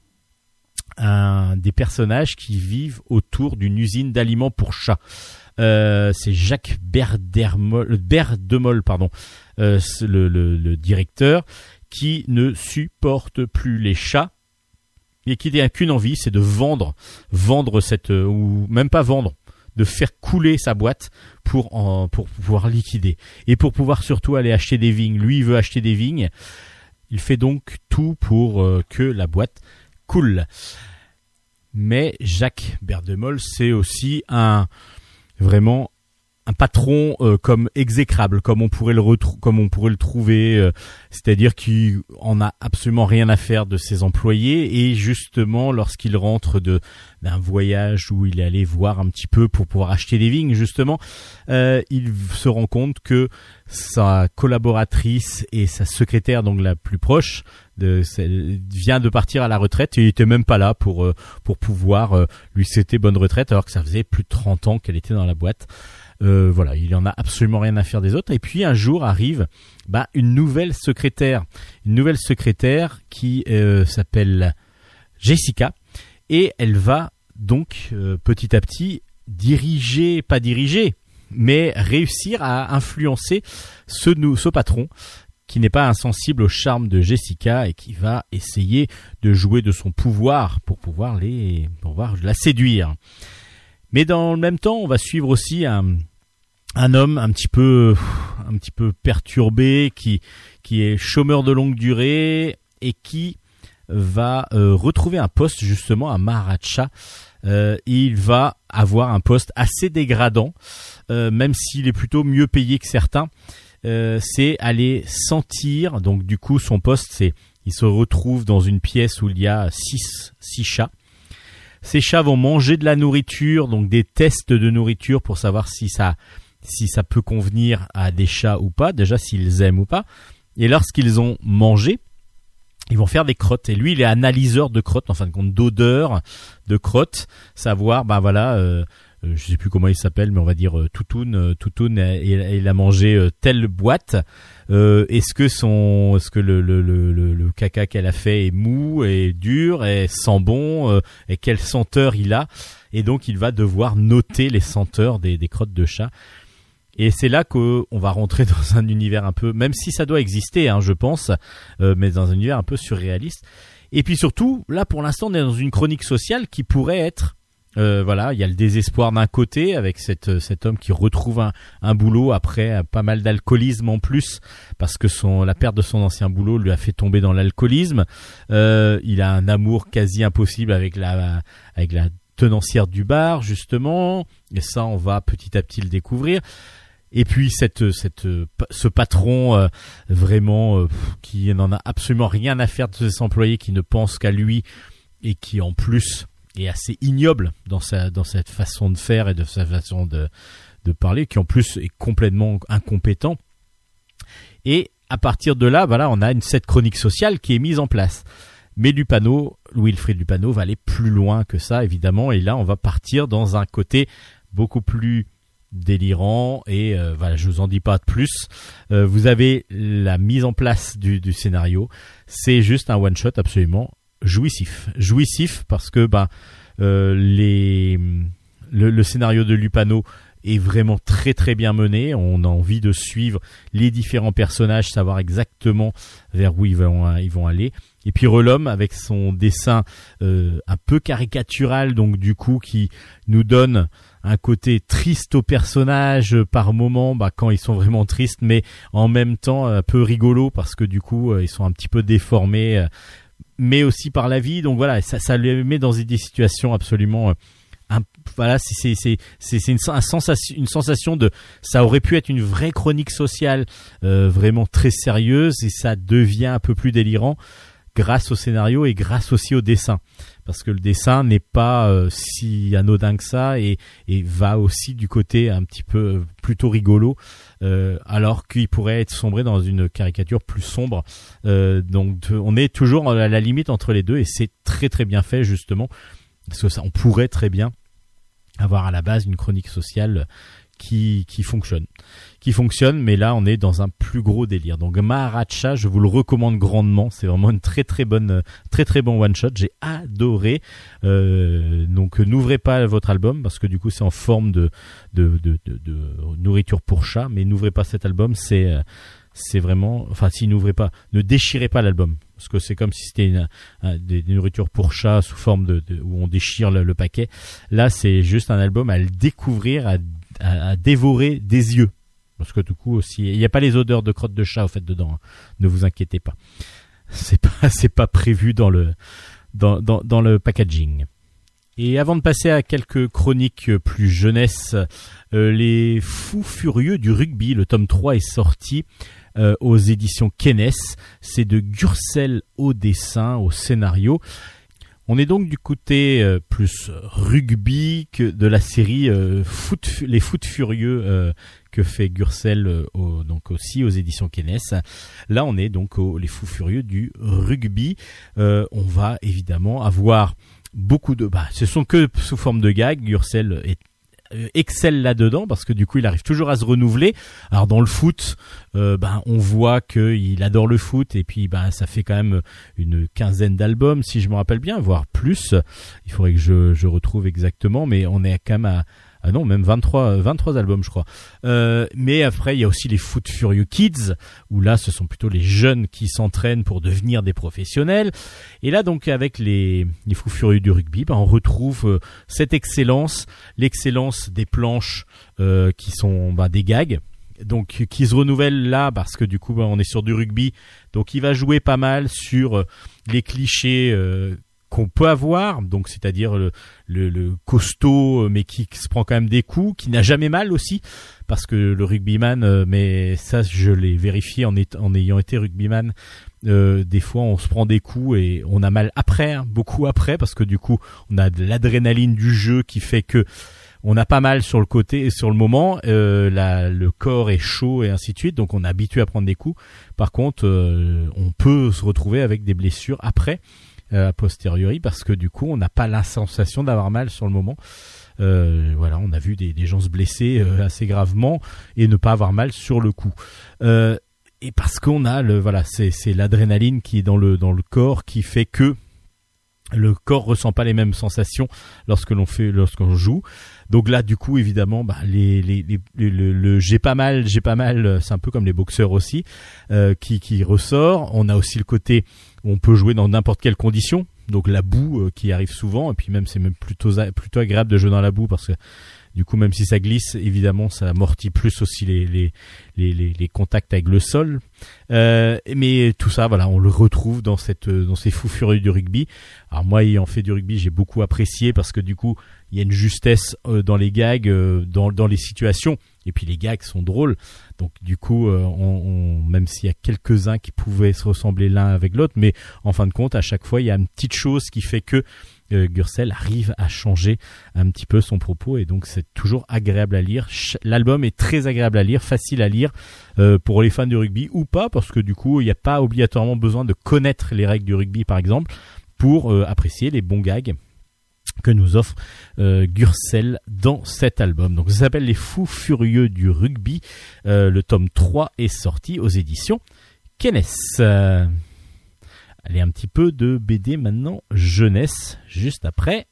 des personnages qui vivent autour d'une usine d'aliments pour chats. C'est Jacques Berdemol, le directeur, qui ne supporte plus les chats et qui n'a qu'une envie, c'est de vendre cette, ou même pas vendre, de faire couler sa boîte pour pouvoir liquider et pour pouvoir surtout aller acheter des vignes. Lui, il veut acheter des vignes. Il fait donc tout pour que la boîte coule. Mais Jacques Berdemol, c'est aussi vraiment un patron comme exécrable, comme on pourrait le trouver, c'est-à-dire qu'il en a absolument rien à faire de ses employés, et justement lorsqu'il rentre d'un voyage où il est allé voir un petit peu pour pouvoir acheter des vignes, justement, il se rend compte que sa collaboratrice et sa secrétaire, donc la plus proche, vient de partir à la retraite, et il était même pas là pour pouvoir lui souhaiter bonne retraite, alors que ça faisait plus de 30 ans qu'elle était dans la boîte. Voilà, il en a absolument rien à faire des autres. Et puis un jour arrive une nouvelle secrétaire qui s'appelle Jessica, et elle va donc petit à petit mais réussir à influencer ce patron qui n'est pas insensible au charme de Jessica et qui va essayer de jouer de son pouvoir pour pouvoir la séduire. Mais dans le même temps, on va suivre aussi un homme un petit peu perturbé qui est chômeur de longue durée et qui va retrouver un poste justement à Maharaja. Il va avoir un poste assez dégradant, même s'il est plutôt mieux payé que certains. C'est aller sentir, donc du coup son poste, il se retrouve dans une pièce où il y a 6 chats. Ces chats vont manger de la nourriture, donc des tests de nourriture pour savoir si ça peut convenir à des chats ou pas, déjà s'ils aiment ou pas. Et lorsqu'ils ont mangé, ils vont faire des crottes. Et lui, il est analyseur de crottes, en fin de compte, d'odeur de crottes, savoir, je sais plus comment il s'appelle, mais on va dire Toutoun, il a mangé telle boîte. Est-ce que le caca qu'elle a fait est mou, est dur, est sent bon, et quelle senteur il a. Et donc il va devoir noter les senteurs des crottes de chat. Et c'est là qu'on va rentrer dans un univers un peu, même si ça doit exister, je pense, mais dans un univers un peu surréaliste. Et puis surtout, là pour l'instant on est dans une chronique sociale qui pourrait être, il y a le désespoir d'un côté avec cet homme qui retrouve un boulot après pas mal d'alcoolisme en plus, parce que la perte de son ancien boulot lui a fait tomber dans l'alcoolisme. Il a un amour quasi impossible avec la tenancière du bar justement, et ça on va petit à petit le découvrir. Et puis ce patron vraiment qui n'en a absolument rien à faire de ses employés, qui ne pense qu'à lui et qui en plus est assez ignoble dans cette façon de faire et de sa façon de parler, qui en plus est complètement incompétent. Et à partir de là, on a cette chronique sociale qui est mise en place. Mais Wilfrid Lupano va aller plus loin que ça, évidemment, et là on va partir dans un côté beaucoup plus délirant, et je vous en dis pas de plus. Vous avez la mise en place du scénario, c'est juste un one shot absolument jouissif parce que le scénario de Lupano est vraiment très très bien mené. On a envie de suivre les différents personnages, savoir exactement vers où ils vont aller. Et puis Relhomme avec son dessin un peu caricatural, donc du coup qui nous donne un côté triste aux personnages par moment, quand ils sont vraiment tristes, mais en même temps un peu rigolo parce que du coup ils sont un petit peu déformés, mais aussi par la vie. Donc voilà, ça les met dans des situations absolument c'est une sensation de, ça aurait pu être une vraie chronique sociale vraiment très sérieuse, et ça devient un peu plus délirant grâce au scénario et grâce aussi au dessin, parce que le dessin n'est pas si anodin que ça, et va aussi du côté un petit peu plutôt rigolo, alors qu'il pourrait être sombré dans une caricature plus sombre. Donc on est toujours à la limite entre les deux, et c'est très très bien fait justement, parce que ça, on pourrait très bien avoir à la base une chronique sociale qui fonctionne, mais là on est dans un plus gros délire. Donc Maharaja, je vous le recommande grandement, c'est vraiment une très très bon one shot, j'ai adoré. Donc n'ouvrez pas votre album parce que du coup c'est en forme de nourriture pour chat, mais n'ouvrez pas cet album, c'est c'est vraiment, enfin, s'il n'ouvrait pas, ne déchirez pas l'album, parce que c'est comme si c'était des nourritures pour chat sous forme où on déchire le paquet. Là, c'est juste un album à le découvrir, à dévorer des yeux, parce que du coup aussi, il n'y a pas les odeurs de crotte de chat au fait dedans. Hein. Ne vous inquiétez pas, c'est pas prévu dans le packaging. Et avant de passer à quelques chroniques plus jeunesse, les Fous Furieux du rugby, le tome 3 est sorti aux éditions Kennes. C'est de Gürcel au dessin, au scénario. On est donc du côté plus rugby que de la série les Foot Furieux que fait Gürcel donc aussi aux éditions Kennes. Là, on est donc les Fous Furieux du rugby. On va évidemment avoir beaucoup de... ce sont que sous forme de gags. Gürcel excelle là-dedans parce que du coup il arrive toujours à se renouveler. Alors dans le foot, on voit qu'il adore le foot et puis ça fait quand même une quinzaine d'albums si je me rappelle bien, voire plus. Il faudrait que je retrouve exactement, mais on est quand même à même 23 albums je crois. Mais après il y a aussi les Foot Furieux Kids où là ce sont plutôt les jeunes qui s'entraînent pour devenir des professionnels. Et là donc avec les Fous Furieux du rugby, on retrouve cette l'excellence des planches qui sont des gags. Donc qui se renouvellent là parce que du coup on est sur du rugby. Donc il va jouer pas mal sur les clichés qu'on peut avoir, donc c'est-à-dire le costaud mais qui se prend quand même des coups, qui n'a jamais mal aussi, parce que le rugbyman, mais ça je l'ai vérifié en ayant été rugbyman, des fois on se prend des coups et on a mal après, beaucoup après, parce que du coup on a de l'adrénaline du jeu qui fait que on a pas mal sur le côté et sur le moment, le corps est chaud et ainsi de suite, donc on est habitué à prendre des coups. Par contre, on peut se retrouver avec des blessures après, a posteriori, parce que du coup on n'a pas la sensation d'avoir mal sur le moment. On a vu des gens se blesser assez gravement et ne pas avoir mal sur le coup. Et parce qu'on a c'est l'adrénaline qui est dans le corps qui fait que le corps ressent pas les mêmes sensations lorsqu'on joue. Donc là, du coup, évidemment, le j'ai pas mal, c'est un peu comme les boxeurs aussi, qui ressort. On a aussi le côté où on peut jouer dans n'importe quelle condition. Donc la boue qui arrive souvent, et puis même c'est même plutôt agréable de jouer dans la boue parce que du coup, même si ça glisse, évidemment, ça amortit plus aussi les contacts avec le sol. Mais tout ça, on le retrouve dans ces Fous Furieux du rugby. Alors moi, ayant fait du rugby, j'ai beaucoup apprécié parce que du coup, il y a une justesse dans les gags, dans les situations. Et puis les gags sont drôles. Donc du coup, même s'il y a quelques-uns qui pouvaient se ressembler l'un avec l'autre, mais en fin de compte, à chaque fois, il y a une petite chose qui fait que Gürcel arrive à changer un petit peu son propos et donc c'est toujours agréable à lire. L'album est très agréable à lire, facile à lire pour les fans de rugby ou pas, parce que du coup il n'y a pas obligatoirement besoin de connaître les règles du rugby par exemple pour apprécier les bons gags que nous offre Gürcel dans cet album. Donc ça s'appelle Les Fous Furieux du rugby. Le tome 3 est sorti aux éditions Kennes. Allez, un petit peu de BD maintenant, jeunesse, juste après.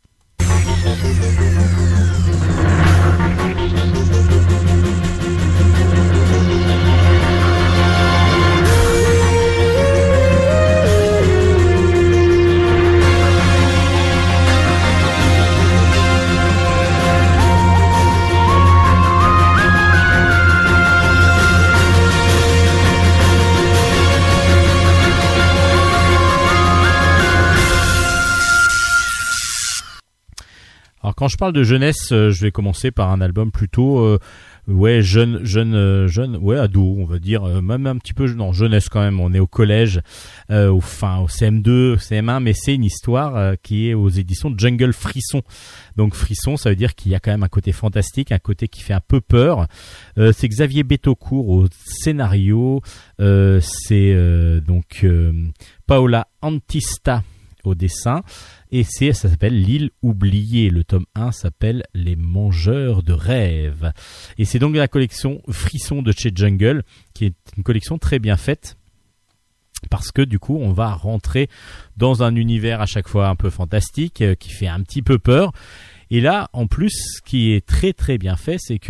Alors quand je parle de jeunesse, je vais commencer par un album plutôt jeune, ado, on va dire, même un petit peu jeunesse quand même. On est au collège, au CM2, CM1, mais c'est une histoire qui est aux éditions Jungle Frisson. Donc Frisson, ça veut dire qu'il y a quand même un côté fantastique, un côté qui fait un peu peur. C'est Xavier Betaucourt au scénario, c'est Paola Antista au dessin. Et ça s'appelle L'île oubliée. Le tome 1 s'appelle Les Mangeurs de rêves. Et c'est donc la collection Frisson de chez Jungle, qui est une collection très bien faite. Parce que du coup, on va rentrer dans un univers à chaque fois un peu fantastique, qui fait un petit peu peur. Et là, en plus, ce qui est très très bien fait, c'est que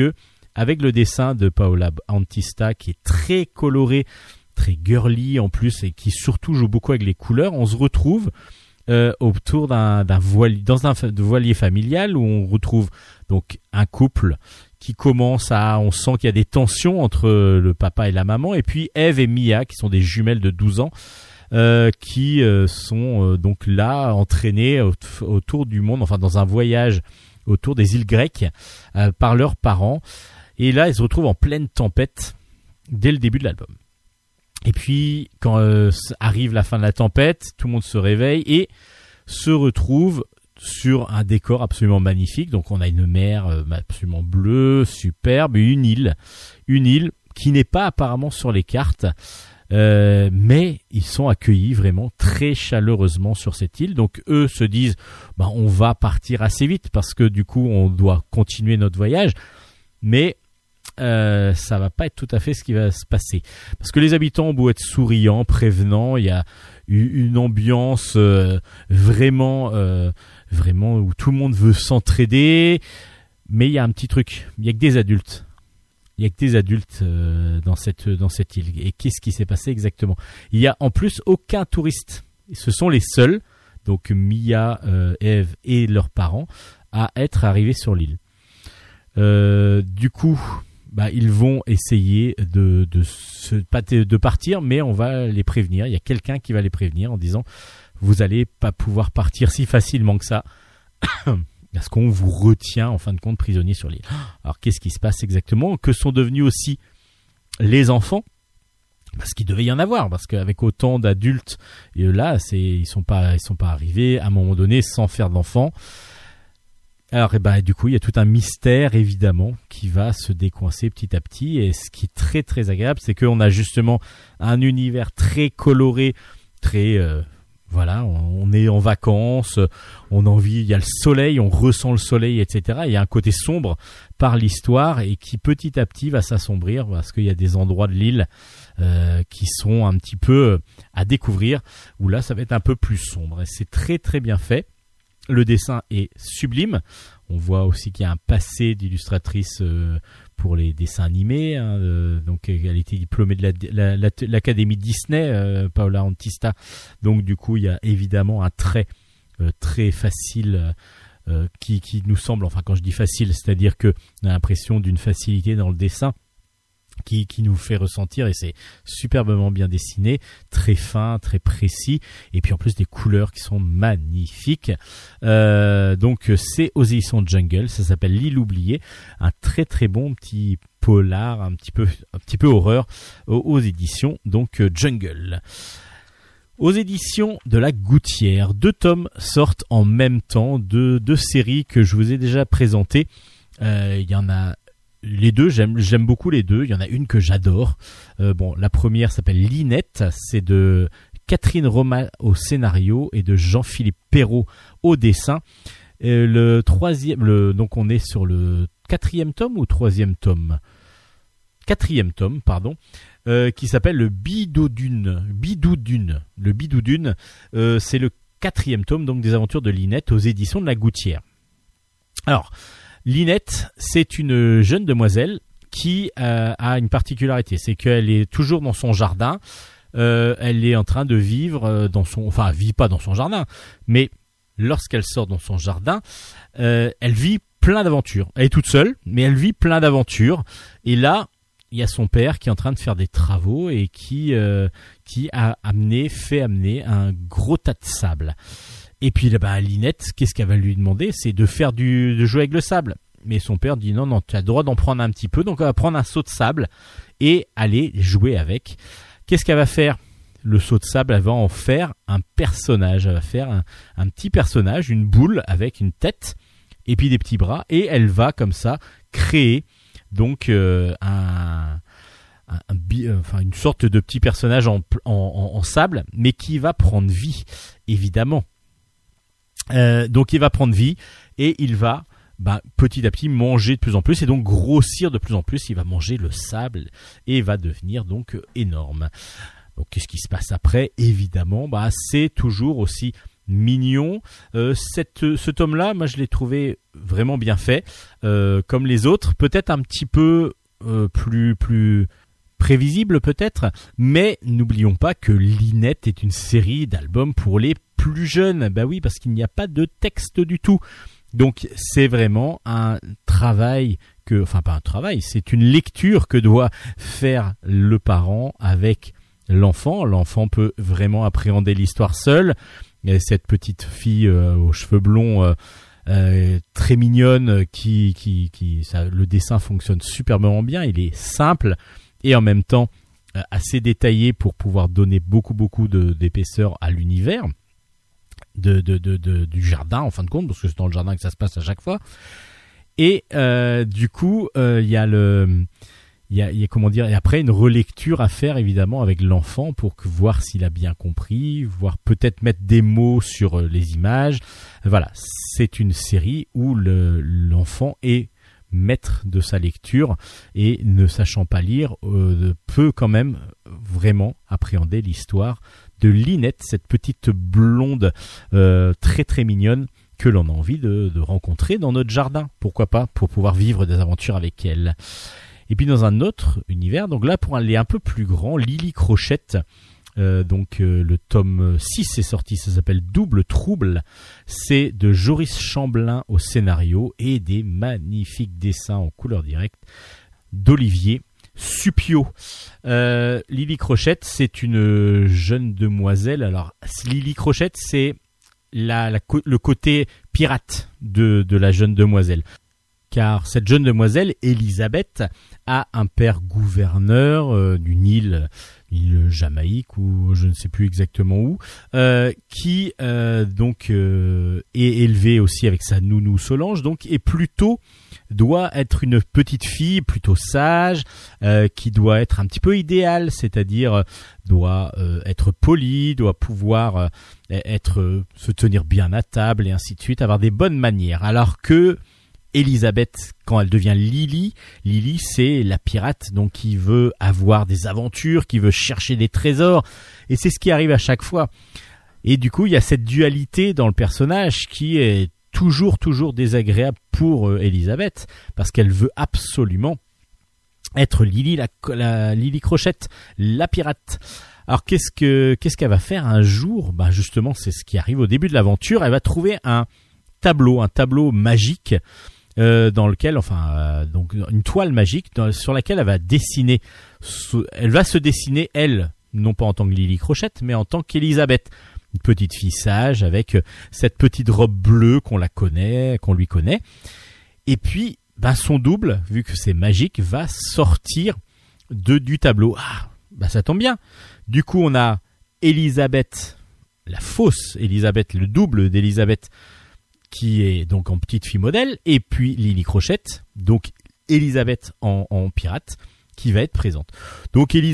avec le dessin de Paola Antista qui est très coloré, très girly en plus et qui surtout joue beaucoup avec les couleurs. On se retrouve autour d'un voilier, dans un voilier familial où on retrouve donc un couple qui commence on sent qu'il y a des tensions entre le papa et la maman, et puis Eve et Mia qui sont des jumelles de 12 ans qui sont donc là entraînées autour du monde, enfin dans un voyage autour des îles grecques par leurs parents, et là ils se retrouvent en pleine tempête dès le début de l'album. Et puis quand arrive la fin de la tempête, tout le monde se réveille et se retrouve sur un décor absolument magnifique. Donc on a une mer absolument bleue, superbe, et une île qui n'est pas apparemment sur les cartes, mais ils sont accueillis vraiment très chaleureusement sur cette île. Donc eux se disent on va partir assez vite parce que du coup on doit continuer notre voyage, mais ça va pas être tout à fait ce qui va se passer, parce que les habitants ont beau être souriants, prévenants, il y a une ambiance vraiment où tout le monde veut s'entraider, mais il y a un petit truc, il y a que des adultes. Il y a que des adultes dans cette île. Et qu'est-ce qui s'est passé exactement ? Il y a en plus aucun touriste. Ce sont les seuls, donc Mia, Eve et leurs parents, à être arrivés sur l'île. Du coup, ils vont essayer de partir, mais on va les prévenir. Il y a quelqu'un qui va les prévenir en disant vous n'allez pas pouvoir partir si facilement que ça. Parce qu'on vous retient en fin de compte prisonnier sur l'île. Alors qu'est-ce qui se passe exactement ? Que sont devenus aussi les enfants ? Parce qu'il devait y en avoir, parce qu'avec autant d'adultes, et là, ils sont pas arrivés à un moment donné sans faire d'enfants. Alors du coup, il y a tout un mystère évidemment qui va se décoincer petit à petit. Et ce qui est très très agréable, c'est qu'on a justement un univers très coloré, très on est en vacances, on a envie, il y a le soleil, on ressent le soleil, etc. Il y a un côté sombre par l'histoire et qui petit à petit va s'assombrir parce qu'il y a des endroits de l'île qui sont un petit peu à découvrir, où là ça va être un peu plus sombre. Et c'est très très bien fait. Le dessin est sublime. On voit aussi qu'il y a un passé d'illustratrice pour les dessins animés. Donc, elle était diplômée de l'Académie Disney, Paola Antista. Donc, du coup, il y a évidemment un trait très facile qui nous semble, enfin, quand je dis facile, c'est-à-dire qu'on a l'impression d'une facilité dans le dessin qui nous fait ressentir, et c'est superbement bien dessiné, très fin, très précis, et puis en plus des couleurs qui sont magnifiques. Donc c'est aux éditions Jungle, ça s'appelle L'île oubliée, un très très bon petit polar, un petit peu horreur aux éditions donc Jungle. Aux éditions de la Gouttière, 2 tomes sortent en même temps, deux séries que je vous ai déjà présentées. Il y en a les deux, j'aime beaucoup les deux. Il y en a une que j'adore. La première s'appelle Linette, c'est de Catherine Roma au scénario et de Jean-Philippe Perrault au dessin. Le troisième, donc on est sur le 4e tome ou 3e tome ? 4e tome, pardon, qui s'appelle le Bidoudoune. Le Bidoudoune, c'est le 4e tome donc des aventures de Linette aux éditions de la Gouttière. Alors, Linette, c'est une jeune demoiselle qui a une particularité, c'est qu'elle est toujours dans son jardin. Elle est en train de vivre elle vit pas dans son jardin, mais lorsqu'elle sort dans son jardin, elle vit plein d'aventures. Elle est toute seule, mais elle vit plein d'aventures. Et là, il y a son père qui est en train de faire des travaux et qui a fait amener un gros tas de sable. Et puis Linette, qu'est-ce qu'elle va lui demander ? C'est de jouer avec le sable. Mais son père dit non, tu as le droit d'en prendre un petit peu. Donc elle va prendre un seau de sable et aller jouer avec. Qu'est-ce qu'elle va faire ? Le seau de sable, elle va en faire un personnage. Elle va faire un petit personnage, une boule avec une tête et puis des petits bras. Et elle va comme ça créer donc une sorte de petit personnage en sable, mais qui va prendre vie, évidemment. Donc il va prendre vie et il va petit à petit manger de plus en plus et donc grossir de plus en plus. Il va manger le sable et va devenir donc énorme. Donc qu'est-ce qui se passe après ? Évidemment, c'est toujours aussi mignon. Ce tome-là, moi je l'ai trouvé vraiment bien fait, comme les autres, peut-être un petit peu plus prévisible peut-être, mais n'oublions pas que Lynette est une série d'albums pour les plus jeunes. Bah oui, parce qu'il n'y a pas de texte du tout. Donc c'est vraiment un travail c'est une lecture que doit faire le parent avec l'enfant. L'enfant peut vraiment appréhender l'histoire seul. Il y a cette petite fille aux cheveux blonds très mignonne le dessin fonctionne superbement bien. Il est simple et en même temps assez détaillé pour pouvoir donner beaucoup d'épaisseur à l'univers du jardin en fin de compte, parce que c'est dans le jardin que ça se passe à chaque fois. Et du coup, il y a et après une relecture à faire évidemment avec l'enfant pour voir s'il a bien compris, voir peut-être mettre des mots sur les images. Voilà, c'est une série où l'enfant est maître de sa lecture et ne sachant pas lire peut quand même vraiment appréhender l'histoire de Lynette, cette petite blonde très très mignonne que l'on a envie de rencontrer dans notre jardin. Pourquoi pas, pour pouvoir vivre des aventures avec elle. Et puis dans un autre univers, donc là pour aller un peu plus grand, Lily Crochette, le tome 6 est sorti, ça s'appelle Double Trouble. C'est de Joris Chamblin au scénario et des magnifiques dessins en couleur directe d'Olivier Supio. Lily Crochette, c'est une jeune demoiselle. Alors Lily Crochette, c'est le côté pirate de la jeune demoiselle. Car cette jeune demoiselle, Elisabeth, a un père gouverneur d'une île Jamaïque ou je ne sais plus exactement où, qui est élevée aussi avec sa nounou Solange, donc et plutôt doit être une petite fille plutôt sage, qui doit être un petit peu idéale, c'est-à-dire doit être polie, doit pouvoir se tenir bien à table et ainsi de suite, avoir des bonnes manières. Alors que Elisabeth, quand elle devient Lily, c'est la pirate, donc qui veut avoir des aventures, qui veut chercher des trésors, et c'est ce qui arrive à chaque fois. Et du coup, il y a cette dualité dans le personnage qui est toujours désagréable pour Elisabeth, parce qu'elle veut absolument être Lily, la Lily Crochette, la pirate. Alors qu'est-ce qu'elle va faire un jour ? Ben justement, c'est ce qui arrive au début de l'aventure. Elle va trouver un tableau magique dans lequel, donc une toile magique sur laquelle elle va dessiner. Elle va se dessiner elle, non pas en tant que Lily Crochette, mais en tant qu'Elisabeth, une petite fille sage avec cette petite robe bleue qu'on lui connaît. Et puis, son double, vu que c'est magique, va sortir du tableau. Ça tombe bien. Du coup, on a Elisabeth, la fausse Elisabeth, le double d'Elisabeth, qui est donc en petite fille modèle, et puis Lily Crochette, donc Elisabeth en pirate, qui va être présente. Donc Lily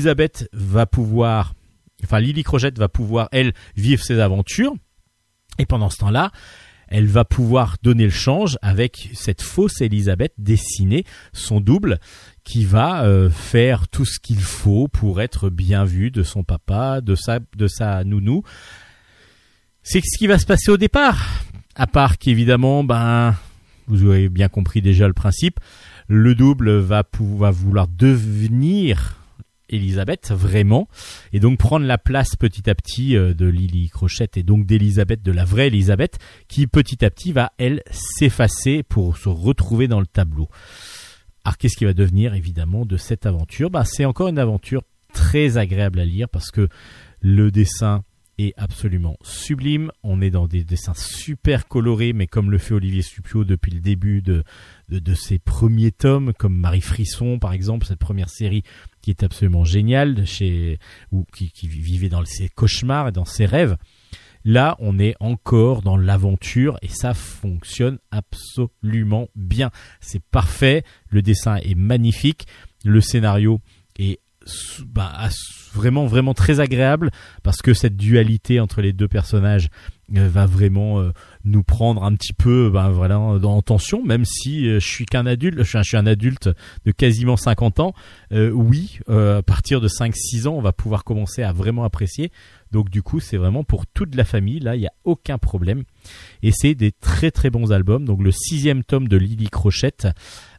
Crochette va pouvoir, elle, vivre ses aventures, et pendant ce temps-là, elle va pouvoir donner le change avec cette fausse Elisabeth, dessiner son double, qui va faire tout ce qu'il faut pour être bien vu de son papa, de sa nounou. C'est ce qui va se passer au départ. À part qu'évidemment, vous avez bien compris déjà le principe, le double va vouloir devenir Elisabeth vraiment, et donc prendre la place petit à petit de Lily Crochette et donc d'Elisabeth, de la vraie Elisabeth, qui petit à petit va elle s'effacer pour se retrouver dans le tableau. Alors qu'est-ce qui va devenir évidemment de cette aventure ? C'est encore une aventure très agréable à lire parce que le dessin est absolument sublime. On est dans des dessins super colorés, mais comme le fait Olivier Supio depuis le début de ses premiers tomes, comme Marie Frisson par exemple, cette première série qui est absolument géniale, qui vivait dans ses cauchemars et dans ses rêves. Là, on est encore dans l'aventure et ça fonctionne absolument bien. C'est parfait, le dessin est magnifique, le scénario est vraiment très agréable, parce que cette dualité entre les deux personnages va vraiment nous prendre un petit peu en tension, même si je suis un adulte de quasiment 50 ans. À partir de 5-6 ans, on va pouvoir commencer à vraiment apprécier. Donc du coup, c'est vraiment pour toute la famille, là il n'y a aucun problème. Et c'est des très très bons albums. Donc le 6e tome de Lily Crochette,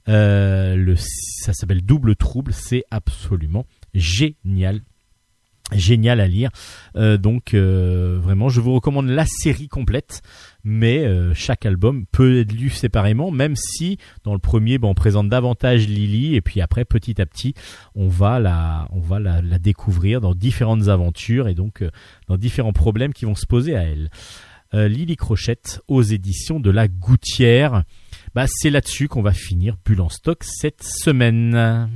ça s'appelle Double Trouble, c'est absolument génial à lire. Vraiment, je vous recommande la série complète, mais chaque album peut être lu séparément, même si dans le premier, on présente davantage Lily, et puis après, petit à petit, on va la découvrir dans différentes aventures et donc dans différents problèmes qui vont se poser à elle. Lily Crochette aux éditions de la Gouttière. C'est là-dessus qu'on va finir Bulle en stock cette semaine.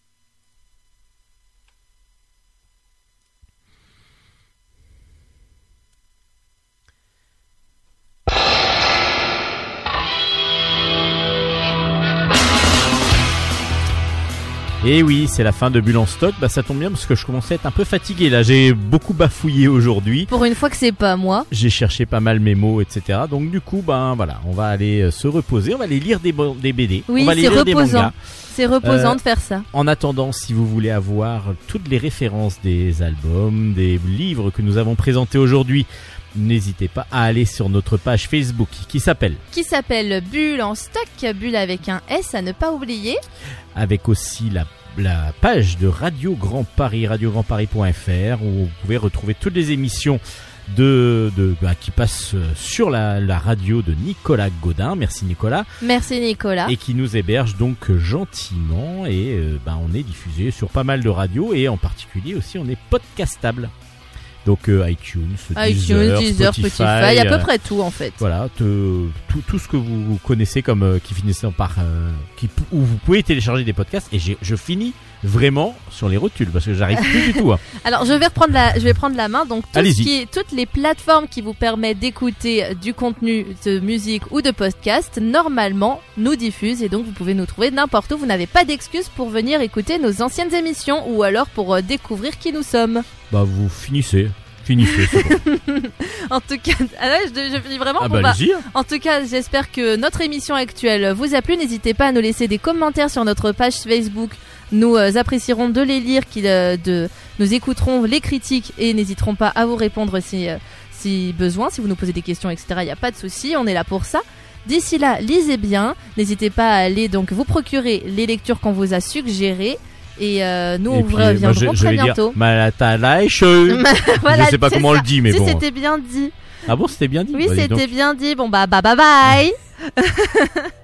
Et oui, c'est la fin de Bulle en stock. Ça tombe bien parce que je commençais à être un peu fatigué. Là, j'ai beaucoup bafouillé aujourd'hui. Pour une fois que c'est pas moi. J'ai cherché pas mal mes mots, etc. Donc du coup, on va aller se reposer. On va aller lire des BD. Oui, on va aller lire des mangas. C'est reposant de faire ça. En attendant, si vous voulez avoir toutes les références des albums, des livres que nous avons présentés aujourd'hui, n'hésitez pas à aller sur notre page Facebook qui s'appelle Bulle en stock, Bulle avec un S à ne pas oublier. Avec aussi la page de Radio Grand Paris, radiograndparis.fr, où vous pouvez retrouver toutes les émissions qui passent sur la radio de Nicolas Gaudin. Merci Nicolas. Merci Nicolas. Et qui nous héberge donc gentiment, et on est diffusé sur pas mal de radios, et en particulier aussi on est podcastable. Donc iTunes, Deezer, Spotify, à peu près tout en fait. Voilà, tout ce que vous connaissez comme qui finissent par où vous pouvez télécharger des podcasts. Et je finis vraiment sur les rotules parce que j'arrive plus du tout. Alors je vais prendre la main. Donc toutes les plateformes qui vous permettent d'écouter du contenu de musique ou de podcast, normalement nous diffusent, et donc vous pouvez nous trouver n'importe où. Vous n'avez pas d'excuse pour venir écouter nos anciennes émissions ou alors pour découvrir qui nous sommes. Vous finissez, c'est bon. En tout cas, je finis vraiment. Allez-y. En tout cas, j'espère que notre émission actuelle vous a plu. N'hésitez pas à nous laisser des commentaires sur notre page Facebook. Nous apprécierons de les lire, nous écouterons les critiques et n'hésiterons pas à vous répondre si besoin, si vous nous posez des questions, etc. Il n'y a pas de souci, on est là pour ça. D'ici là, lisez bien. N'hésitez pas à aller donc vous procurer les lectures qu'on vous a suggérées. Et nous, on reviendront très bientôt. Voilà, je sais pas comment on le dit, mais bon. C'était bien dit. Ah bon, c'était bien dit. Oui, c'était bien dit. Bon, bye bye.